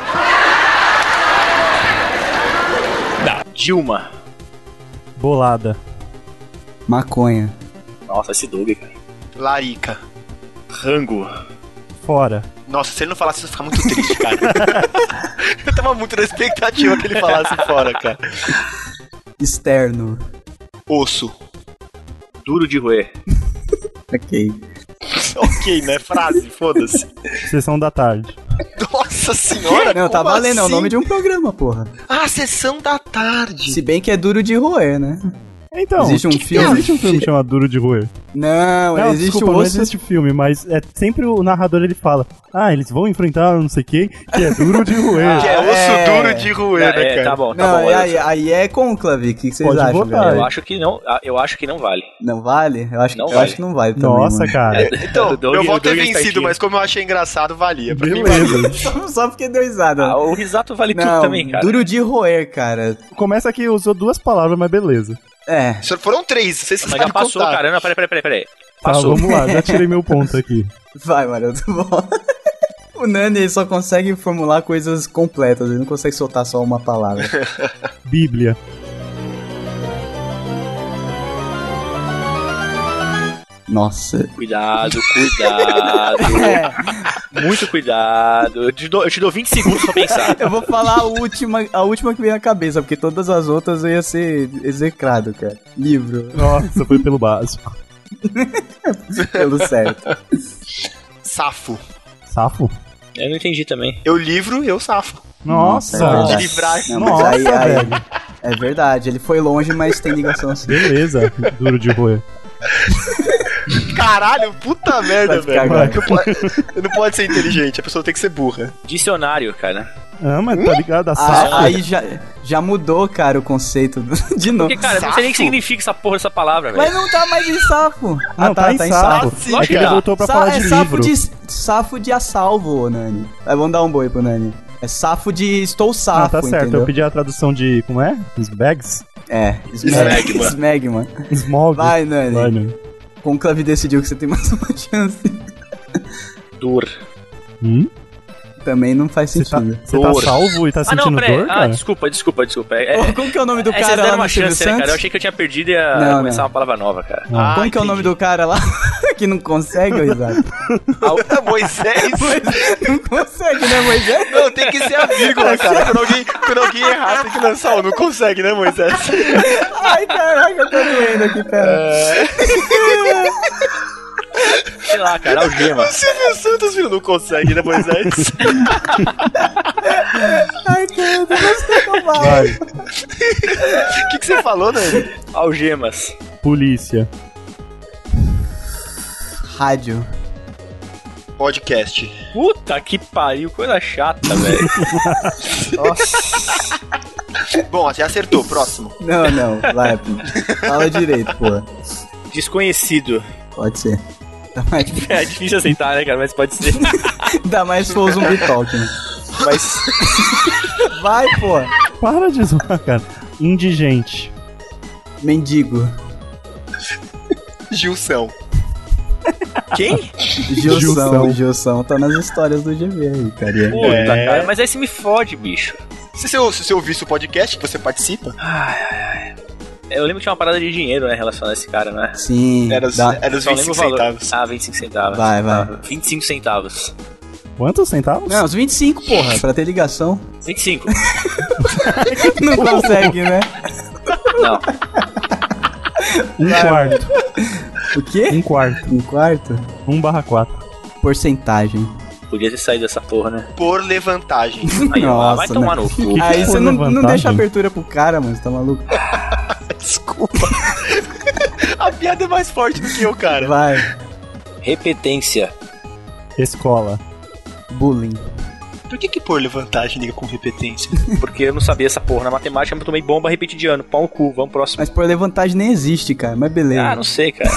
Speaker 3: Dilma.
Speaker 4: Bolada.
Speaker 1: Maconha.
Speaker 3: Nossa, esse Doug, cara.
Speaker 2: Larica.
Speaker 3: Rango.
Speaker 4: Fora.
Speaker 2: Nossa, se ele não falasse isso, eu ia ficar muito triste, cara. Eu tava muito na expectativa que ele falasse fora, cara.
Speaker 1: Externo.
Speaker 2: Osso.
Speaker 3: Duro de roer.
Speaker 1: Ok.
Speaker 2: Ok, né? Frase, foda-se.
Speaker 4: Sessão da tarde.
Speaker 2: Nossa senhora,
Speaker 1: Não, tá
Speaker 2: como
Speaker 1: valendo, é o
Speaker 2: assim?
Speaker 1: nome de um programa, porra.
Speaker 2: Ah, Sessão da Tarde.
Speaker 1: Se bem que é duro de roer, né?
Speaker 4: Então,
Speaker 1: Existe um filme.
Speaker 4: existe um filme chamado Duro de Roer.
Speaker 1: Não,
Speaker 4: Não,
Speaker 1: existe
Speaker 4: desculpa,
Speaker 1: o
Speaker 4: não
Speaker 1: osso.
Speaker 4: existe filme, mas é sempre o narrador ele fala: eles vão enfrentar não sei quem, que é duro de roer.
Speaker 2: Que é osso duro de roer, né, cara?
Speaker 3: Tá bom, tá
Speaker 1: Não,
Speaker 3: bom.
Speaker 1: aí é conclave. O que vocês
Speaker 4: Pode
Speaker 1: acham,
Speaker 4: votar.
Speaker 1: velho?
Speaker 3: Eu acho que não. Eu acho que não vale.
Speaker 1: Não vale? Eu acho,
Speaker 3: Não
Speaker 1: eu
Speaker 3: vale.
Speaker 1: acho que não vale também.
Speaker 4: Nossa,
Speaker 1: mano.
Speaker 4: cara.
Speaker 2: Então,
Speaker 3: O Doug-
Speaker 2: eu volto
Speaker 3: o
Speaker 2: ter
Speaker 3: Doug é
Speaker 2: vencido,
Speaker 3: espertinho.
Speaker 2: mas como eu achei engraçado, valia. Pra mim, valia.
Speaker 4: Beleza.
Speaker 1: Só porque deu risada.
Speaker 3: Ah, o risato vale tudo
Speaker 1: Não,
Speaker 3: também, cara.
Speaker 1: duro de roer, cara.
Speaker 4: Começa que usou 2 palavras, mas beleza.
Speaker 1: É.
Speaker 2: Foram 3, vocês
Speaker 3: Mas
Speaker 2: sabem
Speaker 3: já passou,
Speaker 2: contar.
Speaker 3: cara. Não, peraí.
Speaker 4: Tá,
Speaker 3: Passou.
Speaker 4: vamos lá, já tirei meu ponto aqui.
Speaker 1: Vai, Maroto, bom. O Nani ele só consegue formular coisas completas, ele não consegue soltar só uma palavra.
Speaker 4: Bíblia.
Speaker 1: Nossa.
Speaker 3: Cuidado.
Speaker 1: É,
Speaker 3: Muito cuidado. Eu te dou 20 segundos pra pensar.
Speaker 1: eu vou falar a última que veio na cabeça, porque todas as outras eu ia ser execrado, cara. Livro,
Speaker 4: Nossa, foi pelo básico.
Speaker 1: pelo certo.
Speaker 2: Safo.
Speaker 4: Safo?
Speaker 3: Eu não entendi também.
Speaker 2: Eu livro, eu safo.
Speaker 4: Nossa.
Speaker 1: é verdade.
Speaker 2: De livrar.
Speaker 1: Não, mas
Speaker 4: Nossa,
Speaker 1: aí,
Speaker 4: velho.
Speaker 1: é verdade, ele foi longe, mas tem ligação sim.
Speaker 4: Beleza, duro de roer.
Speaker 2: Caralho, puta merda,
Speaker 1: Vai ficar
Speaker 2: velho.
Speaker 1: agora.
Speaker 2: Não pode ser inteligente, a pessoa tem que ser burra.
Speaker 3: Dicionário, cara.
Speaker 4: Mas tá ligado? A safo.
Speaker 1: Aí já mudou, cara, o conceito de novo.
Speaker 3: Porque, cara, eu não sei nem o que
Speaker 2: Safo?
Speaker 3: significa essa porra dessa palavra, velho.
Speaker 1: Mas não tá mais em safo.
Speaker 4: Não, tá em safo.
Speaker 2: Sim,
Speaker 4: É que ele
Speaker 2: cara.
Speaker 4: voltou pra falar de
Speaker 1: safo
Speaker 4: livro.
Speaker 1: safo de assalvo, Nani. Aí vamos dar um boi pro Nani. É safo de estou safo,
Speaker 4: Não, tá certo.
Speaker 1: entendeu?
Speaker 4: Eu pedi a tradução de... Como é? Os bags?
Speaker 1: É,
Speaker 2: Smegma.
Speaker 1: Smegma.
Speaker 4: Smog.
Speaker 1: Vai, Nani.
Speaker 4: Vai, Nani.
Speaker 1: Conclave decidiu que você tem mais uma chance.
Speaker 3: Dor.
Speaker 1: Também não faz
Speaker 4: Você tá,
Speaker 1: sentido.
Speaker 4: você tá
Speaker 3: Dor.
Speaker 4: salvo e tá
Speaker 3: Ah,
Speaker 4: sentindo
Speaker 3: não, peraí.
Speaker 4: dor,
Speaker 3: Ah,
Speaker 4: cara?
Speaker 3: desculpa.
Speaker 1: Ô, como que é o nome do
Speaker 3: Vocês
Speaker 1: cara
Speaker 3: deram
Speaker 1: lá
Speaker 3: uma
Speaker 1: no Silvio
Speaker 3: chance, né, cara? Eu
Speaker 1: Santos?
Speaker 3: achei que eu tinha perdido e ia
Speaker 1: Não,
Speaker 3: começar
Speaker 1: não.
Speaker 3: uma palavra nova, cara.
Speaker 1: Como que é o nome do cara lá que não consegue, ô Isaac?
Speaker 2: Moisés?
Speaker 1: Não consegue, né, Moisés?
Speaker 2: Não, tem que ser a vírgula, cara. Quando alguém errar, tem que lançar o não consegue, né, Moisés?
Speaker 1: Ai, caraca, eu tô doendo aqui, pera.
Speaker 3: Sei lá, cara, algema.
Speaker 2: Silvio Santos, filho, não consegue, né, Moisés?
Speaker 1: Ai, cara, eu tô gostando mal.
Speaker 4: Vai.
Speaker 2: O que você falou, né?
Speaker 3: Algemas.
Speaker 4: Polícia.
Speaker 1: Rádio.
Speaker 2: Podcast.
Speaker 3: Puta que pariu, coisa chata, velho.
Speaker 2: Bom, já acertou, próximo.
Speaker 1: Não, vai, pô. Fala direito, pô.
Speaker 3: Desconhecido.
Speaker 1: Pode ser.
Speaker 3: É difícil aceitar, né, cara? Mas pode ser.
Speaker 1: Ainda mais se for o Zumbi Talk, né?
Speaker 3: Mas
Speaker 1: Vai, pô.
Speaker 4: Para de zoar, cara. Indigente.
Speaker 1: Mendigo.
Speaker 2: Gilson.
Speaker 3: quem?
Speaker 1: Gilson tá nas histórias do GV aí, cara.
Speaker 3: Puta, cara. Mas aí você me fode, bicho.
Speaker 2: Se você ouvisse o podcast que você participa,
Speaker 3: Eu lembro que tinha uma parada de dinheiro, né, relacionada a esse cara, né?
Speaker 1: Sim.
Speaker 2: era os
Speaker 1: dá-
Speaker 2: 25 centavos.
Speaker 3: Ah, 25 centavos.
Speaker 1: Vai.
Speaker 3: 25 centavos.
Speaker 4: Quantos centavos?
Speaker 1: Não, uns 25, porra, pra ter ligação.
Speaker 3: 25.
Speaker 1: Não consegue, né?
Speaker 3: Não.
Speaker 4: Um quarto.
Speaker 1: O quê?
Speaker 4: Um quarto.
Speaker 1: Um quarto?
Speaker 4: 1/4.
Speaker 1: Porcentagem.
Speaker 3: Podia ter saído dessa porra, né?
Speaker 2: Por levantagem.
Speaker 3: Aí, ó,
Speaker 1: Nossa,
Speaker 3: vai tomar
Speaker 1: né?
Speaker 3: no cu.
Speaker 1: Aí
Speaker 4: for
Speaker 1: você não
Speaker 4: vantagem?
Speaker 1: deixa abertura pro cara, mano, você tá maluco?
Speaker 2: Desculpa. A piada é mais forte do que eu, cara.
Speaker 1: Vai.
Speaker 3: Repetência.
Speaker 4: Escola.
Speaker 1: Bullying.
Speaker 2: Por que por levantagem liga com repetência?
Speaker 3: Porque eu não sabia essa porra. Na matemática eu tomei bomba repetidiano. Pau no cu. Vamos próximo.
Speaker 1: Mas por levantagem nem existe, cara, mas beleza.
Speaker 3: Ah, não sei, cara.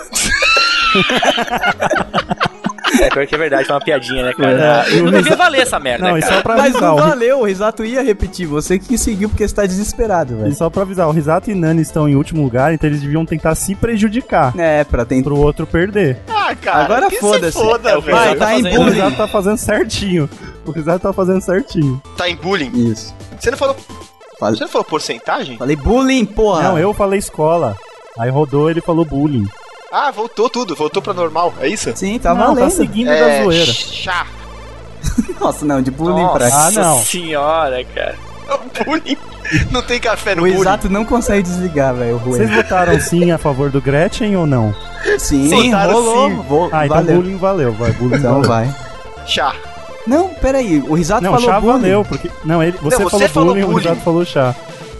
Speaker 3: É, pior que é verdade, foi uma piadinha, né, cara?
Speaker 4: É, e o
Speaker 3: Não devia
Speaker 4: Risa-
Speaker 3: valer essa merda,
Speaker 4: Não, e
Speaker 3: cara.
Speaker 4: só pra
Speaker 1: Mas
Speaker 4: avisar,
Speaker 1: não
Speaker 4: o
Speaker 1: valeu, o Risato ia repetir. Você que seguiu porque você tá desesperado,
Speaker 4: E
Speaker 1: velho.
Speaker 4: só pra avisar, o Risato e Nani estão em último lugar, então eles deviam tentar se prejudicar
Speaker 1: É, pra tentar.
Speaker 4: pro outro perder.
Speaker 2: Ah, cara.
Speaker 1: Agora
Speaker 2: que
Speaker 1: foda-se.
Speaker 2: Se foda,
Speaker 3: É o que
Speaker 2: velho.
Speaker 1: Vai,
Speaker 3: Risato
Speaker 1: tá em
Speaker 3: fazendo,
Speaker 4: O
Speaker 1: bullying.
Speaker 4: Risato tá fazendo certinho. O Risato tá fazendo certinho.
Speaker 2: Tá em bullying.
Speaker 1: Isso.
Speaker 2: Você não falou
Speaker 1: Falei,
Speaker 2: porcentagem?
Speaker 1: falei bullying, porra.
Speaker 4: Não, eu falei escola. Aí rodou, ele falou bullying.
Speaker 2: Ah, voltou tudo. Voltou pra normal. É isso?
Speaker 1: Sim, tá
Speaker 4: Não, tá
Speaker 1: valendo.
Speaker 4: seguindo da zoeira.
Speaker 2: Chá.
Speaker 1: Nossa, não, de bullying
Speaker 3: Nossa
Speaker 1: pra
Speaker 4: Ah, não.
Speaker 3: senhora, cara.
Speaker 2: Bullying. Não tem café no
Speaker 1: O
Speaker 2: bullying.
Speaker 1: Risato não consegue desligar, velho. o
Speaker 4: Vocês
Speaker 1: Rui.
Speaker 4: votaram sim a favor do Gretchen ou não?
Speaker 1: Sim,
Speaker 2: votaram
Speaker 1: rolou.
Speaker 2: sim.
Speaker 4: Ah, então
Speaker 1: valeu.
Speaker 4: bullying valeu. Vai, bullying
Speaker 1: Então
Speaker 4: valeu.
Speaker 1: vai.
Speaker 2: Chá.
Speaker 1: Não, peraí, o Risato
Speaker 4: Não,
Speaker 1: falou
Speaker 4: chá
Speaker 1: bullying.
Speaker 4: valeu, porque... Não, ele, você,
Speaker 2: Não, você falou
Speaker 4: bullying, o
Speaker 2: bullying.
Speaker 4: Risato falou chá.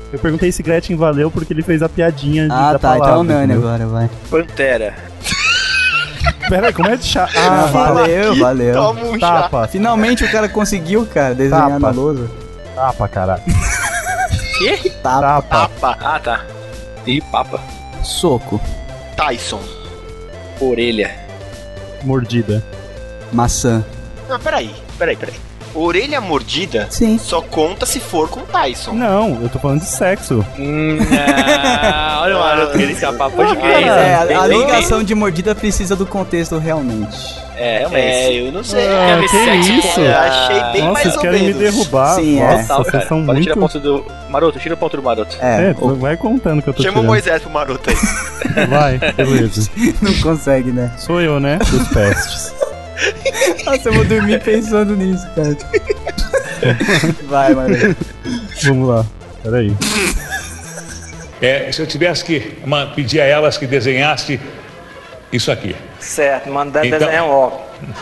Speaker 4: Eu perguntei se Gretchen valeu porque ele fez a piadinha
Speaker 1: Ah,
Speaker 4: da
Speaker 1: tá.
Speaker 4: palavra.
Speaker 1: Então o Nani
Speaker 4: entendeu?
Speaker 1: agora, vai.
Speaker 3: Pantera.
Speaker 4: Pera aí, como é de chá?
Speaker 1: Ah, valeu,
Speaker 2: Aqui,
Speaker 1: valeu.
Speaker 2: Toma um chá.
Speaker 4: Tapa.
Speaker 1: Finalmente o cara conseguiu, cara, desenhar
Speaker 4: Tapa.
Speaker 1: na lousa.
Speaker 4: Tapa, caralho.
Speaker 3: Quê?
Speaker 1: Tapa.
Speaker 2: Tapa.
Speaker 3: Ah, tá. E papa.
Speaker 1: Soco.
Speaker 2: Tyson.
Speaker 3: Orelha.
Speaker 4: Mordida.
Speaker 1: Maçã.
Speaker 2: Não, peraí. Orelha mordida
Speaker 1: Sim.
Speaker 2: só conta se for com Tyson.
Speaker 4: Não, eu tô falando de sexo.
Speaker 3: Olha o Maroto querendo escapar. Pode crer.
Speaker 1: A ligação de mordida precisa do contexto realmente.
Speaker 2: Eu não sei.
Speaker 4: Ah, que isso?
Speaker 2: Eu achei bem
Speaker 4: Nossa,
Speaker 2: mais
Speaker 4: vocês
Speaker 2: ou
Speaker 4: querem me
Speaker 2: menos.
Speaker 4: derrubar.
Speaker 1: Sim,
Speaker 4: Nossa,
Speaker 3: Total,
Speaker 4: vocês
Speaker 3: cara.
Speaker 4: são
Speaker 3: Pode tirar
Speaker 4: muito...
Speaker 3: ponto do Maroto. Tira o ponto do Maroto.
Speaker 4: Vai contando que eu tô
Speaker 2: Chama o
Speaker 4: tirando.
Speaker 2: Moisés pro maroto aí.
Speaker 4: Vai, beleza.
Speaker 1: Não consegue, né?
Speaker 4: Sou eu, né? Dos pestes.
Speaker 1: Nossa, eu vou dormir pensando nisso, cara. Vai, mano.
Speaker 4: Vamos lá. Peraí.
Speaker 7: Se eu tivesse que pedir a elas que desenhasse isso aqui.
Speaker 6: Certo, mandar
Speaker 7: Então-
Speaker 6: desenhar um óculos.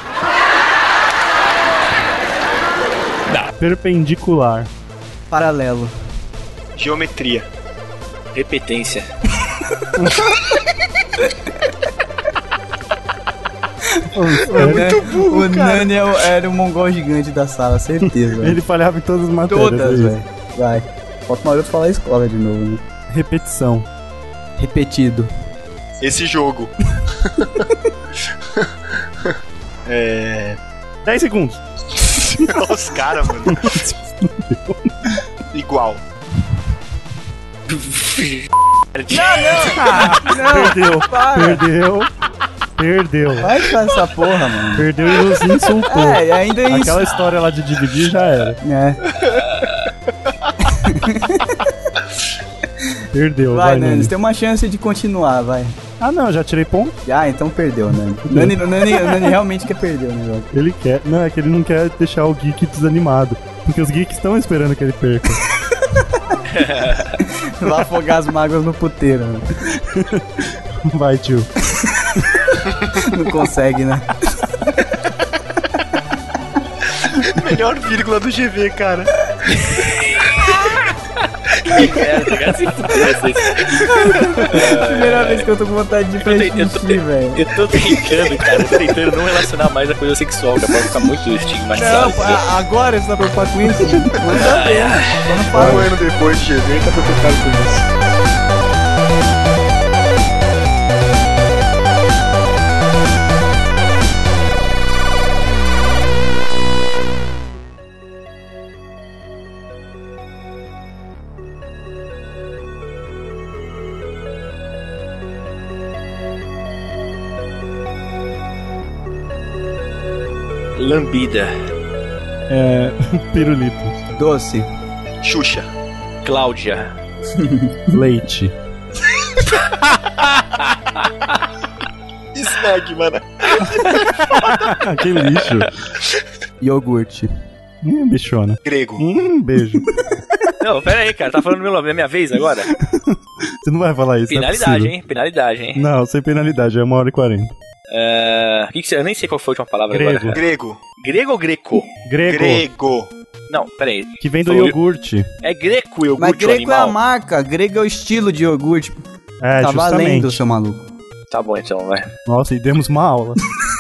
Speaker 4: Perpendicular.
Speaker 1: Paralelo.
Speaker 2: Geometria.
Speaker 3: Repetência.
Speaker 1: Muito burro, o Nani era o mongol gigante da sala, certeza.
Speaker 4: Ele falhava em todas as matérias.
Speaker 1: Todas,
Speaker 4: é isso.
Speaker 1: velho. Vai. Falta o Maroto falar a escola de novo, né?
Speaker 4: Repetição.
Speaker 1: Repetido.
Speaker 2: Esse jogo.
Speaker 4: 10 segundos.
Speaker 2: Os caras, mano. Igual.
Speaker 4: Perdeu.
Speaker 1: Vai com essa porra, mano.
Speaker 4: Perdeu e nos insultou.
Speaker 1: É, e ainda isso.
Speaker 4: Aquela história lá de dividir já era.
Speaker 1: É.
Speaker 4: Perdeu,
Speaker 1: Vai,
Speaker 4: vai,
Speaker 1: Nani,
Speaker 4: Nani.
Speaker 1: você tem uma chance de continuar, vai.
Speaker 4: Ah, não, já tirei ponto.
Speaker 1: Ah, então perdeu, Nani. Nani realmente quer perder o negócio.
Speaker 4: Ele quer. Não, é que ele não quer deixar o geek desanimado. Porque os geeks estão esperando que ele perca.
Speaker 1: Vai afogar as mágoas no puteiro, né?
Speaker 4: Vai, tio.
Speaker 1: Não consegue, né?
Speaker 2: Melhor vírgula do GV, cara.
Speaker 1: Primeira vez que eu tô com vontade de xixi, velho.
Speaker 3: Eu tô tentando, cara. Eu tô tentando não relacionar mais a coisa sexual, que pode ficar muito estigmatizado.
Speaker 1: Não, agora você tá preocupado com isso? Manda ver. Só não fala.
Speaker 2: Um ano depois de GV, tá preocupado com isso.
Speaker 3: Lambida.
Speaker 4: Pirulito.
Speaker 1: Doce.
Speaker 2: Xuxa.
Speaker 3: Cláudia.
Speaker 4: Leite.
Speaker 2: Snag, mano.
Speaker 4: Que lixo.
Speaker 1: Iogurte.
Speaker 4: Bichona.
Speaker 2: Grego.
Speaker 4: Beijo.
Speaker 3: Não, pera aí, cara. Tá falando da minha vez agora?
Speaker 4: Você não vai falar isso, não é
Speaker 3: Penalidade,
Speaker 4: possível.
Speaker 3: hein? Penalidade, hein?
Speaker 4: Não, sem penalidade, é 1h40.
Speaker 3: Eu nem sei qual foi a última palavra
Speaker 4: Grego.
Speaker 3: agora.
Speaker 2: Grego.
Speaker 3: Grego ou greco?
Speaker 2: Grego.
Speaker 3: Não, pera aí.
Speaker 4: Que vem do
Speaker 3: Falou-
Speaker 4: iogurte.
Speaker 3: É greco o
Speaker 1: Mas
Speaker 3: iogurte
Speaker 1: grego é a
Speaker 3: animal?
Speaker 1: marca, grego é o estilo de iogurte.
Speaker 4: É,
Speaker 1: Tá valendo,
Speaker 4: justamente.
Speaker 1: seu maluco.
Speaker 3: Tá bom então, vai.
Speaker 4: Nossa, e demos uma aula.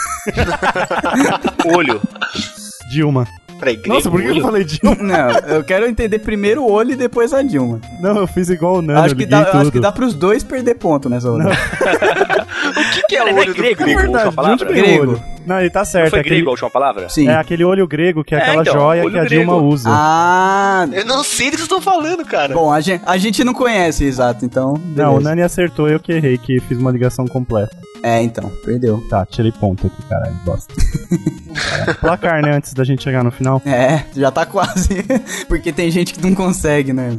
Speaker 3: Olho.
Speaker 4: Dilma.
Speaker 2: Peraí, grego.
Speaker 4: Nossa, por que eu falei Dilma?
Speaker 1: Não, eu quero entender primeiro o olho e depois a Dilma.
Speaker 4: Não, eu fiz igual o Nani,
Speaker 1: Acho
Speaker 4: eu
Speaker 1: que,
Speaker 4: liguei
Speaker 1: dá,
Speaker 4: tudo.
Speaker 1: acho que dá pros dois perder ponto nessa hora.
Speaker 2: O que é
Speaker 3: Cara,
Speaker 2: o
Speaker 3: não é
Speaker 2: olho do
Speaker 3: grego,
Speaker 2: grego?
Speaker 3: a última
Speaker 4: De onde
Speaker 3: palavra?
Speaker 4: veio o
Speaker 1: Grego.
Speaker 4: olho? Não, ele tá
Speaker 3: Não
Speaker 4: certo.
Speaker 3: foi
Speaker 4: é aquele,
Speaker 3: grego a última palavra?
Speaker 1: Sim.
Speaker 4: é aquele olho grego, que é
Speaker 3: É,
Speaker 4: aquela
Speaker 3: então,
Speaker 4: joia
Speaker 3: olho
Speaker 4: que a
Speaker 3: grego.
Speaker 4: Dilma usa.
Speaker 1: Ah,
Speaker 2: Eu não sei do que vocês estão falando, cara.
Speaker 1: bom, a gente não conhece, exato, então...
Speaker 4: Não, o
Speaker 1: beleza.
Speaker 4: Nani acertou, eu que errei, que fiz uma ligação completa.
Speaker 1: É, então, perdeu.
Speaker 4: Tá, tirei ponto aqui, caralho, bosta. Placar, né, antes da gente chegar no final.
Speaker 1: É, já tá quase. Porque tem gente que não consegue, né?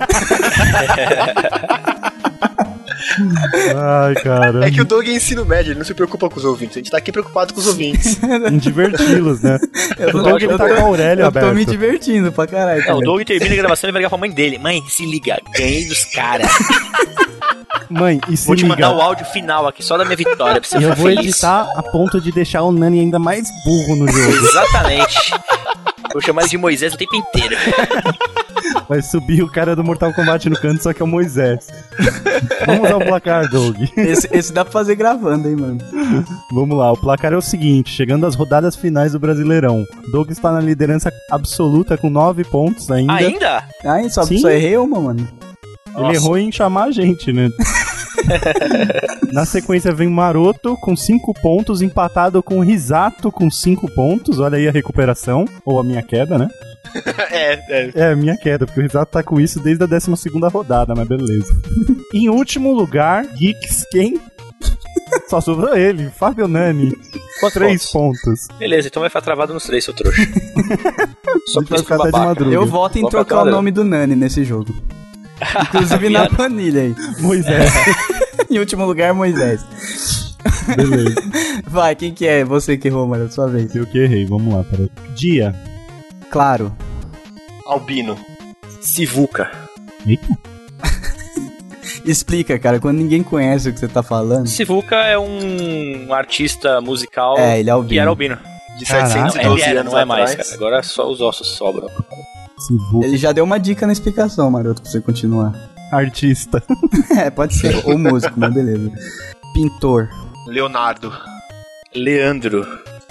Speaker 4: Ai, cara.
Speaker 2: É que o Doug é ensino médio, ele não se preocupa com os ouvintes. A gente tá aqui preocupado com os ouvintes.
Speaker 4: Em diverti-los, né?
Speaker 1: Eu
Speaker 4: O Doug ele tá com a orelha
Speaker 1: eu tô me
Speaker 4: aberta.
Speaker 1: divertindo pra caralho.
Speaker 3: Não, o
Speaker 1: também.
Speaker 3: Doug termina a gravação e vai ligar pra mãe dele. Mãe, se liga, ganhei dos caras.
Speaker 4: Mãe, e se
Speaker 3: Vou te
Speaker 4: liga,
Speaker 3: mandar o áudio final aqui, só da minha vitória, pra você
Speaker 4: eu
Speaker 3: ficar
Speaker 4: vou
Speaker 3: feliz.
Speaker 4: editar a ponto de deixar o Nani ainda mais burro no jogo.
Speaker 3: Exatamente. Vou chamar ele de Moisés o tempo inteiro.
Speaker 4: Vai subir o cara do Mortal Kombat no canto, só que é o Moisés. Vamos usar o placar, Doug.
Speaker 1: Esse dá pra fazer gravando, hein, mano.
Speaker 4: Vamos lá, o placar é o seguinte, chegando às rodadas finais do Brasileirão. Doug está na liderança absoluta com 9 pontos ainda.
Speaker 3: Ainda?
Speaker 1: Ai, só
Speaker 4: Sim.
Speaker 1: errei uma, mano.
Speaker 4: Ele errou em chamar a gente, né? Na sequência vem Maroto com 5 pontos, empatado com Risato com 5 pontos. Olha aí a recuperação, ou a minha queda, né? É, minha queda, porque o Risato tá com isso desde a 12ª rodada, mas beleza. Em último lugar, Geeks, quem? Só sobrou ele, Fábio Nani. 3 pontos.
Speaker 3: Beleza, então vai ficar travado nos 3, seu trouxa. Só
Speaker 4: Vai ficar até de madruga.
Speaker 1: Eu voto em
Speaker 3: Vou
Speaker 1: trocar
Speaker 3: pra
Speaker 1: o nome do Nani nesse jogo. Inclusive na planilha aí.
Speaker 4: Moisés.
Speaker 1: Em último lugar, Moisés.
Speaker 4: Beleza.
Speaker 1: Vai, quem que é? Você que errou, mano, sua vez.
Speaker 4: Eu que errei, vamos lá, peraí. Dia.
Speaker 1: Claro.
Speaker 2: Albino.
Speaker 3: Sivuca.
Speaker 4: Eita.
Speaker 1: Explica, cara, quando ninguém conhece o que você tá falando.
Speaker 3: Sivuca é um artista musical
Speaker 1: Ele é albino.
Speaker 3: que era albino.
Speaker 2: De
Speaker 4: Caraca.
Speaker 2: 712
Speaker 3: Era,
Speaker 2: anos
Speaker 3: não é mais,
Speaker 2: atrás.
Speaker 3: cara. Agora só os ossos sobram.
Speaker 4: Sivuca.
Speaker 1: Ele já deu uma dica na explicação, maroto, pra você continuar.
Speaker 4: Artista.
Speaker 1: Pode ser. Ou músico, mas beleza. Pintor.
Speaker 2: Leonardo.
Speaker 3: Leandro.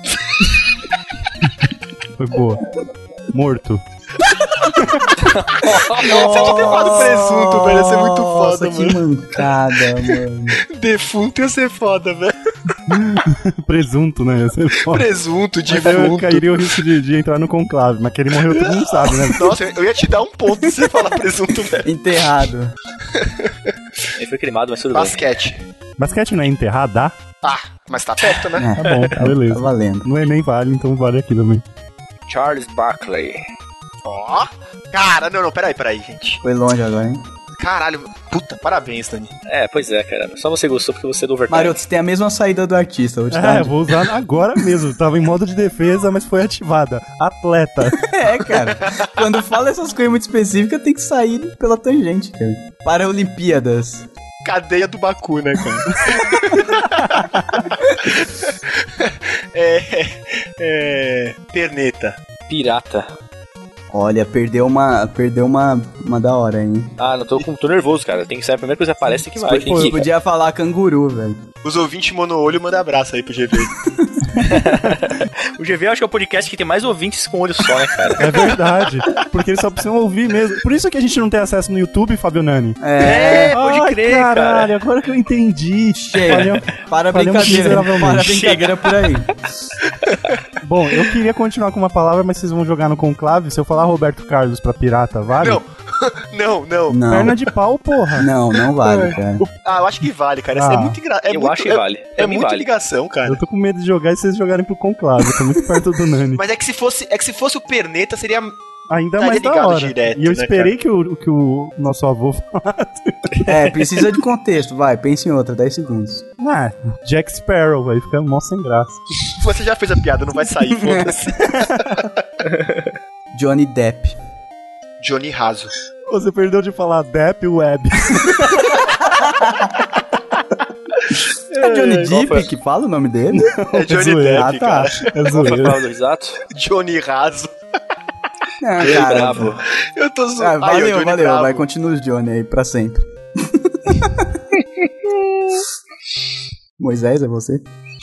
Speaker 4: Foi boa. Morto.
Speaker 2: Você tinha ter falado presunto, velho. Ia ser muito foda,
Speaker 1: Nossa, que
Speaker 2: mano.
Speaker 1: mancada, mano.
Speaker 2: Defunto ia ser foda, velho.
Speaker 4: Presunto, né? Ia ser foda.
Speaker 2: Presunto,
Speaker 4: Mas aí eu
Speaker 2: defunto.
Speaker 4: cairia o risco de entrar no conclave, mas que ele morreu todo mundo sabe, né?
Speaker 2: Nossa, eu ia te dar um ponto se você falar presunto, velho.
Speaker 1: Enterrado.
Speaker 3: Ele foi cremado, mas tudo bem.
Speaker 2: Basquete.
Speaker 4: Basquete não é enterrada?
Speaker 2: Ah, mas tá perto, né?
Speaker 4: Tá bom,
Speaker 1: Tá
Speaker 4: beleza.
Speaker 1: valendo.
Speaker 4: Não é nem vale, então vale aqui também.
Speaker 3: Charles Barkley.
Speaker 2: Ó. Cara, não, peraí, gente.
Speaker 1: Foi longe agora, hein?
Speaker 2: Caralho, puta, parabéns, Dani.
Speaker 3: Pois é, cara. Só você gostou porque você é do overtime.
Speaker 1: Maroto, você tem a mesma saída do artista. Vou te dar uma dica.
Speaker 4: Vou usar agora mesmo. Tava em modo de defesa, mas foi ativada. Atleta.
Speaker 1: Cara. Quando fala essas coisas muito específicas, tem que sair pela tangente, cara. Paraolimpíadas.
Speaker 2: Cadeia do Baku, né, cara? Perneta.
Speaker 3: Pirata.
Speaker 1: Olha, perdeu uma da hora, hein?
Speaker 3: Ah, não tô nervoso, cara. Tem que sair a primeira coisa que aparece, tem que vai. Tem
Speaker 1: Pô,
Speaker 3: que
Speaker 1: eu
Speaker 3: ir, cara.
Speaker 1: podia falar canguru, velho.
Speaker 2: Os ouvintes mono-olho mandam abraço aí pro GV.
Speaker 3: O GV eu acho que é o podcast que tem mais ouvintes com olho só, né, cara?
Speaker 4: É verdade. Porque eles só precisam ouvir mesmo. Por isso que a gente não tem acesso no YouTube, Fábio Nani.
Speaker 3: Pode
Speaker 4: Ai,
Speaker 3: crer,
Speaker 4: caralho,
Speaker 3: cara.
Speaker 4: agora que eu entendi.
Speaker 1: Chega. Para a
Speaker 4: falhamos
Speaker 1: brincadeira.
Speaker 4: miseravelmente.
Speaker 1: Para a brincadeira por aí.
Speaker 4: Bom, eu queria continuar com uma palavra, mas vocês vão jogar no conclave. Se eu falar Roberto Carlos pra pirata, vale?
Speaker 2: Não.
Speaker 1: Não.
Speaker 4: Perna de pau, porra.
Speaker 1: Não vale, cara.
Speaker 2: Ah, eu acho que vale, cara.
Speaker 4: Ah.
Speaker 2: É muito engraçado.
Speaker 3: Eu acho que vale.
Speaker 2: É
Speaker 3: Pra mim
Speaker 2: muita
Speaker 3: vale.
Speaker 2: ligação, cara.
Speaker 4: Eu tô com medo de jogar e vocês jogarem pro conclave. Eu tô muito perto do Nani.
Speaker 2: Mas é que se fosse o Perneta, seria.
Speaker 4: Ainda
Speaker 2: Tá
Speaker 4: mais da
Speaker 2: ligado
Speaker 4: hora.
Speaker 2: direto,
Speaker 4: E eu
Speaker 2: né,
Speaker 4: esperei que o nosso avô falasse.
Speaker 1: Precisa de contexto. Vai, pense em outra, 10 segundos.
Speaker 4: Ah, Jack Sparrow, aí fica mó sem graça.
Speaker 2: Você já fez a piada, não vai sair, foda-se.
Speaker 1: Johnny Depp.
Speaker 2: Johnny Raso.
Speaker 4: Você perdeu de falar Depp Web.
Speaker 1: É Johnny
Speaker 3: qual foi?
Speaker 1: Depp que fala o nome dele?
Speaker 2: É Johnny
Speaker 4: zoeira.
Speaker 2: Depp,
Speaker 1: Ah, tá.
Speaker 2: cara.
Speaker 4: É
Speaker 3: Qual foi a
Speaker 4: zoeira.
Speaker 3: palavra do exato?
Speaker 2: Johnny Raso.
Speaker 1: Não,
Speaker 3: Ele
Speaker 1: cara.
Speaker 3: bravo.
Speaker 2: Eu tô zoando.
Speaker 1: Ah,
Speaker 2: Aí, ó,
Speaker 1: valeu.
Speaker 2: Johnny Bravo.
Speaker 1: Vai, continua os Johnny aí pra sempre. Moisés, é você?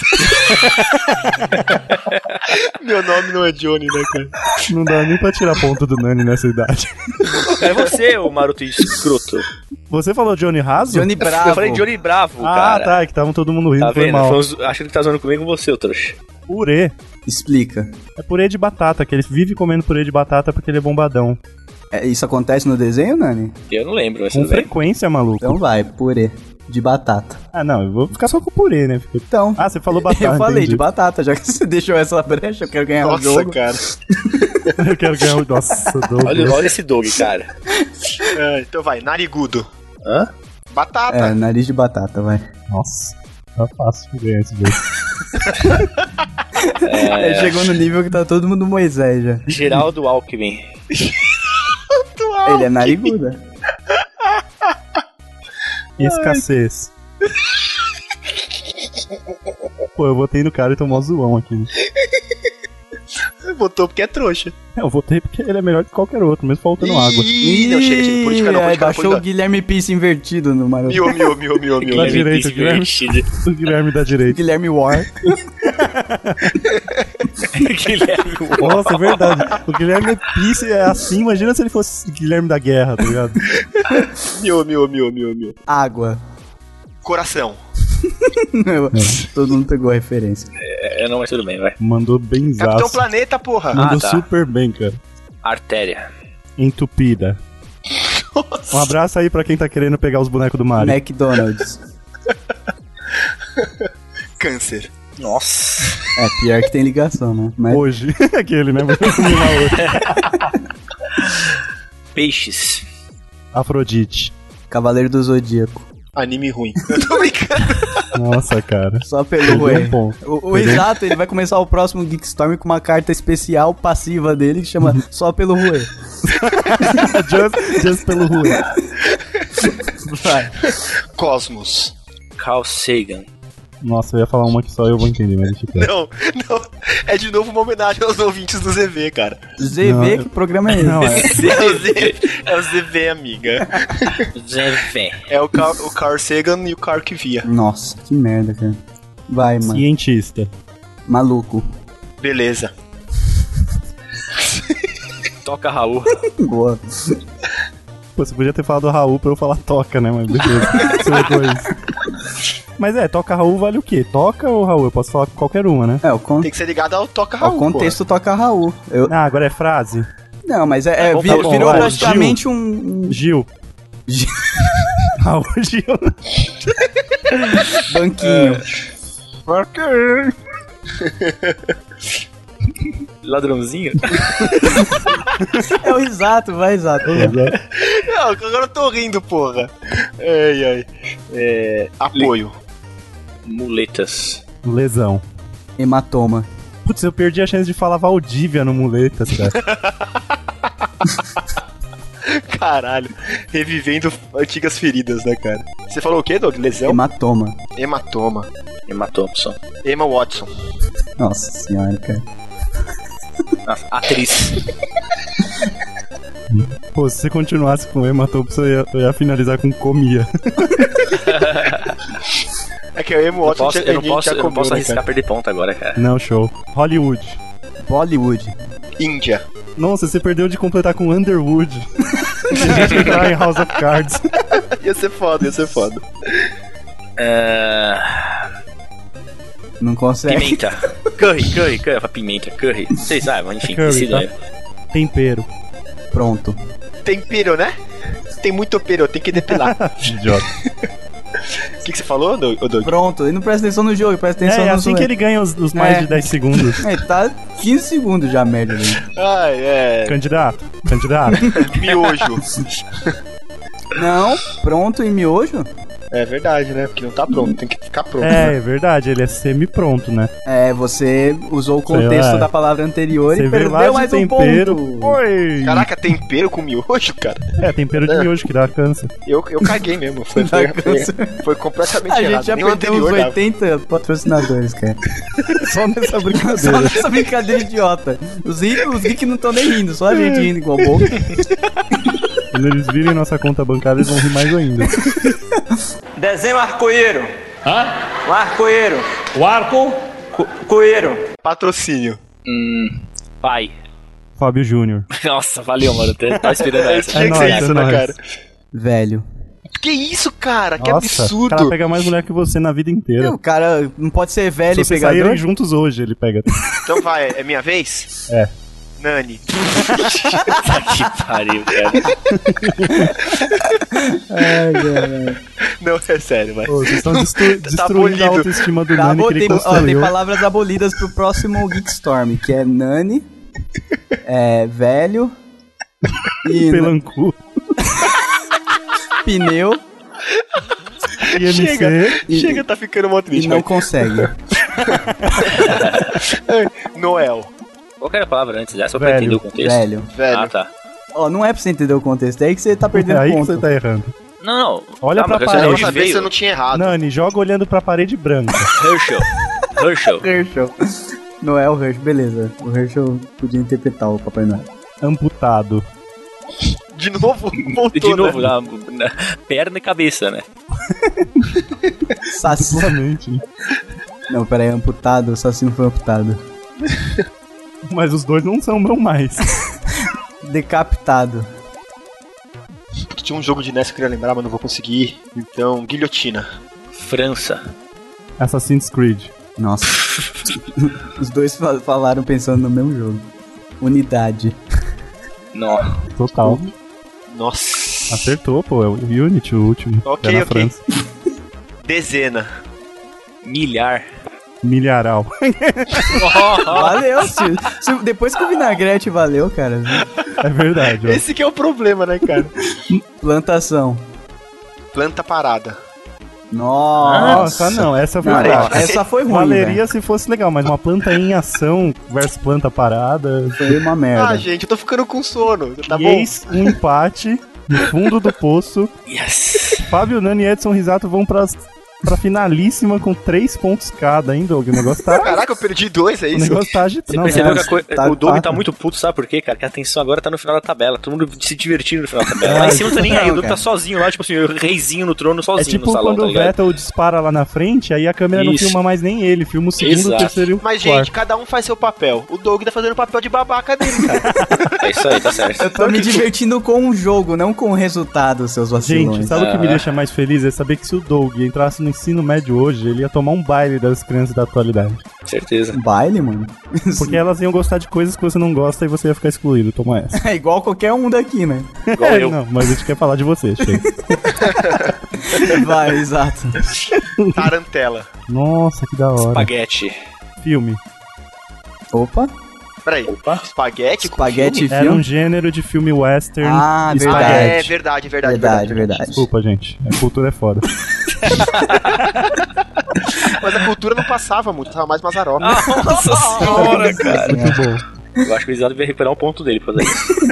Speaker 2: Meu nome não é Johnny, né, cara?
Speaker 4: Não dá nem pra tirar ponto do Nani nessa idade.
Speaker 3: É você, ô maroto escroto.
Speaker 4: Você falou Johnny Raso?
Speaker 1: Johnny Bravo.
Speaker 3: Eu falei Johnny Bravo,
Speaker 4: Ah,
Speaker 3: cara.
Speaker 4: tá, é que estavam todo mundo rindo,
Speaker 3: Tá
Speaker 4: foi
Speaker 3: vendo?
Speaker 4: mal.
Speaker 3: Achando que tá zoando comigo com você, ô trouxa.
Speaker 4: Purê.
Speaker 1: Explica.
Speaker 4: É purê de batata, que ele vive comendo purê de batata porque ele é bombadão.
Speaker 1: Isso acontece no desenho, Nani?
Speaker 3: Eu não lembro, mas
Speaker 4: Com
Speaker 3: tudo bem.
Speaker 4: frequência, maluco.
Speaker 1: Então vai, purê. De batata.
Speaker 4: Ah, não, eu vou ficar só com purê, né? Fica-
Speaker 1: Então.
Speaker 4: Ah, você falou batata,
Speaker 1: eu falei
Speaker 4: entendi.
Speaker 1: de batata, já que você deixou essa brecha, eu quero ganhar o
Speaker 2: Nossa,
Speaker 1: jogo.
Speaker 2: cara.
Speaker 4: Eu quero ganhar o... Nossa, Douglas.
Speaker 3: Olha esse dog, cara.
Speaker 2: Então vai, narigudo.
Speaker 3: Hã?
Speaker 2: Batata.
Speaker 1: Nariz de batata, vai.
Speaker 4: Nossa, tá fácil de ganhar esse jogo.
Speaker 1: Chegou no nível que tá todo mundo Moisés já.
Speaker 3: Geraldo Alckmin.
Speaker 1: Ele é nariguda.
Speaker 4: Escassez. Pô, eu botei no cara e tô mó zoão aqui.
Speaker 2: Votou porque é trouxa.
Speaker 4: Eu votei porque ele é melhor que qualquer outro, mesmo faltando água.
Speaker 2: Ih, não, chega, politicano,
Speaker 1: baixou o Guilherme Pisse invertido no Maroto.
Speaker 2: Mil.
Speaker 4: Da direita, o Guilherme da direita.
Speaker 1: Guilherme War.
Speaker 3: Guilherme
Speaker 4: Nossa, é verdade. O Guilherme Pisse é assim, imagina se ele fosse Guilherme da Guerra, tá ligado?
Speaker 2: Mil.
Speaker 1: Água.
Speaker 2: Coração.
Speaker 1: Todo mundo pegou a referência.
Speaker 3: Não, mas tudo bem, vai.
Speaker 4: Mandou benzaço.
Speaker 2: Capitão Planeta, porra.
Speaker 4: Mandou
Speaker 3: tá.
Speaker 4: super bem, cara.
Speaker 3: Artéria.
Speaker 4: Entupida. Um abraço aí pra quem tá querendo pegar os bonecos do Mario.
Speaker 1: McDonald's.
Speaker 2: Câncer.
Speaker 3: Nossa.
Speaker 1: É, pior que tem ligação, né? Mas
Speaker 4: Hoje. Aquele, né? Vou combinar hoje.
Speaker 3: Peixes.
Speaker 4: Afrodite.
Speaker 1: Cavaleiro do Zodíaco.
Speaker 2: Anime ruim. Eu tô brincando.
Speaker 4: Nossa, cara.
Speaker 1: Só pelo
Speaker 4: Perdeu
Speaker 1: Rui.
Speaker 4: um ponto.
Speaker 1: O exato, ele vai começar o próximo Geekstorm com uma carta especial passiva dele que chama Só pelo Rui.
Speaker 4: just pelo Rui.
Speaker 1: Vai.
Speaker 2: Cosmos.
Speaker 3: Carl Sagan.
Speaker 4: Nossa, eu ia falar uma que só eu vou entender, mas deixa eu ver.
Speaker 2: Não. É de novo uma homenagem aos ouvintes do ZV, cara.
Speaker 1: ZV,
Speaker 4: Não,
Speaker 1: que programa é esse?
Speaker 4: Não,
Speaker 2: É o ZV, amiga.
Speaker 3: Zé.
Speaker 2: É o Carl Sagan e o Carl que via.
Speaker 1: Nossa, que merda, cara. Vai, mano.
Speaker 4: Cientista.
Speaker 1: Maluco.
Speaker 2: Beleza.
Speaker 3: Toca Raul.
Speaker 1: Boa.
Speaker 4: Pô, você podia ter falado Raul pra eu falar toca, né? Mas beleza. Você botou isso. Mas toca Raul vale o quê? Toca ou Raul? Eu posso falar qualquer uma, né?
Speaker 1: É,
Speaker 2: Tem que ser ligado ao Toca Raul.
Speaker 1: o contexto toca Raul.
Speaker 4: Ah, agora é frase?
Speaker 1: Não, mas
Speaker 3: bom, tá bom,
Speaker 1: virou
Speaker 4: vai.
Speaker 1: praticamente um
Speaker 4: Gil.
Speaker 1: Gil.
Speaker 4: Raul Gil.
Speaker 1: banquinho.
Speaker 3: Ladrãozinho.
Speaker 1: É o exato, vai exato.
Speaker 2: Não, agora eu tô rindo, porra. Ai. Apoio.
Speaker 3: Muletas.
Speaker 4: Lesão.
Speaker 1: Hematoma.
Speaker 4: Putz, eu perdi a chance de falar Valdívia no Muletas, cara.
Speaker 2: Caralho. Revivendo antigas feridas, né, cara? Você falou o quê, Doug? Lesão?
Speaker 1: Hematoma.
Speaker 2: Hematoma.
Speaker 3: Emma Thompson.
Speaker 2: Emma Watson.
Speaker 1: Nossa senhora, cara.
Speaker 3: Atriz.
Speaker 4: Pô, se você continuasse com Hematopus, eu ia finalizar com comia.
Speaker 2: É que a Emma Watson
Speaker 3: Eu não posso
Speaker 2: né,
Speaker 3: arriscar
Speaker 2: cara?
Speaker 3: perder ponto agora, cara.
Speaker 4: Não, show. Hollywood.
Speaker 1: Bollywood.
Speaker 2: Índia.
Speaker 4: Nossa, você perdeu de completar com Underwood. A gente entrar em House of Cards.
Speaker 2: Ia ser foda.
Speaker 1: Não consegue.
Speaker 3: Pimenta. Curry. Pimenta, curry. Vocês sabem, mas enfim.
Speaker 4: Curry,
Speaker 3: Decidam
Speaker 4: tá?
Speaker 3: aí.
Speaker 4: Tempero.
Speaker 1: Pronto.
Speaker 2: Tem pero, né? Tem muito pero, tem que depilar.
Speaker 4: Idiota.
Speaker 2: O que você falou, Doug?
Speaker 1: Pronto. Ele não presta atenção no jogo, presta atenção
Speaker 4: É
Speaker 1: no
Speaker 4: assim
Speaker 1: zoeiro.
Speaker 4: que ele ganha os mais
Speaker 1: É.
Speaker 4: de 10 segundos.
Speaker 1: Ele tá 15 segundos já, merda. Ali.
Speaker 2: Ai,
Speaker 4: Candidato.
Speaker 2: miojo.
Speaker 1: Não, pronto e miojo?
Speaker 2: É verdade, né? Porque não tá pronto, tem que ficar pronto.
Speaker 4: É verdade, ele é semi-pronto, né?
Speaker 1: É, você usou o contexto
Speaker 4: lá.
Speaker 1: da palavra anterior
Speaker 4: Você
Speaker 1: e
Speaker 4: vê lá
Speaker 1: perdeu
Speaker 4: de
Speaker 1: mais um
Speaker 4: tempero.
Speaker 1: ponto.
Speaker 4: Oi!
Speaker 2: Caraca, tempero com miojo, cara?
Speaker 4: É, tempero de miojo que dá câncer.
Speaker 2: Eu caguei mesmo. Foi completamente
Speaker 1: A
Speaker 2: errado.
Speaker 1: gente já
Speaker 2: Nem o
Speaker 1: perdeu uns
Speaker 2: anterior dava.
Speaker 1: 80 patrocinadores, cara.
Speaker 4: Só nessa
Speaker 1: Só
Speaker 4: brincadeira.
Speaker 1: nessa brincadeira idiota. Os geeks não estão nem rindo, só a gente rindo igual boca.
Speaker 4: Quando eles virem nossa conta bancária, eles vão rir mais ainda.
Speaker 6: Desenho arco-íro.
Speaker 7: Hã?
Speaker 6: Um arco-íro.
Speaker 7: O arco?
Speaker 6: Coeiro.
Speaker 2: Patrocínio.
Speaker 3: Pai.
Speaker 4: Fábio Júnior.
Speaker 3: Nossa, valeu, mano. Tava esperando essa.
Speaker 2: Tinha que ser
Speaker 4: nóis,
Speaker 2: isso,
Speaker 4: é
Speaker 2: né,
Speaker 4: nóis.
Speaker 2: cara?
Speaker 1: Velho.
Speaker 2: Que isso, cara? Que
Speaker 4: Nossa,
Speaker 2: absurdo.
Speaker 4: o cara pega mais mulher que você na vida inteira.
Speaker 1: O cara não pode ser velho
Speaker 4: Se
Speaker 1: e
Speaker 4: vocês
Speaker 1: pegador.
Speaker 4: saírem juntos hoje, ele pega.
Speaker 2: Então vai, é minha vez?
Speaker 4: É.
Speaker 2: Nani.
Speaker 3: Que pariu, cara.
Speaker 1: Ai, cara.
Speaker 2: Não, é sério, vai.
Speaker 4: Pô, vocês estão destruindo
Speaker 2: abolido.
Speaker 4: a autoestima do
Speaker 1: Tá,
Speaker 4: Nani que ele
Speaker 1: tem
Speaker 4: construiu.
Speaker 1: palavras abolidas pro próximo Geekstorm, que é Nani, velho e
Speaker 4: Pelancu.
Speaker 1: pneu
Speaker 4: IMC.
Speaker 2: Chega, tá ficando mó
Speaker 1: e
Speaker 2: triste.
Speaker 1: não
Speaker 2: vai.
Speaker 1: consegue.
Speaker 2: Noel.
Speaker 3: Qual que era a palavra antes dessa? Só pra
Speaker 4: Velho.
Speaker 3: entender o contexto.
Speaker 1: Velho.
Speaker 2: Velho.
Speaker 3: Ah, tá.
Speaker 1: Ó, não é pra você entender o contexto, é aí que você tá
Speaker 4: É
Speaker 1: perdendo
Speaker 4: aí que
Speaker 1: ponto.
Speaker 4: você tá errando.
Speaker 3: Não.
Speaker 4: Olha
Speaker 3: Calma,
Speaker 4: pra
Speaker 3: eu sei
Speaker 4: parede.
Speaker 3: onde
Speaker 2: Pra saber se eu
Speaker 3: veio.
Speaker 2: não tinha errado.
Speaker 4: Nani, joga olhando pra parede branca.
Speaker 3: Herschel.
Speaker 1: Herschel. Noel, o Herschel, beleza. O Herschel podia interpretar o Papai Noel.
Speaker 4: Amputado.
Speaker 2: De novo? Voltou,
Speaker 3: De novo,
Speaker 2: né?
Speaker 3: na perna e cabeça, né?
Speaker 1: Saci...
Speaker 4: Duplamente.
Speaker 1: Não, peraí, amputado, o assassino foi amputado.
Speaker 4: Mas os dois não são não mais.
Speaker 1: Decapitado.
Speaker 2: Tinha um jogo de NES que eu queria lembrar, mas não vou conseguir. Então, guilhotina.
Speaker 3: França.
Speaker 4: Assassin's Creed.
Speaker 1: Nossa. Os dois falaram pensando no mesmo jogo. Unidade.
Speaker 3: Não.
Speaker 4: Total.
Speaker 2: Nossa.
Speaker 4: Acertou, pô. É o Unity, o último.
Speaker 2: Ok,
Speaker 4: é na
Speaker 2: ok.
Speaker 4: França.
Speaker 2: Dezena.
Speaker 3: Milhar.
Speaker 4: Milharal.
Speaker 1: Valeu, depois que o vinagrete valeu, cara.
Speaker 4: É verdade, ó.
Speaker 2: Esse que é o problema, né, cara?
Speaker 1: Plantação.
Speaker 2: Planta parada.
Speaker 1: Nossa.
Speaker 4: Nossa, não. Essa foi
Speaker 1: Não,
Speaker 4: legal.
Speaker 1: essa foi ruim,
Speaker 4: Valeria
Speaker 1: velho.
Speaker 4: se fosse legal, mas uma planta em ação versus planta parada.
Speaker 1: Foi uma merda.
Speaker 2: Ah, gente, eu tô ficando com sono. Tá
Speaker 4: e
Speaker 2: bom?
Speaker 4: eis um empate no fundo do poço.
Speaker 3: Yes.
Speaker 4: Fábio, Nani e Edson Risato vão pra finalíssima com 3 pontos cada, hein, Doug? O negócio tá...
Speaker 2: Caraca, eu perdi 2, é
Speaker 4: O
Speaker 2: isso?
Speaker 4: negócio tá agitado.
Speaker 3: Você
Speaker 4: Não,
Speaker 3: percebeu
Speaker 4: é,
Speaker 3: que
Speaker 1: tá-
Speaker 3: o Doug tá
Speaker 1: tá-
Speaker 3: muito puto, sabe por quê, cara? Que a atenção agora tá no final da tabela. Todo mundo se divertindo no final da tabela. Lá
Speaker 4: Ai,
Speaker 3: em cima não tá nem aí. O Doug
Speaker 1: cara.
Speaker 3: tá sozinho lá, tipo assim, o reizinho no trono
Speaker 4: É
Speaker 3: sozinho
Speaker 4: tipo
Speaker 3: no salão,
Speaker 4: quando
Speaker 3: tá
Speaker 4: o
Speaker 3: ligado?
Speaker 4: Vettel dispara lá na frente, aí a câmera não
Speaker 3: Isso.
Speaker 4: filma mais nem ele, filma o segundo, o
Speaker 3: Exato.
Speaker 4: terceiro e o
Speaker 2: Mas,
Speaker 4: quarto.
Speaker 2: gente, cada um faz seu papel. O Doug tá fazendo o papel de babaca dele, cara.
Speaker 3: É isso aí, tá certo.
Speaker 1: Eu tô me divertindo com o jogo, não com o resultado, seus vacilões.
Speaker 4: Gente, sabe o que me deixa mais feliz? É saber que se o Doug entrasse no ensino médio hoje, ele ia tomar um baile das crianças da atualidade.
Speaker 3: Certeza.
Speaker 1: Baile, mano?
Speaker 4: Porque elas iam gostar de coisas que você não gosta e você ia ficar excluído. Toma essa.
Speaker 1: É igual qualquer um daqui, né?
Speaker 3: Igual eu.
Speaker 4: Não, mas a gente quer falar de você, chega.
Speaker 1: Vai, exato.
Speaker 2: Tarantela.
Speaker 4: Nossa, que da hora.
Speaker 3: Espaguete.
Speaker 4: Filme.
Speaker 1: Opa,
Speaker 2: Peraí. Espaguete? com
Speaker 1: espaguete
Speaker 2: filme?
Speaker 1: e
Speaker 4: Era
Speaker 1: filme.
Speaker 4: um gênero de filme western.
Speaker 1: Ah,
Speaker 4: e
Speaker 1: verdade.
Speaker 2: Ah, é
Speaker 4: espaguete.
Speaker 2: verdade.
Speaker 1: Verdade.
Speaker 4: Desculpa, gente. A cultura é foda.
Speaker 2: Mas a cultura não passava muito, tava mais Mazarop.
Speaker 3: Nossa senhora, cara.
Speaker 4: Muito bom.
Speaker 3: Eu acho que o Isado vai recuperar um ponto dele pra fazer isso.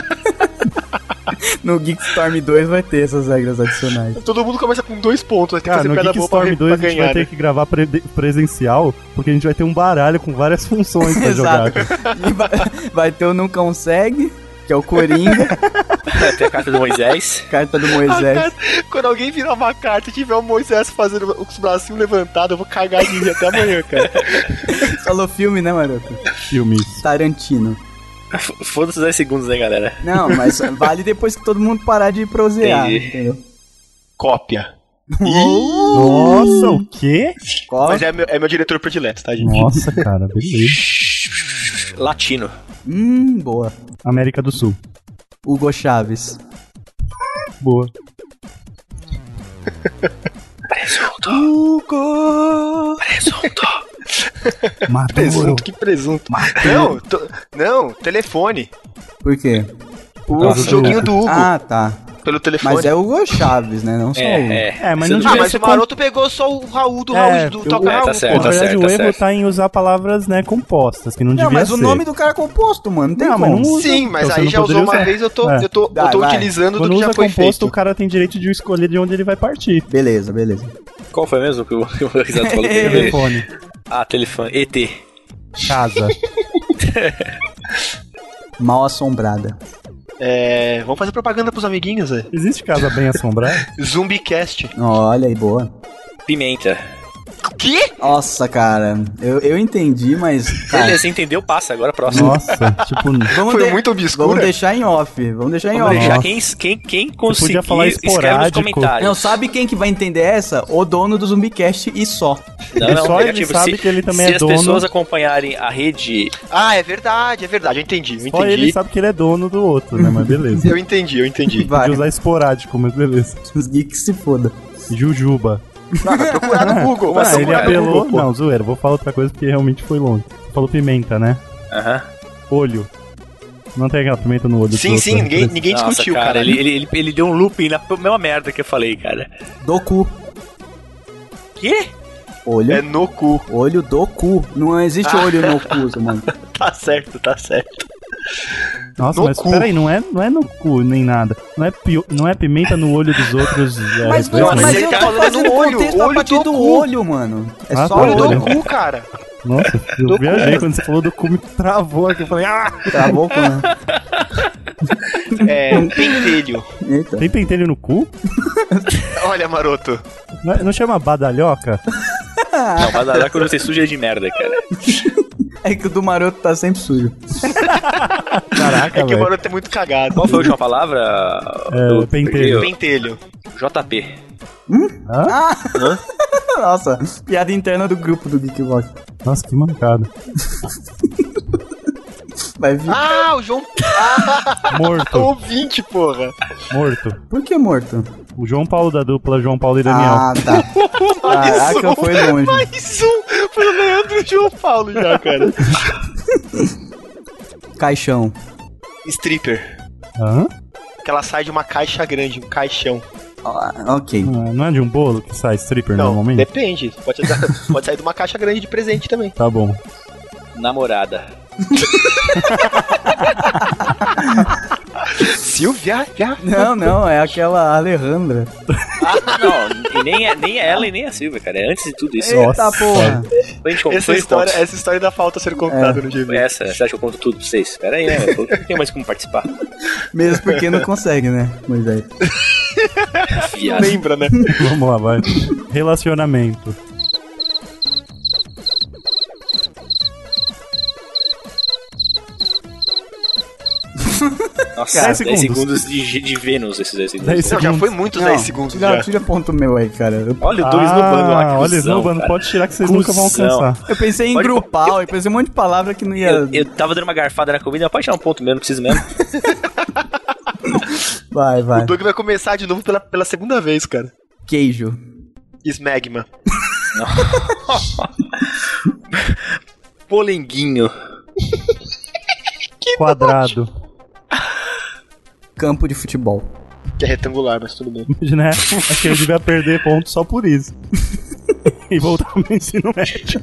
Speaker 1: No Geekstorm 2 vai ter essas regras adicionais.
Speaker 2: Todo mundo começa com 2 pontos, tem que
Speaker 4: Cara,
Speaker 2: fazer
Speaker 4: no
Speaker 2: pedra boa pra,
Speaker 4: Geekstorm 2 a
Speaker 2: pra
Speaker 4: gente
Speaker 2: ganhar,
Speaker 4: vai ter
Speaker 2: né?
Speaker 4: que gravar presencial, porque a gente vai ter um baralho com várias funções pra jogar.
Speaker 1: Exato. E vai ter o Não Consegue, que é o Coringa,
Speaker 3: Tem a carta do Moisés.
Speaker 1: carta do
Speaker 2: Ah,
Speaker 1: Moisés.
Speaker 2: cara, quando alguém virar uma carta e tiver o Moisés fazendo os bracinhos levantados, eu vou cagar de rir até amanhã, cara.
Speaker 1: Falou filme, né, maroto?
Speaker 4: Filmes.
Speaker 1: Tarantino.
Speaker 3: Foda-se 10 segundos, né, galera?
Speaker 1: Não, mas vale depois que todo mundo parar de prosear,
Speaker 3: Entendi.
Speaker 1: entendeu?
Speaker 2: Cópia.
Speaker 4: Nossa, o quê?
Speaker 1: Qual?
Speaker 2: Mas é meu diretor predileto, tá, gente?
Speaker 4: Nossa, cara, beleza.
Speaker 3: Latino.
Speaker 1: Boa.
Speaker 4: América do Sul.
Speaker 1: Hugo Chaves.
Speaker 4: Boa.
Speaker 2: Hugo!
Speaker 3: Presunto.
Speaker 4: Maduro.
Speaker 2: Presunto, que presunto. Não, telefone.
Speaker 1: Por quê?
Speaker 2: O
Speaker 4: causa do
Speaker 2: joguinho do Hugo,
Speaker 1: Ah, tá.
Speaker 2: pelo telefone.
Speaker 1: Mas é Hugo Chaves, né? Não só o Hugo.
Speaker 4: É, mas
Speaker 3: Você
Speaker 4: não
Speaker 3: devia
Speaker 2: Ah,
Speaker 4: devia
Speaker 2: mas
Speaker 4: ser
Speaker 2: o Maroto pegou só o Raul do
Speaker 4: É,
Speaker 2: Raul, do Toca
Speaker 3: tá
Speaker 2: Raul,
Speaker 3: certo,
Speaker 4: Na
Speaker 2: pô.
Speaker 4: verdade,
Speaker 3: certo,
Speaker 4: o
Speaker 3: tá
Speaker 4: erro
Speaker 3: certo.
Speaker 4: tá em usar palavras, né, compostas, que não,
Speaker 1: Não,
Speaker 4: devia
Speaker 1: mas
Speaker 4: ser.
Speaker 1: o nome do cara é composto, mano. Não tem
Speaker 4: Não, mas
Speaker 1: como.
Speaker 4: não usa.
Speaker 2: Sim, mas
Speaker 4: Então você
Speaker 2: aí
Speaker 4: não
Speaker 2: já usou
Speaker 4: poderia
Speaker 2: uma
Speaker 4: usar.
Speaker 2: vez, eu tô
Speaker 4: É.
Speaker 1: Vai.
Speaker 2: utilizando
Speaker 4: Quando
Speaker 2: do que
Speaker 4: usa
Speaker 2: já foi
Speaker 4: composto,
Speaker 2: feito.
Speaker 4: o cara tem direito de escolher de onde ele vai partir.
Speaker 1: Beleza.
Speaker 3: Qual foi mesmo que o Isado falou?
Speaker 4: Telefone,
Speaker 3: Ah, telefone. ET.
Speaker 4: casa,
Speaker 1: Mal Assombrada.
Speaker 2: Vamos fazer propaganda pros amiguinhos, velho.
Speaker 4: existe casa bem assombrada?
Speaker 2: Zumbicast.
Speaker 1: Olha aí, boa.
Speaker 3: Pimenta.
Speaker 2: O quê?
Speaker 1: Nossa, cara. Eu entendi, mas... Cara,
Speaker 3: Beleza, entendeu? Passa. Agora próximo.
Speaker 4: Nossa, tipo,
Speaker 2: Foi muito obscura.
Speaker 1: Vamos deixar em off. Vamos deixar em
Speaker 3: Vamos
Speaker 1: off.
Speaker 3: deixar quem conseguir,
Speaker 4: podia falar
Speaker 3: escreve nos
Speaker 4: esporádico.
Speaker 3: comentários.
Speaker 1: Não, sabe quem que vai entender essa? O dono do Zumbicast e só.
Speaker 3: Não,
Speaker 4: Só ele
Speaker 3: negativo.
Speaker 4: sabe que ele também
Speaker 3: se
Speaker 4: é
Speaker 3: as
Speaker 4: dono.
Speaker 3: pessoas acompanharem a rede...
Speaker 2: Ah, é verdade, eu entendi, eu
Speaker 4: só ele
Speaker 2: entendi.
Speaker 4: sabe que ele é dono do outro, né? Mas beleza.
Speaker 2: Eu entendi.
Speaker 1: Vai.
Speaker 4: Podia usar esporádico, mas beleza.
Speaker 1: Os geeks se foda.
Speaker 4: Jujuba.
Speaker 2: Ah, vai procurar no Google, vai
Speaker 4: Ah, ele
Speaker 2: procurar no
Speaker 4: apelou.
Speaker 2: Google, pô.
Speaker 4: Não, zoeira, vou falar outra coisa porque realmente foi longe. Falou pimenta, né?
Speaker 3: Aham.
Speaker 4: Olho. Não tem aquela pimenta no olho do
Speaker 2: Sim,
Speaker 4: outro,
Speaker 2: sim,
Speaker 4: né?
Speaker 2: ninguém
Speaker 3: Nossa,
Speaker 2: discutiu,
Speaker 3: cara.
Speaker 2: cara.
Speaker 3: Ele deu um looping na mesma merda que eu falei, cara.
Speaker 1: Do cu.
Speaker 3: Quê?
Speaker 1: Olho.
Speaker 2: É no cu.
Speaker 1: Olho do cu. Não existe olho no cu, mano.
Speaker 2: Tá certo.
Speaker 4: Nossa,
Speaker 2: No
Speaker 4: mas
Speaker 2: cu.
Speaker 4: peraí, não é no cu nem nada. Não é pimenta no olho dos outros.
Speaker 1: Mas,
Speaker 4: reflexos,
Speaker 2: mas
Speaker 1: mas
Speaker 2: ele
Speaker 1: eu
Speaker 2: tá
Speaker 1: tô
Speaker 2: falando
Speaker 1: fazendo
Speaker 2: no olho,
Speaker 1: contexto a
Speaker 2: olho
Speaker 1: partir
Speaker 2: do
Speaker 1: do
Speaker 2: cu.
Speaker 1: olho, mano. É
Speaker 4: Ah,
Speaker 1: só
Speaker 4: tá,
Speaker 2: Olho
Speaker 1: olho.
Speaker 2: do cu, cara.
Speaker 4: Nossa, eu viajei quando você falou do cu, me travou aqui. Eu falei,
Speaker 1: Travou com...
Speaker 2: Pentelho.
Speaker 1: Eita.
Speaker 4: Tem pentelho no cu?
Speaker 2: Olha, maroto.
Speaker 4: Não chama badalhoca?
Speaker 3: Não, mas lá quando você suja de merda, cara.
Speaker 1: É que o do maroto tá sempre sujo.
Speaker 4: Caraca,
Speaker 2: É que o
Speaker 4: velho.
Speaker 2: maroto é muito cagado.
Speaker 3: Qual foi a última palavra?
Speaker 4: Pentelho.
Speaker 2: Pentelho.
Speaker 3: JP.
Speaker 1: Nossa, piada interna do grupo do Geekbox.
Speaker 4: Nossa, que mancada.
Speaker 1: Vai vir.
Speaker 2: Ah, o João...
Speaker 4: Morto,
Speaker 2: Ouvinte, porra.
Speaker 4: morto.
Speaker 1: Por que morto?
Speaker 4: O João Paulo da dupla João Paulo e Daniel.
Speaker 1: Ah, tá. Caraca, foi longe.
Speaker 2: Mais um. Foi o Leandro e o João Paulo já, cara.
Speaker 1: Caixão.
Speaker 2: Stripper.
Speaker 4: Hã?
Speaker 2: Que ela sai de uma caixa grande, um caixão.
Speaker 1: Ok.
Speaker 4: Não é de um bolo que sai stripper
Speaker 2: Não,
Speaker 4: normalmente?
Speaker 2: depende. Pode sair de uma caixa grande de presente também.
Speaker 4: Tá bom.
Speaker 3: Namorada.
Speaker 2: Silvia, já.
Speaker 1: Não, é aquela Alejandra.
Speaker 3: Não, e nem é ela e nem a Silvia, cara. É antes de tudo isso.
Speaker 1: Eita porra.
Speaker 2: Essa história ainda falta ser contada no GV.
Speaker 3: Você acha que eu conto tudo pra vocês? Pera aí, né? Eu não tenho mais como participar.
Speaker 1: Mesmo porque não consegue, né, Moisés?
Speaker 3: Viado.
Speaker 2: Lembra, né?
Speaker 4: Vamos lá, vai. Relacionamento.
Speaker 3: Nossa,
Speaker 4: 10
Speaker 3: 10
Speaker 4: segundos.
Speaker 3: segundos de Vênus, esses 10 segundos.
Speaker 4: 10
Speaker 2: Não, já
Speaker 4: segundos.
Speaker 2: foi muitos 10 segundos já.
Speaker 1: Tira ponto meu aí, cara.
Speaker 3: Olha o Doug esnobando lá, que
Speaker 4: olha,
Speaker 3: cuzão,
Speaker 4: esnobando,
Speaker 3: cara.
Speaker 4: pode tirar que vocês nunca vão
Speaker 3: Cuzão.
Speaker 4: alcançar.
Speaker 1: Eu pensei em
Speaker 3: Pode-
Speaker 1: grupal, eu pensei em um monte de palavra que não ia...
Speaker 3: Eu tava dando uma garfada na comida, pode tirar um ponto mesmo, não preciso mesmo.
Speaker 1: Vai.
Speaker 2: O Doug vai começar de novo pela segunda vez, cara.
Speaker 1: Queijo.
Speaker 2: Smegma.
Speaker 3: Polenguinho.
Speaker 4: Quadrado.
Speaker 1: Campo de futebol.
Speaker 2: Que é retangular, mas tudo bem.
Speaker 4: Né? Acho que eu devia perder ponto só por isso. E voltar pro ensino médio.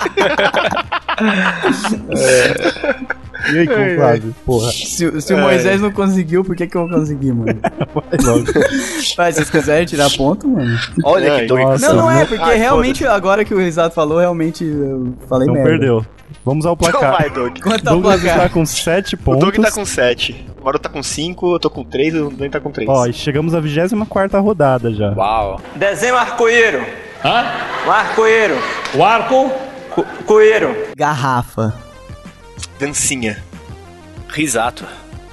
Speaker 4: E aí, conclave? Porra.
Speaker 1: Se o Moisés não conseguiu, por que eu vou conseguir, mano?
Speaker 4: Vai logo.
Speaker 1: Vai, se vocês quiserem tirar ponto, mano.
Speaker 2: Olha
Speaker 3: Ai,
Speaker 2: que doido.
Speaker 4: nossa.
Speaker 1: Não é, porque
Speaker 2: Ai,
Speaker 1: realmente, agora que o Risato falou, realmente eu falei
Speaker 4: Então
Speaker 1: merda.
Speaker 4: perdeu. Vamos ao
Speaker 2: Então
Speaker 4: placar.
Speaker 2: vai, Doug.
Speaker 1: Quanto ao
Speaker 4: Douglas está
Speaker 1: placar?
Speaker 4: com 7
Speaker 2: O
Speaker 4: pontos.
Speaker 2: Doug tá com 7. O Maroto tá com 5, eu tô com 3 e o Dan tá com 3.
Speaker 4: Ó, e chegamos à 24ª rodada já.
Speaker 3: Uau.
Speaker 6: Desenho arco-íro.
Speaker 7: Hã?
Speaker 6: Um arco-íro.
Speaker 7: O arco?
Speaker 6: Coeiro.
Speaker 1: Garrafa.
Speaker 2: Dancinha.
Speaker 3: Risato.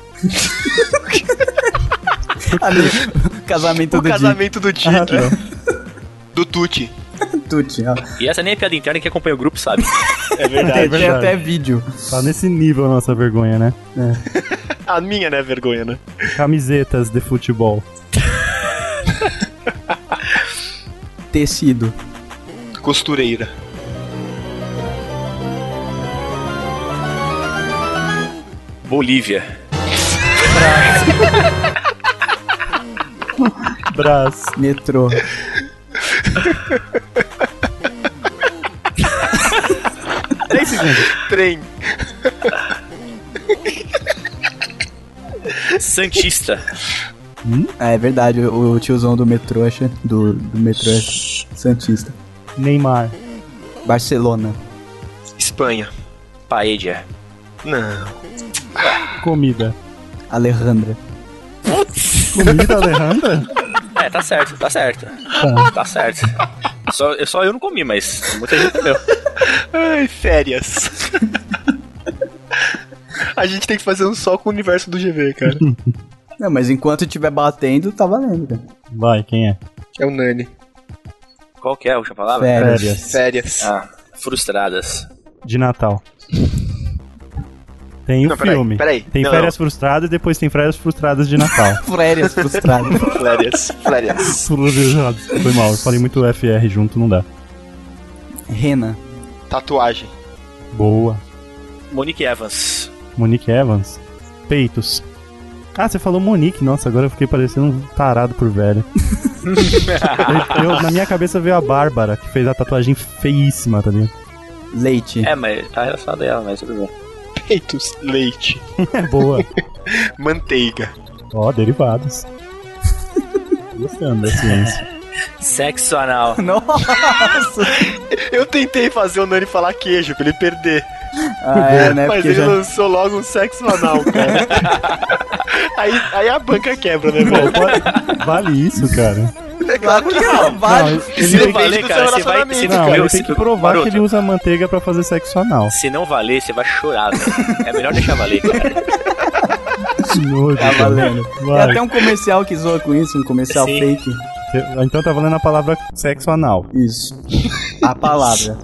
Speaker 1: Ali, casamento
Speaker 2: O
Speaker 1: do
Speaker 2: casamento do Dick. Do Tuti.
Speaker 1: Dick. Tuti, ó.
Speaker 3: E essa nem é piada interna, quem acompanha o grupo sabe.
Speaker 2: É verdade.
Speaker 1: Tem até vídeo.
Speaker 4: Tá nesse nível a nossa vergonha, né?
Speaker 2: A minha, né, vergonha, né?
Speaker 4: Camisetas de futebol.
Speaker 1: Tecido.
Speaker 2: Costureira.
Speaker 3: Bolívia.
Speaker 4: Brás.
Speaker 1: Metrô.
Speaker 2: Trem.
Speaker 3: Santista.
Speaker 1: Ah, é verdade, o tiozão do metrô do metrô é santista.
Speaker 4: Neymar.
Speaker 1: Barcelona.
Speaker 2: Espanha.
Speaker 3: Paella.
Speaker 2: Não.
Speaker 4: Comida.
Speaker 1: Alejandra.
Speaker 4: Comida, Alejandra?
Speaker 3: É, tá certo. Tá certo. Só eu não comi, mas muita gente comeu.
Speaker 2: Ai, férias. A gente tem que fazer um só com o universo do GV, cara.
Speaker 1: Não, mas enquanto estiver batendo, tá valendo, cara.
Speaker 4: Vai, quem é?
Speaker 2: É o Nani.
Speaker 3: Qual que é a última palavra?
Speaker 1: Férias.
Speaker 2: Férias.
Speaker 3: Ah, frustradas.
Speaker 4: De Natal. Tem o
Speaker 2: Não, peraí,
Speaker 4: filme.
Speaker 2: peraí.
Speaker 4: Tem
Speaker 2: Não,
Speaker 4: férias frustradas e depois tem férias frustradas de Natal.
Speaker 1: Férias frustradas.
Speaker 2: Férias. Férias.
Speaker 4: Frustradas. Foi mal, eu falei muito FR junto, não dá.
Speaker 1: Rena.
Speaker 2: Tatuagem.
Speaker 4: Boa.
Speaker 3: Monique Evans.
Speaker 4: Monique Evans. Peitos. Ah, você falou Monique. Nossa, agora eu fiquei parecendo um tarado por velho. Na minha cabeça veio a Bárbara, que fez a tatuagem feíssima, tá ligado?
Speaker 1: Leite.
Speaker 3: É, mas tá relacionado a ela, mas tudo bem.
Speaker 2: Peitos. Leite.
Speaker 4: É boa.
Speaker 2: Manteiga.
Speaker 4: Ó, derivados. Gostando da ciência.
Speaker 3: Sexo anal.
Speaker 1: Nossa!
Speaker 2: Eu tentei fazer o Nani falar queijo pra ele perder.
Speaker 1: Ah, é, né?
Speaker 2: Mas
Speaker 1: Porque
Speaker 2: ele
Speaker 1: já...
Speaker 2: lançou logo um sexo anal, cara. aí a banca quebra, né, velho?
Speaker 4: Vale isso, cara.
Speaker 2: É claro que não.
Speaker 1: Vale.
Speaker 4: Não,
Speaker 3: Se não valer, cara, você vai... Você
Speaker 4: Não,
Speaker 3: meu,
Speaker 4: ele tem que provar que ele usa manteiga pra fazer sexo anal.
Speaker 3: Se não valer, você vai chorar, velho. É melhor deixar valer, cara.
Speaker 4: Que nojo,
Speaker 1: Tá
Speaker 4: cara.
Speaker 1: valendo. Tem
Speaker 4: Vai.
Speaker 1: até um comercial que zoa com isso, um comercial
Speaker 3: Sim.
Speaker 1: fake.
Speaker 4: Então tá valendo a palavra sexo anal.
Speaker 1: Isso. A palavra.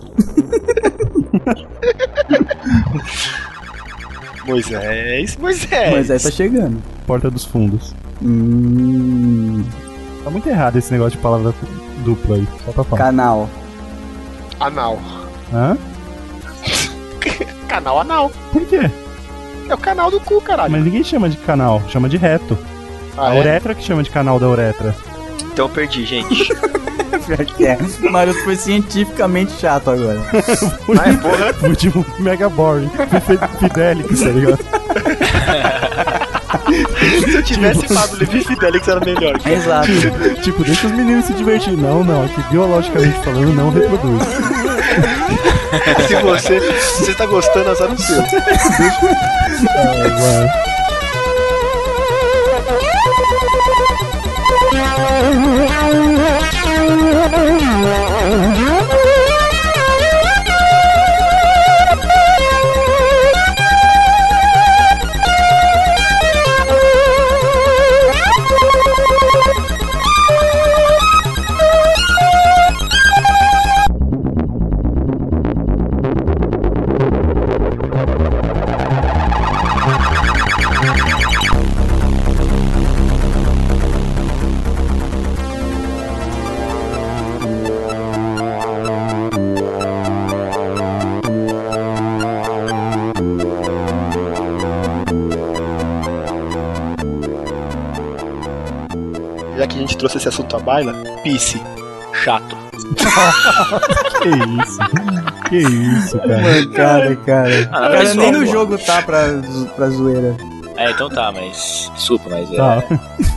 Speaker 2: Moisés.
Speaker 1: Mas aí tá chegando.
Speaker 4: Porta dos fundos.
Speaker 1: Hum,
Speaker 4: Tá muito errado esse negócio de palavra dupla aí. Só pra falar.
Speaker 1: canal.
Speaker 2: Anal.
Speaker 4: Hã?
Speaker 2: Canal anal.
Speaker 4: Por quê?
Speaker 2: É o canal do cu, caralho.
Speaker 4: Mas ninguém chama de canal, chama de reto.
Speaker 2: Ah,
Speaker 4: A
Speaker 2: é?
Speaker 4: uretra que chama de canal da uretra.
Speaker 2: Então eu perdi, gente.
Speaker 1: Pior que é. O Maroto foi cientificamente chato agora.
Speaker 2: Ai, porra.
Speaker 4: Foi tipo mega boring. Fidelix, tá ligado?
Speaker 2: Se eu tivesse falado Levi Fidelix era melhor. cara.
Speaker 1: Exato.
Speaker 4: Tipo, deixa os meninos se divertir. Não, aqui biologicamente falando, não reproduz.
Speaker 2: Se você tá gostando, azar no seu.
Speaker 4: Ai, vai.
Speaker 2: Já que a gente trouxe esse assunto à baila, pisse.
Speaker 3: Chato.
Speaker 4: Que isso, cara.
Speaker 1: Mancada, cara.
Speaker 3: Ah,
Speaker 1: Cara,
Speaker 3: pessoal,
Speaker 1: nem no
Speaker 3: pô.
Speaker 1: jogo tá pra zoeira.
Speaker 3: É, então tá, mas... Desculpa, mas é...
Speaker 4: Tá.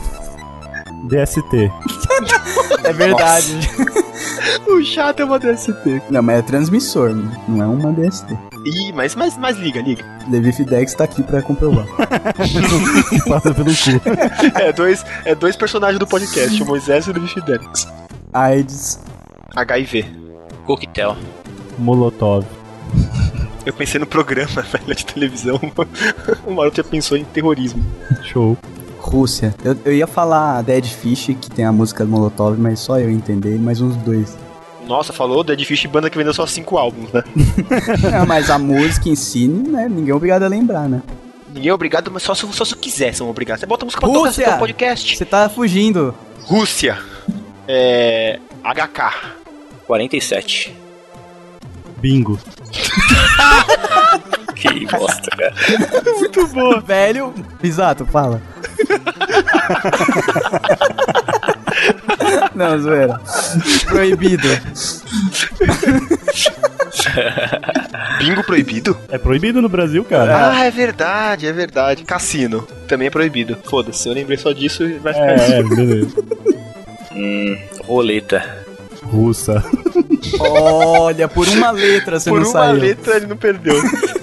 Speaker 4: DST.
Speaker 1: É verdade.
Speaker 2: O chato é uma DST.
Speaker 1: Não, mas é transmissor, não é uma DST.
Speaker 2: Ih, mas liga.
Speaker 1: Levi Fidex tá aqui pra comprovar.
Speaker 4: Que passa pelo cu.
Speaker 2: É dois personagens do podcast, o Moisés e o Levi Fidelix.
Speaker 1: AIDS.
Speaker 2: HIV.
Speaker 3: Coquetel.
Speaker 4: Molotov.
Speaker 2: Eu pensei no programa, velho, de televisão. O Maroto já pensou em terrorismo.
Speaker 4: Show.
Speaker 1: Rússia. Eu ia falar Dead Fish, que tem a música do Molotov, mas só eu entender, mais uns dois.
Speaker 2: Nossa, falou Dead Fish, banda que vendeu só 5 álbuns, né?
Speaker 1: Não, mas a música em si, né, ninguém é obrigado a lembrar, né?
Speaker 2: Ninguém é obrigado, mas só se quiser são obrigados. Você bota a música pra tocar no seu podcast.
Speaker 1: Você tá fugindo.
Speaker 2: Rússia. HK.
Speaker 3: 47.
Speaker 4: Bingo.
Speaker 3: Que bosta, cara.
Speaker 2: Muito boa.
Speaker 1: Velho. Exato, fala. Não, zoeira. Proibido.
Speaker 2: Bingo proibido?
Speaker 4: É proibido no Brasil, cara.
Speaker 2: Ah, é verdade. Cassino. Também é proibido. Foda-se, eu lembrei só disso e vai ficar isso.
Speaker 4: Beleza.
Speaker 3: Roleta.
Speaker 4: Russa.
Speaker 1: Olha, por uma letra você
Speaker 2: Por
Speaker 1: não
Speaker 2: uma
Speaker 1: saiu.
Speaker 2: letra ele não perdeu.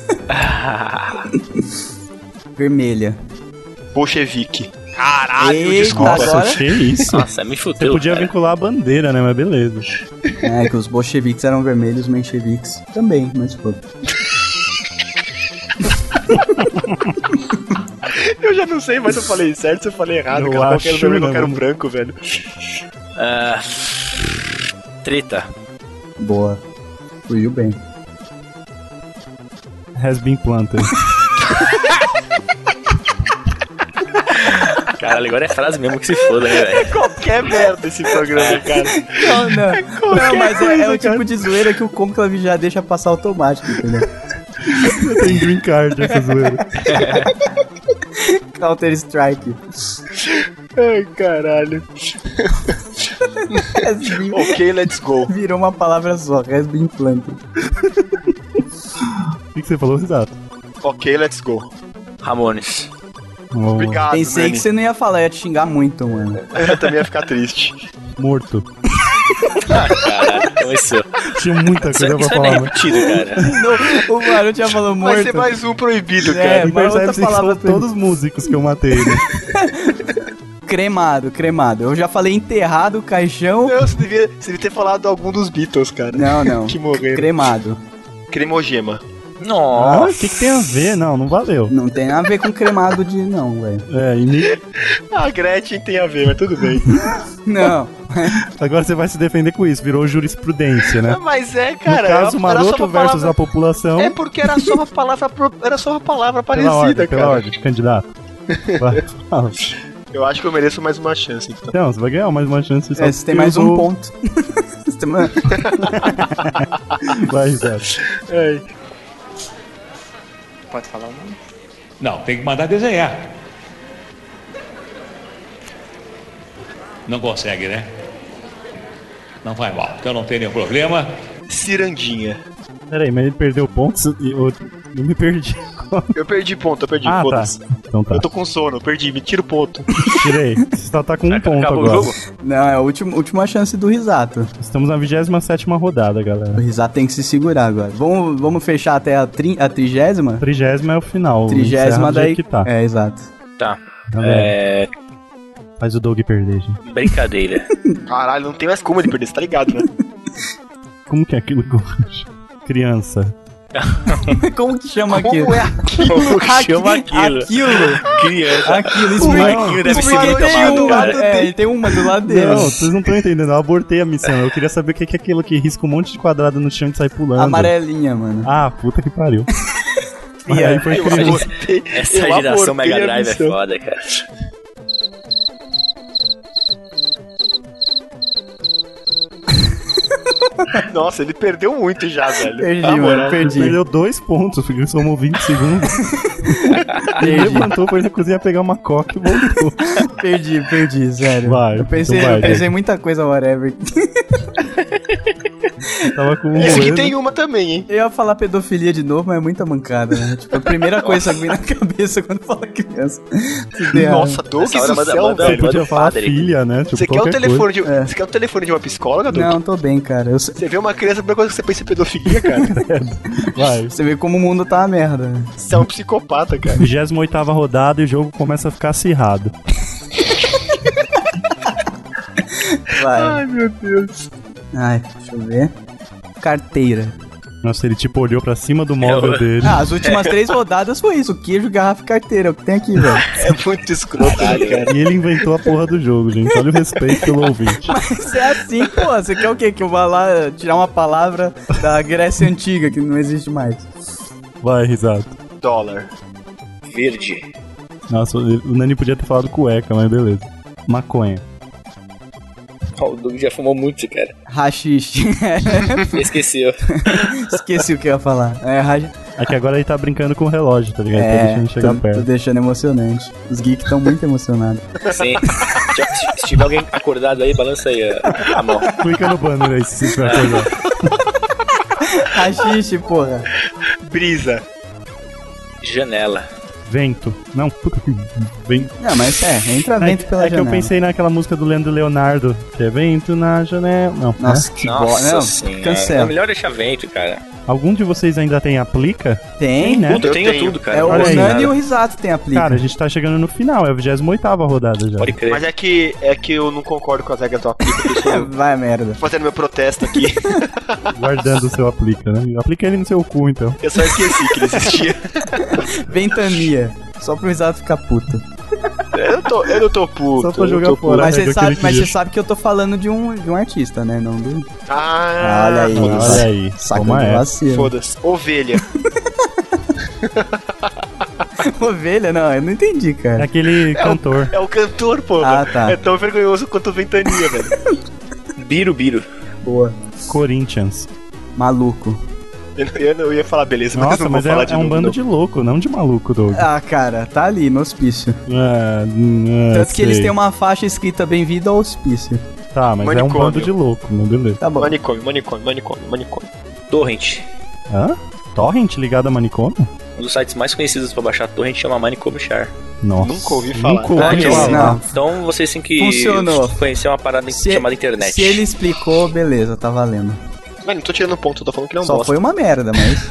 Speaker 1: Vermelha.
Speaker 2: Bolchevique. Caralho,
Speaker 1: Eita,
Speaker 2: desculpa.
Speaker 1: agora-
Speaker 4: Que isso?
Speaker 3: Nossa, me
Speaker 4: Você
Speaker 3: fudeu,
Speaker 4: podia
Speaker 3: cara.
Speaker 4: vincular a bandeira, né? Mas beleza.
Speaker 1: É, que os bolcheviques eram vermelhos, os mencheviques também, mas foda.
Speaker 2: Eu já não sei mais se eu falei certo, se eu falei errado.
Speaker 4: Eu
Speaker 2: Cara, qual que era o
Speaker 4: acho,
Speaker 2: vermelho, qual que era o
Speaker 4: né,
Speaker 2: branco, velho.
Speaker 3: Treta.
Speaker 1: Boa. Fugiu bem.
Speaker 4: Has been planted.
Speaker 3: Caralho, agora é frase mesmo que se foda, né, velho?
Speaker 2: Qualquer merda esse programa, cara.
Speaker 1: Não, mas é o tipo de zoeira que o Conclave já deixa passar automático, entendeu?
Speaker 4: Tem green card essa zoeira.
Speaker 1: Counter Strike.
Speaker 2: Ai, caralho. Ok, let's go.
Speaker 1: Virou uma palavra só, has been planted.
Speaker 4: O que você falou, Risato?
Speaker 2: Ok, let's go.
Speaker 3: Ramones.
Speaker 2: Obrigado,
Speaker 1: Pensei
Speaker 2: Nani.
Speaker 1: que você não ia falar, ia te xingar muito, mano.
Speaker 2: Eu também ia ficar triste.
Speaker 4: Morto.
Speaker 3: Caralho, começou.
Speaker 4: Tinha muita
Speaker 3: Isso
Speaker 4: coisa pra
Speaker 3: é
Speaker 4: falar, mano.
Speaker 3: mentido, cara.
Speaker 1: Não, o Maroto já falou morto.
Speaker 2: Vai ser mais um proibido,
Speaker 1: É,
Speaker 2: cara.
Speaker 4: E
Speaker 1: mas outra
Speaker 4: percebe que
Speaker 1: palavra
Speaker 4: são todos músicos que eu matei, né?
Speaker 1: Cremado. Eu já falei enterrado, caixão.
Speaker 2: Não, você devia ter falado algum dos Beatles, cara.
Speaker 1: Não.
Speaker 2: Que morreram.
Speaker 1: Cremado.
Speaker 2: Cremogema.
Speaker 4: Ah,
Speaker 3: Nossa.
Speaker 4: o que tem a ver? Não valeu.
Speaker 1: Não tem nada a ver com cremado de não, velho.
Speaker 4: É, e nem-
Speaker 2: A Gretchen tem a ver, mas tudo bem.
Speaker 1: Não.
Speaker 4: agora você vai se defender com isso, virou jurisprudência, né?
Speaker 2: Mas é,
Speaker 4: No
Speaker 2: cara.
Speaker 4: caso,
Speaker 2: era só
Speaker 4: Maroto
Speaker 2: uma
Speaker 4: versus
Speaker 2: palavra-
Speaker 4: a população.
Speaker 2: É porque era só uma palavra, era só uma palavra
Speaker 4: pela
Speaker 2: parecida,
Speaker 4: ordem,
Speaker 2: cara.
Speaker 4: pela ordem, candidato. Vai, fala.
Speaker 2: Eu acho que eu mereço mais uma chance, então.
Speaker 4: Então, você vai ganhar mais uma chance. só
Speaker 1: Você tem
Speaker 4: porque
Speaker 1: mais
Speaker 4: eu
Speaker 1: um
Speaker 4: vou-
Speaker 1: ponto. Você tem mais-
Speaker 4: Vai, Zé.
Speaker 2: É.
Speaker 6: Pode falar o nome?
Speaker 7: Não, tem que mandar desenhar. Não consegue, né? Não vai mal, então não tem nenhum problema.
Speaker 2: Cirandinha.
Speaker 4: Peraí, mas ele perdeu pontos e eu me perdi.
Speaker 2: Eu perdi ponto,
Speaker 4: Ah,
Speaker 2: foda-se.
Speaker 4: tá. Então tá.
Speaker 2: Eu tô com sono, perdi, me tira o ponto.
Speaker 4: Tirei. Você só tá com um ponto
Speaker 3: Acabou
Speaker 4: agora.
Speaker 3: o jogo?
Speaker 1: Não, é a última chance do Risato.
Speaker 4: Estamos na 27ª rodada,
Speaker 1: O
Speaker 4: galera.
Speaker 1: Risato tem que se segurar agora. Vamos fechar até a 30ª?
Speaker 4: 30ª é o final.
Speaker 1: 30ª
Speaker 4: encerra do
Speaker 1: daí.
Speaker 4: jeito que tá.
Speaker 1: É, exato.
Speaker 3: Tá.
Speaker 4: Tá vendo? Faz o Doug perder, gente.
Speaker 3: Brincadeira.
Speaker 2: Caralho, não tem mais como ele perder, você tá ligado, né?
Speaker 4: Como que é aquilo que eu... Criança.
Speaker 1: Como que chama aquilo?
Speaker 2: Como é aquilo?
Speaker 3: Como que chama aquilo? Criança.
Speaker 1: Aquilo,
Speaker 3: O Marquinho deve ser muito
Speaker 1: tem
Speaker 3: amado,
Speaker 1: uma,
Speaker 3: cara.
Speaker 1: ele tem uma do lado dele.
Speaker 4: Não, vocês não estão entendendo. Eu abortei a missão. Eu queria saber o que é aquilo que risca um monte de quadrado no chão e sai pulando.
Speaker 1: Amarelinha, mano.
Speaker 4: Ah, puta que pariu. Mas aí foi
Speaker 2: Eu
Speaker 4: criança.
Speaker 2: abortei-
Speaker 3: Essa
Speaker 2: eu
Speaker 3: geração
Speaker 2: abortei
Speaker 3: Mega
Speaker 2: a
Speaker 3: Drive é
Speaker 2: missão.
Speaker 3: foda, cara.
Speaker 2: Nossa, ele perdeu muito já, velho.
Speaker 1: Perdi,
Speaker 2: Na moral.
Speaker 1: mano, perdi.
Speaker 4: Perdeu 2 pontos, porque somou 20 segundos. Ele levantou, foi na cozinha pegar uma coca e voltou.
Speaker 1: Perdi, sério.
Speaker 4: Vai,
Speaker 1: Eu pensei,
Speaker 4: então vai,
Speaker 1: eu pensei
Speaker 4: Diego.
Speaker 1: muita coisa, whatever.
Speaker 4: Tava com um
Speaker 2: Esse aqui
Speaker 4: moeda.
Speaker 2: tem uma também, hein?
Speaker 1: Eu ia falar pedofilia de novo, mas é muita mancada, né? Tipo, a primeira coisa que vem na cabeça quando fala criança. Se der
Speaker 2: Nossa, Doug
Speaker 3: Nessa hora
Speaker 2: do
Speaker 3: manda-
Speaker 2: céu,
Speaker 3: manda-
Speaker 4: Você
Speaker 2: velho.
Speaker 4: podia falar
Speaker 3: padre.
Speaker 4: filha, né? Tipo,
Speaker 2: Você quer, o
Speaker 4: qualquer
Speaker 2: telefone de,
Speaker 1: É.
Speaker 2: você quer o telefone de uma psicóloga, Doug?
Speaker 1: Não, tô bem, cara.
Speaker 2: Você vê uma criança, a primeira coisa que você pensa é pedofilia, cara.
Speaker 4: coisa. Vai.
Speaker 1: Você vê como o mundo tá uma merda. Né?
Speaker 2: Você é um psicopata, cara.
Speaker 4: 28ª rodada e o jogo começa a ficar acirrado.
Speaker 1: Vai.
Speaker 2: Ai, meu Deus.
Speaker 1: Ai, deixa eu ver. Carteira.
Speaker 4: Nossa, ele tipo olhou pra cima do móvel dele.
Speaker 1: Ah, as últimas 3 rodadas foi isso. Queijo, garrafa e carteira. É o que tem aqui, velho.
Speaker 2: É muito escroto, né, cara.
Speaker 4: E ele inventou a porra do jogo, gente. Olha o respeito pelo ouvinte.
Speaker 1: Mas é assim, pô. Você quer o quê? Que eu vá lá tirar uma palavra da Grécia Antiga, que não existe mais.
Speaker 4: Vai, risado.
Speaker 2: Dólar.
Speaker 3: Verde.
Speaker 4: Nossa, o Nani podia ter falado cueca, mas beleza. Maconha.
Speaker 3: Ó, o Doug já fumou muito, cara.
Speaker 1: Rachixe.
Speaker 3: Esqueceu.
Speaker 1: Esqueci o que eu ia falar. É,
Speaker 4: É que agora ele tá brincando com o relógio, tá ligado? Tá deixando chegar
Speaker 1: tô
Speaker 4: perto.
Speaker 1: deixando emocionante. Os geeks estão muito emocionados.
Speaker 3: Sim. Se tiver alguém acordado aí, balança aí a mão.
Speaker 4: Clica no banner aí se você tiver acordado.
Speaker 1: Rachixe, porra.
Speaker 2: Brisa.
Speaker 3: Janela.
Speaker 4: Vento. Não, puta que vento.
Speaker 1: Não, mas entra vento pela
Speaker 4: É que eu
Speaker 1: janela.
Speaker 4: pensei naquela música do Leandro Leonardo, que é vento na janela. Não,
Speaker 1: Nossa,
Speaker 4: né?
Speaker 1: que
Speaker 3: Nossa
Speaker 1: bosta. Não,
Speaker 3: senhora. É
Speaker 1: cancela.
Speaker 3: melhor deixar vento, cara.
Speaker 4: Algum de vocês ainda tem aplica?
Speaker 1: Tem,
Speaker 4: né?
Speaker 3: Puta, eu
Speaker 2: Eu
Speaker 3: tenho
Speaker 2: tenho.
Speaker 3: tudo, cara.
Speaker 1: É o
Speaker 4: Olha aí,
Speaker 1: Nani
Speaker 3: Nada.
Speaker 1: e o Risato tem aplica.
Speaker 4: Cara, a gente tá chegando no final, é a 28ª rodada já.
Speaker 3: Pode crer.
Speaker 2: Mas é que eu não concordo com as regras do aplica, por isso eu tô
Speaker 1: Vai, merda.
Speaker 2: fazendo meu protesto aqui.
Speaker 4: Guardando o seu aplica, né? Aplica ele no seu cu, então.
Speaker 2: Eu só esqueci que ele existia.
Speaker 1: Ventania. Só pro Risato ficar puto.
Speaker 2: Eu não tô puto.
Speaker 4: Só pra
Speaker 2: eu não
Speaker 4: jogar
Speaker 2: tô
Speaker 4: fora.
Speaker 2: puto.
Speaker 1: Mas
Speaker 4: regra
Speaker 1: você
Speaker 4: que ele
Speaker 1: sabe,
Speaker 4: queria.
Speaker 1: você sabe que eu tô falando de um artista, né? Não do.
Speaker 2: Ah,
Speaker 1: Olha aí.
Speaker 2: foda-se.
Speaker 4: Olha aí,
Speaker 1: Saca
Speaker 4: toma
Speaker 1: de
Speaker 4: essa.
Speaker 1: vacilo.
Speaker 2: Foda-se. Ovelha.
Speaker 1: Ovelha? Não, eu não entendi,
Speaker 4: É
Speaker 1: cara.
Speaker 4: aquele cantor.
Speaker 2: É o cantor, pô.
Speaker 1: Ah, tá.
Speaker 2: É tão vergonhoso quanto Ventania, velho.
Speaker 3: Birubiru.
Speaker 1: Boa.
Speaker 4: Corinthians.
Speaker 1: Maluco.
Speaker 2: Eu ia falar beleza, mas
Speaker 4: Nossa,
Speaker 2: não vou
Speaker 4: mas
Speaker 2: falar de
Speaker 4: é um
Speaker 2: novo,
Speaker 4: bando
Speaker 2: não.
Speaker 4: de louco, não de maluco, Doug.
Speaker 1: Ah, cara, tá ali no hospício. Tanto que
Speaker 4: sei.
Speaker 1: eles têm uma faixa escrita Bem-vindo ao hospício.
Speaker 4: Tá, mas é um
Speaker 2: Manicômio.
Speaker 4: bando de louco, mas beleza.
Speaker 1: Tá bom.
Speaker 2: Manicômio.
Speaker 3: Torrent.
Speaker 4: Hã? Torrent ligado a manicômio?
Speaker 3: Um dos sites mais conhecidos pra baixar torrent chama Manicômio Char.
Speaker 4: Nossa.
Speaker 2: Nunca ouvi falar.
Speaker 4: Nunca ouvi
Speaker 1: Olha,
Speaker 4: falar.
Speaker 1: não.
Speaker 3: Então vocês têm que
Speaker 1: Funcionou.
Speaker 3: conhecer uma parada chamada internet.
Speaker 1: Se ele explicou, beleza, tá valendo.
Speaker 2: Mas não tô tirando ponto, eu tô falando que ele é um
Speaker 1: Só
Speaker 2: bosta.
Speaker 1: foi uma merda, mas...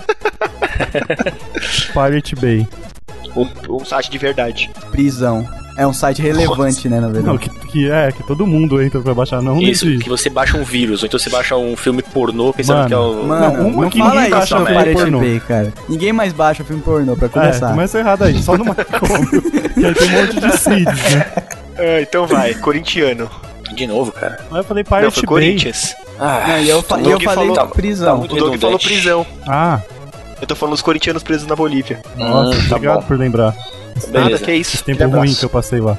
Speaker 4: Pirate Bay.
Speaker 2: Um site de verdade.
Speaker 1: Prisão. É um site relevante, né, na verdade.
Speaker 4: Não, que todo mundo entra pra baixar, não
Speaker 3: Isso,
Speaker 4: nesse...
Speaker 3: que você baixa um vírus, ou então você baixa um filme pornô pensando
Speaker 4: Mano,
Speaker 3: que é o...
Speaker 1: Mano,
Speaker 4: Não, uma
Speaker 1: não
Speaker 4: que
Speaker 1: fala
Speaker 4: ninguém
Speaker 1: isso
Speaker 4: baixa
Speaker 1: no
Speaker 4: filme
Speaker 1: Pirate
Speaker 4: pornô.
Speaker 1: Bay, cara. Ninguém mais baixa filme pornô, pra começar.
Speaker 4: Começa errado aí, só no manicômio. E aí tem um monte de seeds, né?
Speaker 2: Então vai, corintiano.
Speaker 3: De novo, cara.
Speaker 4: Aí eu falei
Speaker 2: Não,
Speaker 4: Pirate
Speaker 2: foi
Speaker 4: Bay.
Speaker 2: Corinthians.
Speaker 1: Não, e eu falei
Speaker 2: Doug falou-
Speaker 3: tá
Speaker 1: prisão.
Speaker 3: muito
Speaker 2: O Doug falou
Speaker 3: redundante.
Speaker 2: prisão.
Speaker 4: Ah,
Speaker 2: Eu tô falando dos corintianos presos na Bolívia.
Speaker 4: nossa,
Speaker 3: tá
Speaker 4: obrigado
Speaker 3: bom.
Speaker 4: por lembrar.
Speaker 2: Nada,
Speaker 3: Beleza.
Speaker 2: que é isso.
Speaker 4: Tempo
Speaker 2: Aquele
Speaker 4: ruim
Speaker 2: abraço.
Speaker 4: que eu passei lá.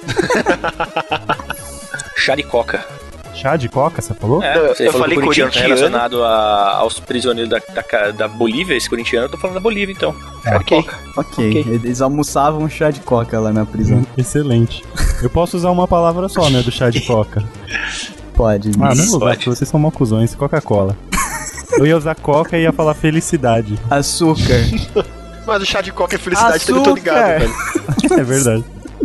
Speaker 3: Chá de coca.
Speaker 4: Chá de coca, você falou?
Speaker 3: É, você
Speaker 2: eu
Speaker 3: falou
Speaker 2: falei
Speaker 3: que o corintiano tá
Speaker 2: corintiano.
Speaker 3: relacionado aos prisioneiros da Bolívia, esse corintiano, eu tô falando da Bolívia, então. Chá de coca.
Speaker 1: Ok, eles almoçavam chá de coca lá na prisão.
Speaker 4: Excelente. Eu posso usar uma palavra só, né, do chá de coca.
Speaker 1: Pode.
Speaker 4: Ah, não vou usar,
Speaker 3: Pode.
Speaker 4: porque vocês são malcuzões. Coca-Cola. Eu ia usar coca e ia falar felicidade.
Speaker 1: Açúcar.
Speaker 2: Mas o chá de coca é felicidade,
Speaker 1: Açúcar.
Speaker 2: eu tô ligado, velho.
Speaker 4: É verdade.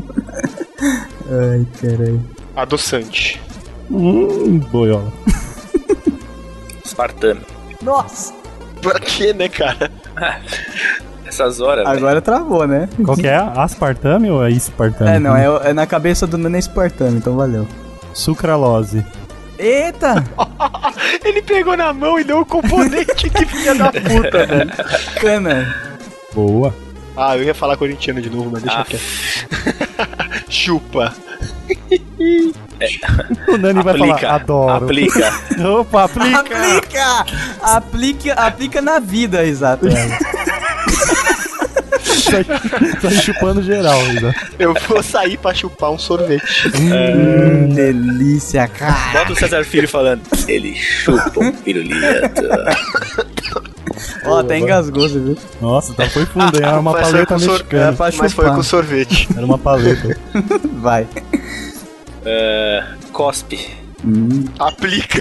Speaker 1: Ai, caralho.
Speaker 2: Adoçante.
Speaker 4: Boiola.
Speaker 3: Espartano.
Speaker 1: Nossa!
Speaker 2: Pra quê, né, cara?
Speaker 3: Essas horas, velho.
Speaker 1: Agora travou, né?
Speaker 4: Qual que é? Aspartame ou é espartame?
Speaker 1: É, não, é na cabeça do Nana Espartano, então valeu.
Speaker 4: Sucralose.
Speaker 1: Eita!
Speaker 2: Ele pegou na mão e deu o componente, que filha da puta, velho.
Speaker 1: Cana.
Speaker 4: Boa.
Speaker 2: Ah, eu ia falar corintiano de novo, mas deixa quieto. Chupa.
Speaker 4: O Nani vai falar, adoro.
Speaker 3: Aplica.
Speaker 4: Opa, aplica.
Speaker 1: Aplica na vida, exato.
Speaker 4: Tá chupando geral, ainda.
Speaker 2: Eu vou sair pra chupar um sorvete.
Speaker 1: Delícia, cara.
Speaker 3: Bota o César Filho falando. Ele chupa um pirulito.
Speaker 1: Ó, até engasgou, você viu?
Speaker 4: Nossa, tá foi fundo, hein? Era uma
Speaker 2: Mas foi
Speaker 4: paleta
Speaker 2: com sor-
Speaker 4: mexicana.
Speaker 1: pra
Speaker 2: Mas foi
Speaker 1: chupar.
Speaker 2: com sorvete.
Speaker 4: Era uma paleta.
Speaker 1: Vai.
Speaker 3: Cospe.
Speaker 2: Aplica.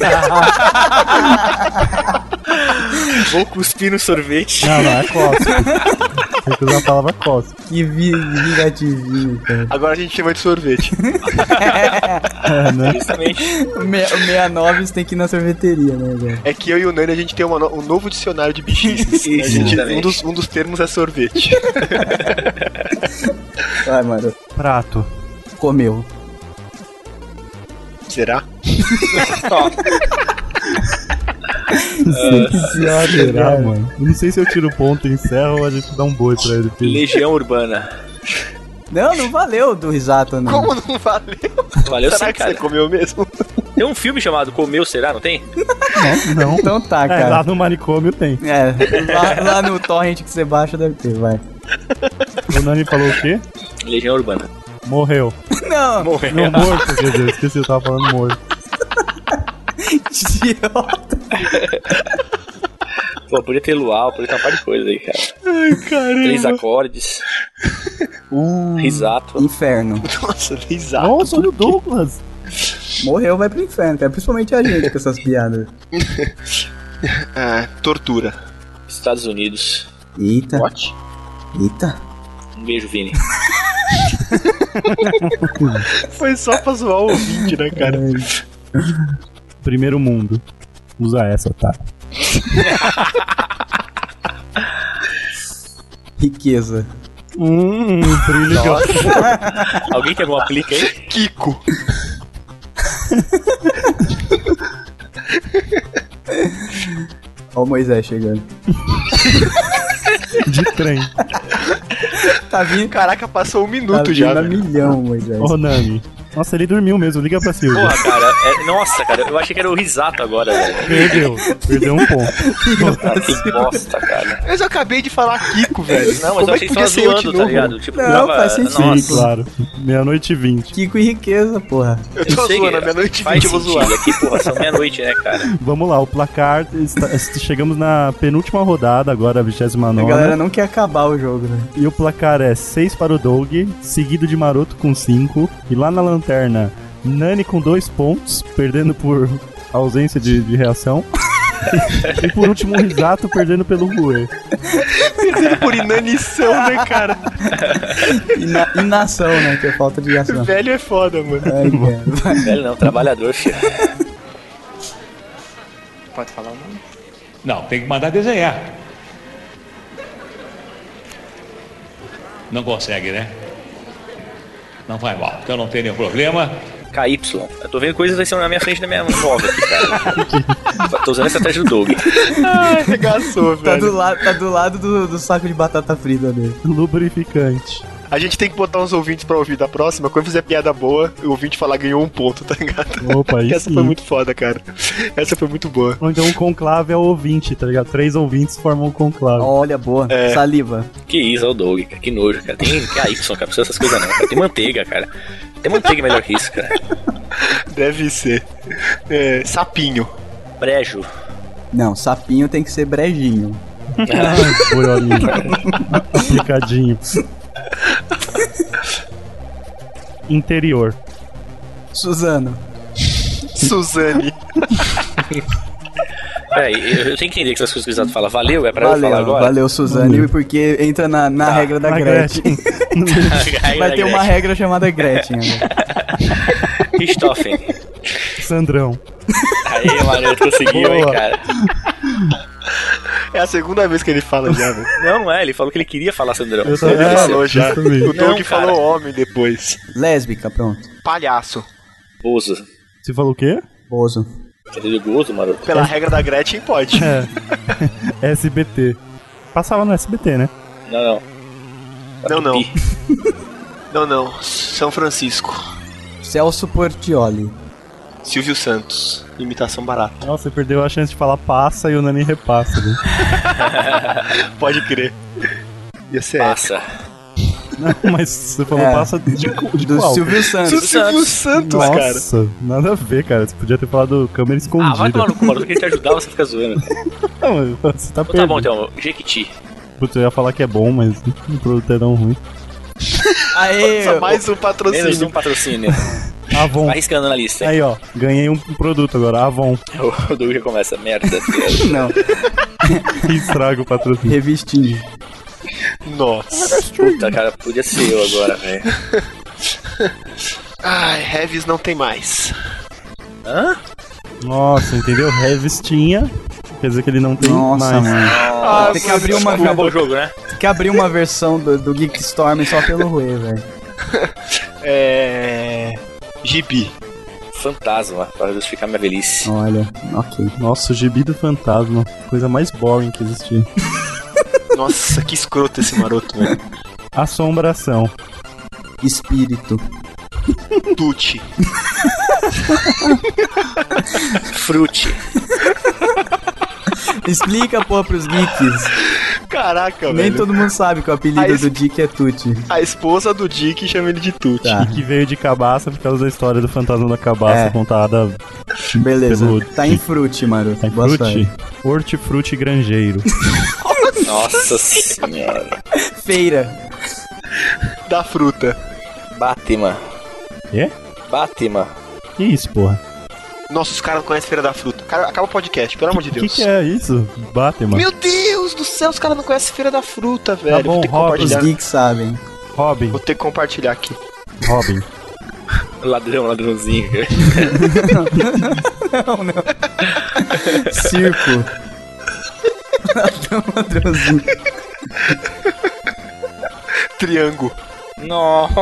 Speaker 3: Vou cuspir no sorvete.
Speaker 4: Não, é cospe. Tem que usar a palavra cospe.
Speaker 1: Que vingativinho, cara.
Speaker 2: Agora a gente chama de sorvete.
Speaker 4: É, né?
Speaker 3: Justamente.
Speaker 1: O 69 tem que ir na sorveteria, né, velho?
Speaker 2: É que eu e o Nani a gente tem um novo dicionário de bichices. A gente-
Speaker 3: Exatamente.
Speaker 2: um dos termos é sorvete.
Speaker 1: Vai, mano.
Speaker 4: Prato.
Speaker 1: Comeu.
Speaker 2: Será?
Speaker 4: Será, mano? Eu não sei se eu tiro ponto e encerro ou a gente dá um boi pra ele. filho.
Speaker 3: Legião Urbana.
Speaker 1: Não valeu do risato, não.
Speaker 2: Como não valeu?
Speaker 3: Valeu
Speaker 2: Será
Speaker 3: sim,
Speaker 2: que
Speaker 3: cara.
Speaker 2: você comeu mesmo?
Speaker 3: Tem um filme chamado Comeu, será? Não tem?
Speaker 4: Não.
Speaker 1: Então tá,
Speaker 4: É,
Speaker 1: cara.
Speaker 4: lá no manicômio tem.
Speaker 1: Lá no torrent que você baixa deve ter, vai.
Speaker 4: O Nani falou o quê?
Speaker 3: Legião Urbana.
Speaker 4: Morreu.
Speaker 1: Não,
Speaker 3: Morreu.
Speaker 4: Não, morto, quer dizer, esqueci, eu tava falando morto.
Speaker 1: idiota.
Speaker 3: Pô, podia ter luau, podia ter uma par de coisa aí, cara.
Speaker 2: Ai, caramba.
Speaker 3: 3 acordes. Risato.
Speaker 1: Inferno.
Speaker 2: Nossa, risada.
Speaker 4: Nossa, olha o Douglas.
Speaker 1: Morreu, vai pro inferno, cara. Principalmente a gente com essas piadas.
Speaker 2: Tortura.
Speaker 3: Estados Unidos.
Speaker 1: Eita.
Speaker 2: What?
Speaker 1: Eita.
Speaker 3: Um beijo, Vini.
Speaker 2: Foi só pra zoar o ouvinte, né, cara?
Speaker 4: Primeiro mundo. Usa essa, tá?
Speaker 1: Riqueza.
Speaker 4: Brilho de
Speaker 3: Alguém tem algum aplica aí?
Speaker 2: Kiko.
Speaker 1: Ó o Moisés chegando.
Speaker 4: de trem.
Speaker 1: Tá vindo,
Speaker 2: Caraca, passou um
Speaker 1: tá
Speaker 2: minuto
Speaker 1: vindo
Speaker 2: já,
Speaker 1: a
Speaker 2: velho.
Speaker 1: milhão, Moisés.
Speaker 4: Ô, Nani. Nossa, ele dormiu mesmo. Liga pra Silvia.
Speaker 3: Porra, cara. Nossa, cara. Eu achei que era o Risato agora, velho.
Speaker 4: Perdeu um ponto.
Speaker 3: Cara, que bosta, cara.
Speaker 2: Mas eu acabei de falar Kiko, velho.
Speaker 3: Não, mas
Speaker 2: Como
Speaker 3: eu
Speaker 2: é
Speaker 3: achei
Speaker 2: que
Speaker 3: que
Speaker 2: podia
Speaker 3: tava
Speaker 2: ser eu de
Speaker 3: zoando, tá
Speaker 2: novo?
Speaker 3: ligado? Tipo,
Speaker 1: Não, faz sentido.
Speaker 4: Sim,
Speaker 3: Nossa.
Speaker 4: claro. 12h20.
Speaker 1: Kiko e riqueza, porra.
Speaker 2: Eu tô
Speaker 3: Sei
Speaker 2: zoando,
Speaker 3: que
Speaker 2: a meia-noite e
Speaker 3: faz
Speaker 2: 20 eu vou
Speaker 3: sentido.
Speaker 2: zoar.
Speaker 3: Aqui, porra, são meia-noite, né, cara?
Speaker 4: Vamos lá, o placar. Chegamos na penúltima rodada, agora a 29ª.
Speaker 1: A galera não quer acabar o jogo, né?
Speaker 4: E o placar é 6 para o Doug, seguido de Maroto com 5. E lá na lanterna, Nani com 2 pontos, perdendo por ausência de reação. E por último, o Risato perdendo pelo Rue.
Speaker 2: Por inanição, né, cara?
Speaker 1: Inação, né? Que é falta de ação.
Speaker 2: Velho é foda, mano.
Speaker 1: Ai, cara.
Speaker 3: Velho não, trabalhador, filho.
Speaker 6: Pode falar o nome?
Speaker 7: Não, tem que mandar desenhar. Não consegue, né? Não vai mal. Então não tem nenhum problema.
Speaker 3: KY. Eu tô vendo coisas que estão na minha frente da minha móvel aqui, cara. Tô usando essa estratégia do Doug.
Speaker 2: Ai, regaçou,
Speaker 1: Tá
Speaker 2: velho.
Speaker 1: do lado do saco de batata frita dele.
Speaker 4: Lubrificante.
Speaker 2: A gente tem que botar uns ouvintes pra ouvir da próxima. Quando fizer piada boa, o ouvinte falar ganhou 1 ponto, tá ligado?
Speaker 4: Opa, isso.
Speaker 2: Essa foi muito foda, cara. Essa foi muito boa.
Speaker 4: Ou então o conclave é o ouvinte, tá ligado? 3 ouvintes formam o conclave.
Speaker 1: Olha, boa.
Speaker 2: É.
Speaker 1: Saliva.
Speaker 3: Que isso, é o Doug, cara. Que nojo, cara. Tem KY, cara. Precisa dessas coisas não, cara. Tem manteiga, cara. Tem manteiga melhor que isso, cara.
Speaker 2: Deve ser. É, sapinho.
Speaker 3: Brejo.
Speaker 1: Não, sapinho tem que ser brejinho.
Speaker 4: Ah, boiolinho. Aplicadinho. Interior.
Speaker 1: Suzano.
Speaker 2: Suzane.
Speaker 3: Peraí, eu tenho que entender que essas coisas que o Risato fala. Valeu? É pra eu falar agora?
Speaker 1: Valeu, Suzane, porque entra na regra da
Speaker 4: A
Speaker 1: Gretchen. Vai ter uma regra chamada Gretchen.
Speaker 3: Richthofen.
Speaker 4: Sandrão.
Speaker 3: Aí, mano, conseguiu, hein,
Speaker 4: Boa.
Speaker 3: cara.
Speaker 2: É a segunda vez que ele fala já, velho.
Speaker 3: Não, não é. Ele falou que ele queria falar Sandrão.
Speaker 4: Eu
Speaker 2: Ele
Speaker 4: É,
Speaker 2: falou já.
Speaker 4: justamente.
Speaker 2: O Doug
Speaker 3: Não,
Speaker 2: falou
Speaker 3: cara.
Speaker 2: homem depois.
Speaker 1: Lésbica, pronto.
Speaker 2: Palhaço.
Speaker 3: Bozo.
Speaker 4: Você falou o quê?
Speaker 1: Bozo.
Speaker 3: Entendeu? Gozo, maroto.
Speaker 2: Pela regra da Gretchen, pode.
Speaker 4: É. SBT. Passava no SBT, né?
Speaker 3: Não.
Speaker 2: Não, não.
Speaker 3: Tupi.
Speaker 2: Não. São Francisco.
Speaker 1: Celso Portioli.
Speaker 2: Silvio Santos. Imitação barata.
Speaker 4: Nossa, você perdeu a chance de falar passa e o Nani repassa. Né?
Speaker 2: Pode crer. Ia ser
Speaker 3: Passa.
Speaker 4: Não, mas você falou
Speaker 1: É.
Speaker 4: passa de
Speaker 1: Do
Speaker 4: qual?
Speaker 1: Silvio
Speaker 2: Do
Speaker 1: Santos.
Speaker 2: Silvio Santos, cara.
Speaker 4: Nossa, nada a ver, cara. Você podia ter falado câmera
Speaker 3: Ah, vai
Speaker 4: escondida.
Speaker 3: tomar no cu, maroto. Eu queria te ajudar, você fica zoando.
Speaker 4: Não, você tá
Speaker 3: Tá
Speaker 4: perdendo.
Speaker 3: bom, então. Jequiti.
Speaker 4: Putz, eu ia falar que é bom, mas o produto é tão ruim.
Speaker 1: Aê,
Speaker 2: Só mais um
Speaker 3: Menos de
Speaker 2: patrocínio.
Speaker 3: um patrocínio.
Speaker 4: Avon.
Speaker 3: Vai arriscando na lista. hein?
Speaker 4: Aí, ó, ganhei um produto agora, Avon.
Speaker 3: O Doug já começa. Merda.
Speaker 1: não.
Speaker 4: Que estraga o patrocínio.
Speaker 1: Revistinho.
Speaker 2: Nossa.
Speaker 3: Puta, cara, podia ser eu agora, velho.
Speaker 2: Ai, Heavies não tem mais.
Speaker 3: Hã?
Speaker 4: Nossa, entendeu? Revistinha. Quer dizer que ele não tem
Speaker 1: Nossa,
Speaker 4: mais.
Speaker 1: mano.
Speaker 2: Ah,
Speaker 1: Tem que abrir uma,
Speaker 3: Acabou o jogo, né?
Speaker 1: tem que abrir uma versão do Geek Storm só pelo Rui, velho.
Speaker 2: Gibi.
Speaker 3: Fantasma, para justificar minha velhice.
Speaker 1: Olha, ok.
Speaker 4: Nossa, o gibi do fantasma. Coisa mais boring que existia.
Speaker 2: Nossa, que escroto esse maroto, velho.
Speaker 4: Assombração.
Speaker 1: Espírito.
Speaker 2: Tuti.
Speaker 3: Frute.
Speaker 1: Explica, pô, pros geeks.
Speaker 2: Caraca,
Speaker 1: Nem
Speaker 2: velho.
Speaker 1: todo mundo sabe que o apelido
Speaker 2: Aí,
Speaker 1: do Dick é Tuti.
Speaker 2: A esposa do Dick chama ele de Tuti.
Speaker 1: Tá.
Speaker 4: E que veio de cabaça por causa da história do fantasma da cabaça
Speaker 1: É.
Speaker 4: contada
Speaker 1: Beleza.
Speaker 4: pelo
Speaker 1: Tá em frute, mano.
Speaker 4: Tá em
Speaker 1: Boa
Speaker 4: frute?
Speaker 1: sorte.
Speaker 4: Hortifruti granjeiro.
Speaker 3: Nossa senhora.
Speaker 1: Feira.
Speaker 2: Da fruta.
Speaker 3: Batman.
Speaker 4: É?
Speaker 3: Batman.
Speaker 4: Que isso, porra?
Speaker 2: Nossa, os caras não conhecem Feira da Fruta. Cara, acaba o podcast, pelo amor de
Speaker 4: O que,
Speaker 2: Deus.
Speaker 4: que é isso? Batman.
Speaker 2: Meu Deus do céu, os caras não conhecem Feira da Fruta, velho.
Speaker 4: bom,
Speaker 2: Vou ter que
Speaker 4: Rob,
Speaker 1: Os
Speaker 2: compartilhar.
Speaker 1: geeks sabem.
Speaker 4: Robin.
Speaker 2: Vou ter que compartilhar aqui.
Speaker 4: Robin.
Speaker 3: Ladrãozinho.
Speaker 1: Circo. Ladrãozinho.
Speaker 2: Triângulo.
Speaker 3: Nossa.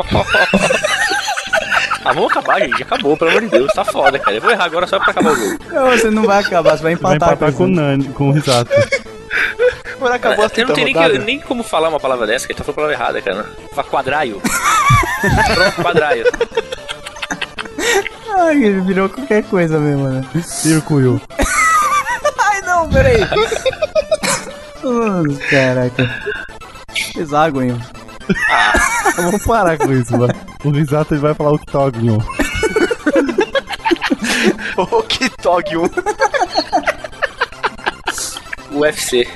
Speaker 3: Ah, vamos acabar, gente. Acabou, pelo amor de Deus. Tá foda, cara. Eu vou errar agora só pra acabar o jogo.
Speaker 1: Não, você não vai acabar, você vai
Speaker 4: Vai
Speaker 1: empatar,
Speaker 4: empatar com o
Speaker 1: isso.
Speaker 4: Nani, com o Risato.
Speaker 2: Mano, acabou a
Speaker 3: Eu não
Speaker 2: quinta
Speaker 3: tenho
Speaker 2: rodada.
Speaker 3: nem como falar uma palavra dessa, que ele tá falando a palavra errada, cara. Fala quadraio. Pronto, quadraio.
Speaker 1: Ai, ele virou qualquer coisa mesmo, né?
Speaker 4: Círculo.
Speaker 1: Ai, não, peraí. Caraca. Hexágono.
Speaker 4: Vamos parar com isso, mano. O Risato ele vai falar octógono.
Speaker 2: O Kitog 1.
Speaker 3: UFC.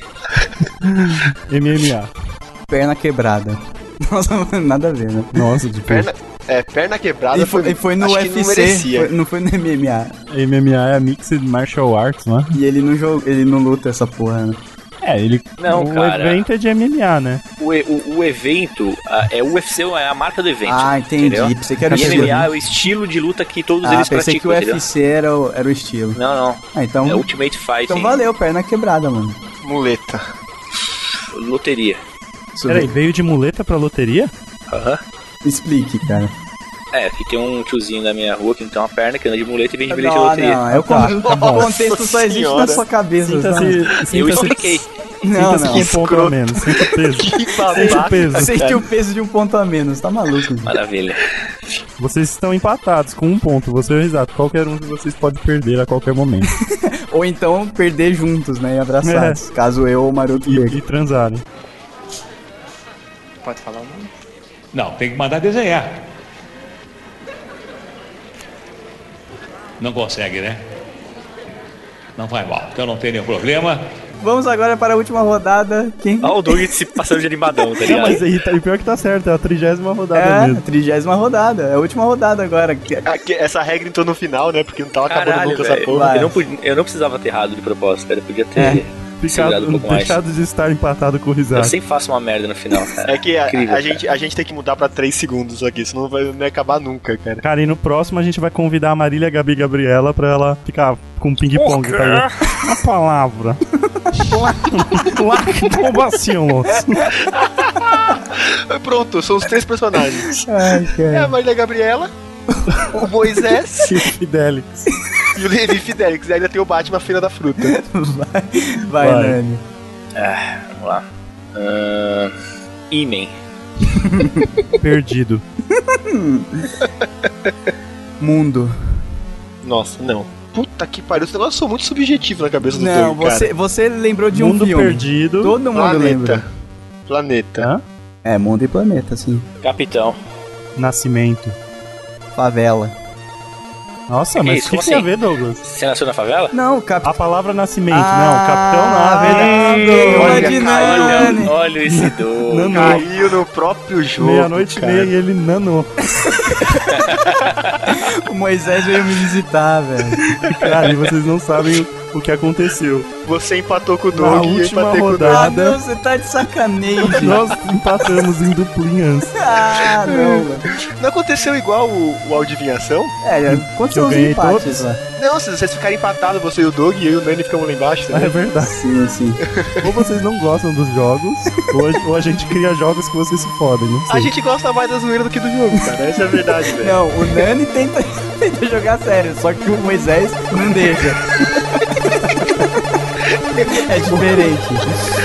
Speaker 4: MMA.
Speaker 1: Perna quebrada. Nossa, mano, nada a ver, né?
Speaker 4: Nossa, de
Speaker 2: Perna... perna quebrada
Speaker 1: E foi no
Speaker 2: acho que não
Speaker 1: UFC,
Speaker 2: merecia.
Speaker 1: não foi no MMA.
Speaker 4: MMA é Mixed Martial Arts, né?
Speaker 1: E ele não luta essa porra, né?
Speaker 4: Ele...
Speaker 3: Não,
Speaker 4: o
Speaker 3: cara.
Speaker 4: evento é de MMA, né?
Speaker 3: O evento, é o UFC, é a marca do evento.
Speaker 1: Ah, entendi.
Speaker 3: Entendeu?
Speaker 1: Pensei que era o
Speaker 3: E
Speaker 1: estilo.
Speaker 3: MMA é o estilo de luta que todos
Speaker 1: Ah,
Speaker 3: eles
Speaker 1: pensei que
Speaker 3: praticam,
Speaker 1: o
Speaker 3: entendeu?
Speaker 1: UFC era o estilo.
Speaker 3: Não.
Speaker 1: Ah, então...
Speaker 3: É Ultimate Fighting.
Speaker 1: Então valeu, perna quebrada, mano.
Speaker 2: Muleta.
Speaker 3: Loteria.
Speaker 4: Peraí, veio de muleta pra loteria?
Speaker 3: Aham.
Speaker 1: Explique, cara.
Speaker 3: Que tem um tiozinho da minha rua que não tem uma perna, que anda de muleta e vende bilhete de
Speaker 1: Não,
Speaker 3: loteria.
Speaker 1: não, o contexto só existe
Speaker 2: Senhora.
Speaker 1: na sua cabeça.
Speaker 4: Sinta-se...
Speaker 3: Eu expliquei.
Speaker 1: Não,
Speaker 4: Sinta-se
Speaker 1: não.
Speaker 4: com um ponto a menos. Sinta o peso.
Speaker 2: Que
Speaker 4: Sente o
Speaker 2: babaca.
Speaker 4: peso.
Speaker 1: Sente o peso de um ponto a menos, tá maluco? Gente.
Speaker 3: Maravilha.
Speaker 4: Vocês estão empatados com um ponto. Você é o exato. Qualquer um de vocês pode perder a qualquer momento.
Speaker 1: Ou então perder juntos, né? E abraçados. Caso eu ou o Maroto perca.
Speaker 4: E transarem.
Speaker 6: Pode falar o nome?
Speaker 7: Não, tem que mandar desenhar. Não consegue, né? Não vai mal, então não tem nenhum problema.
Speaker 1: Vamos agora para a última rodada. Quem?
Speaker 3: Olha o Doug se passando de animadão, tá
Speaker 4: Não,
Speaker 3: ligado?
Speaker 4: mas e pior que tá certo. É a 30ª rodada
Speaker 1: É,
Speaker 4: mesmo.
Speaker 1: 30ª rodada. É a última rodada agora.
Speaker 2: Essa regra entrou no final, né? Porque não tava acabando
Speaker 3: Caralho,
Speaker 2: nunca essa
Speaker 3: velho.
Speaker 2: porra.
Speaker 1: Vai.
Speaker 3: Eu não precisava ter errado de propósito, cara. Eu podia ter segurado um pouco mais.
Speaker 4: Deixado de estar empatado com o
Speaker 3: Eu
Speaker 4: Risado.
Speaker 3: sempre faço uma merda no final, cara.
Speaker 2: É que
Speaker 3: Incrível,
Speaker 2: a gente tem que mudar pra 3 segundos aqui, senão não vai acabar nunca, cara.
Speaker 4: Cara, e no próximo a gente vai convidar a Marília Gabi Gabriela pra ela ficar com ping-pong. Tá ligado? A palavra. Lactobacilos.
Speaker 2: Pronto, são os 3 personagens.
Speaker 1: Ai,
Speaker 2: É a
Speaker 1: cara.
Speaker 2: Marília Gabriela, o Moisés
Speaker 4: E o Fidelix.
Speaker 2: e o Levi Fidelix. E ainda tem o Batman, a Feira da Fruta.
Speaker 1: Vai,
Speaker 4: Vai.
Speaker 1: Nani.
Speaker 3: Vamos lá. Imen.
Speaker 4: Perdido.
Speaker 1: Mundo.
Speaker 2: Nossa, não. Puta que pariu, esse negócio é muito subjetivo na cabeça do
Speaker 1: Não,
Speaker 2: Doug, cara.
Speaker 1: você lembrou de um
Speaker 4: Mundo
Speaker 1: filme.
Speaker 4: perdido.
Speaker 1: Todo mundo lembra.
Speaker 2: Planeta.
Speaker 4: Hã?
Speaker 1: É, mundo e planeta, sim.
Speaker 3: Capitão.
Speaker 4: Nascimento.
Speaker 1: Favela.
Speaker 4: Nossa,
Speaker 3: Que
Speaker 4: mas o
Speaker 3: isso?
Speaker 4: que
Speaker 3: Como
Speaker 4: tem a
Speaker 3: assim?
Speaker 4: ver, Douglas?
Speaker 3: Você nasceu na favela?
Speaker 1: Não,
Speaker 4: A palavra nascimento,
Speaker 1: Ah,
Speaker 4: não. Capitão não.
Speaker 1: verdade.
Speaker 2: Olha,
Speaker 1: de
Speaker 2: caiu.
Speaker 1: Nani.
Speaker 3: Olha esse Doug.
Speaker 4: Não,
Speaker 2: Caiu no próprio jogo.
Speaker 4: Meia-noite e
Speaker 2: cara.
Speaker 4: meia e ele nanou.
Speaker 1: O Moisés veio me visitar, velho.
Speaker 4: Cara, e vocês não sabem o que aconteceu.
Speaker 2: Você empatou com o
Speaker 4: Na
Speaker 2: Doug e eu
Speaker 4: última
Speaker 2: empatei com o Doug.
Speaker 1: Ah,
Speaker 4: rodada,
Speaker 1: não, você tá de sacanagem.
Speaker 4: nós empatamos em duplinhas.
Speaker 1: Ah, não, mano.
Speaker 2: Não aconteceu igual o Adivinhação?
Speaker 1: É, quantos
Speaker 4: Eu
Speaker 1: são os
Speaker 4: ganhei
Speaker 1: empates
Speaker 4: todos?
Speaker 1: lá?
Speaker 2: Não, se vocês ficarem empatados, você e o Doug, e eu e o Nani ficamos lá embaixo,
Speaker 4: É
Speaker 2: entendeu?
Speaker 4: verdade.
Speaker 1: Sim, sim.
Speaker 4: Ou vocês não gostam dos jogos, ou a gente cria jogos que vocês se fodem, não
Speaker 2: A
Speaker 4: sei.
Speaker 2: gente gosta mais da zoeira do que do jogo, cara. Essa é a verdade, velho.
Speaker 1: Não, o Nani tenta jogar sério, só que o Moisés não deixa. É diferente.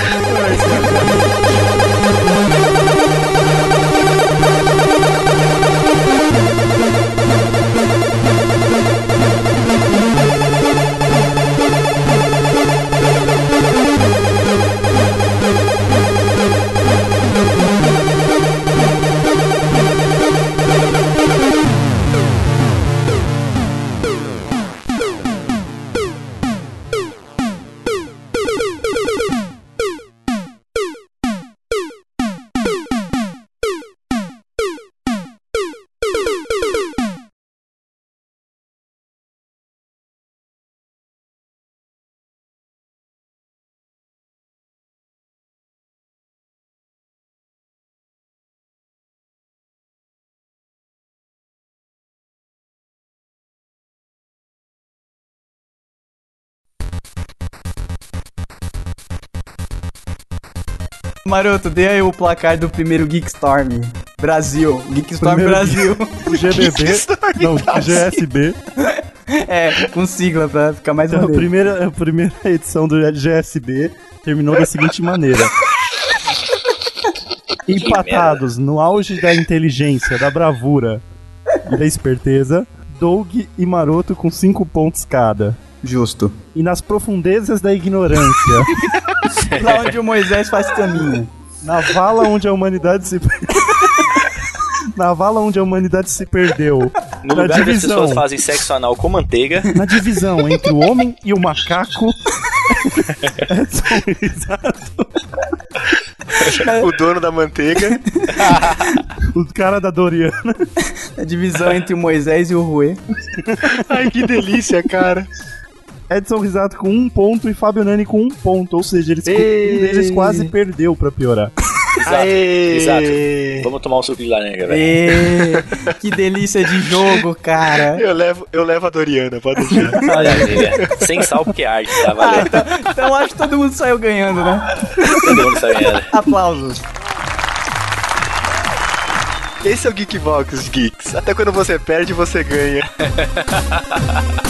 Speaker 1: Maroto, dê aí o placar do primeiro Geekstorm Brasil. Geekstorm
Speaker 4: Primeiro
Speaker 1: Brasil.
Speaker 4: O GBB, não, o GSB.
Speaker 1: É, com sigla pra ficar mais
Speaker 4: Então,
Speaker 1: maneiro.
Speaker 4: a primeira edição do GSB terminou da seguinte maneira. Empatados no auge da inteligência, da bravura e da esperteza, Doug e Maroto com 5 pontos cada.
Speaker 1: Justo.
Speaker 4: E nas profundezas da ignorância,
Speaker 1: Lá onde o Moisés faz caminho.
Speaker 4: na vala onde a humanidade se na vala onde a humanidade se perdeu,
Speaker 3: No
Speaker 4: na
Speaker 3: lugar que as
Speaker 4: divisão,
Speaker 3: pessoas fazem sexo anal com manteiga.
Speaker 4: na divisão entre o homem e o macaco, Edson Risato
Speaker 2: O dono da manteiga.
Speaker 4: O cara da Doriana.
Speaker 1: A divisão entre o Moisés e o Rui.
Speaker 2: Ai, que delícia, cara.
Speaker 4: Edson Risato com 1 ponto e Fábio Nani com 1 ponto. Ou seja, um deles quase perdeu pra piorar.
Speaker 3: Exato. Vamos tomar um suco de laranja, velho.
Speaker 1: Que delícia de jogo, cara.
Speaker 2: Eu levo a Doriana, pode deixar.
Speaker 3: Maravilha. Sem sal porque arde, tá? Valeu.
Speaker 1: Então acho que todo mundo saiu ganhando, né?
Speaker 3: Todo mundo sabe ela.
Speaker 1: Aplausos.
Speaker 2: Esse é o Geekbox, Geeks. Até quando você perde, você ganha.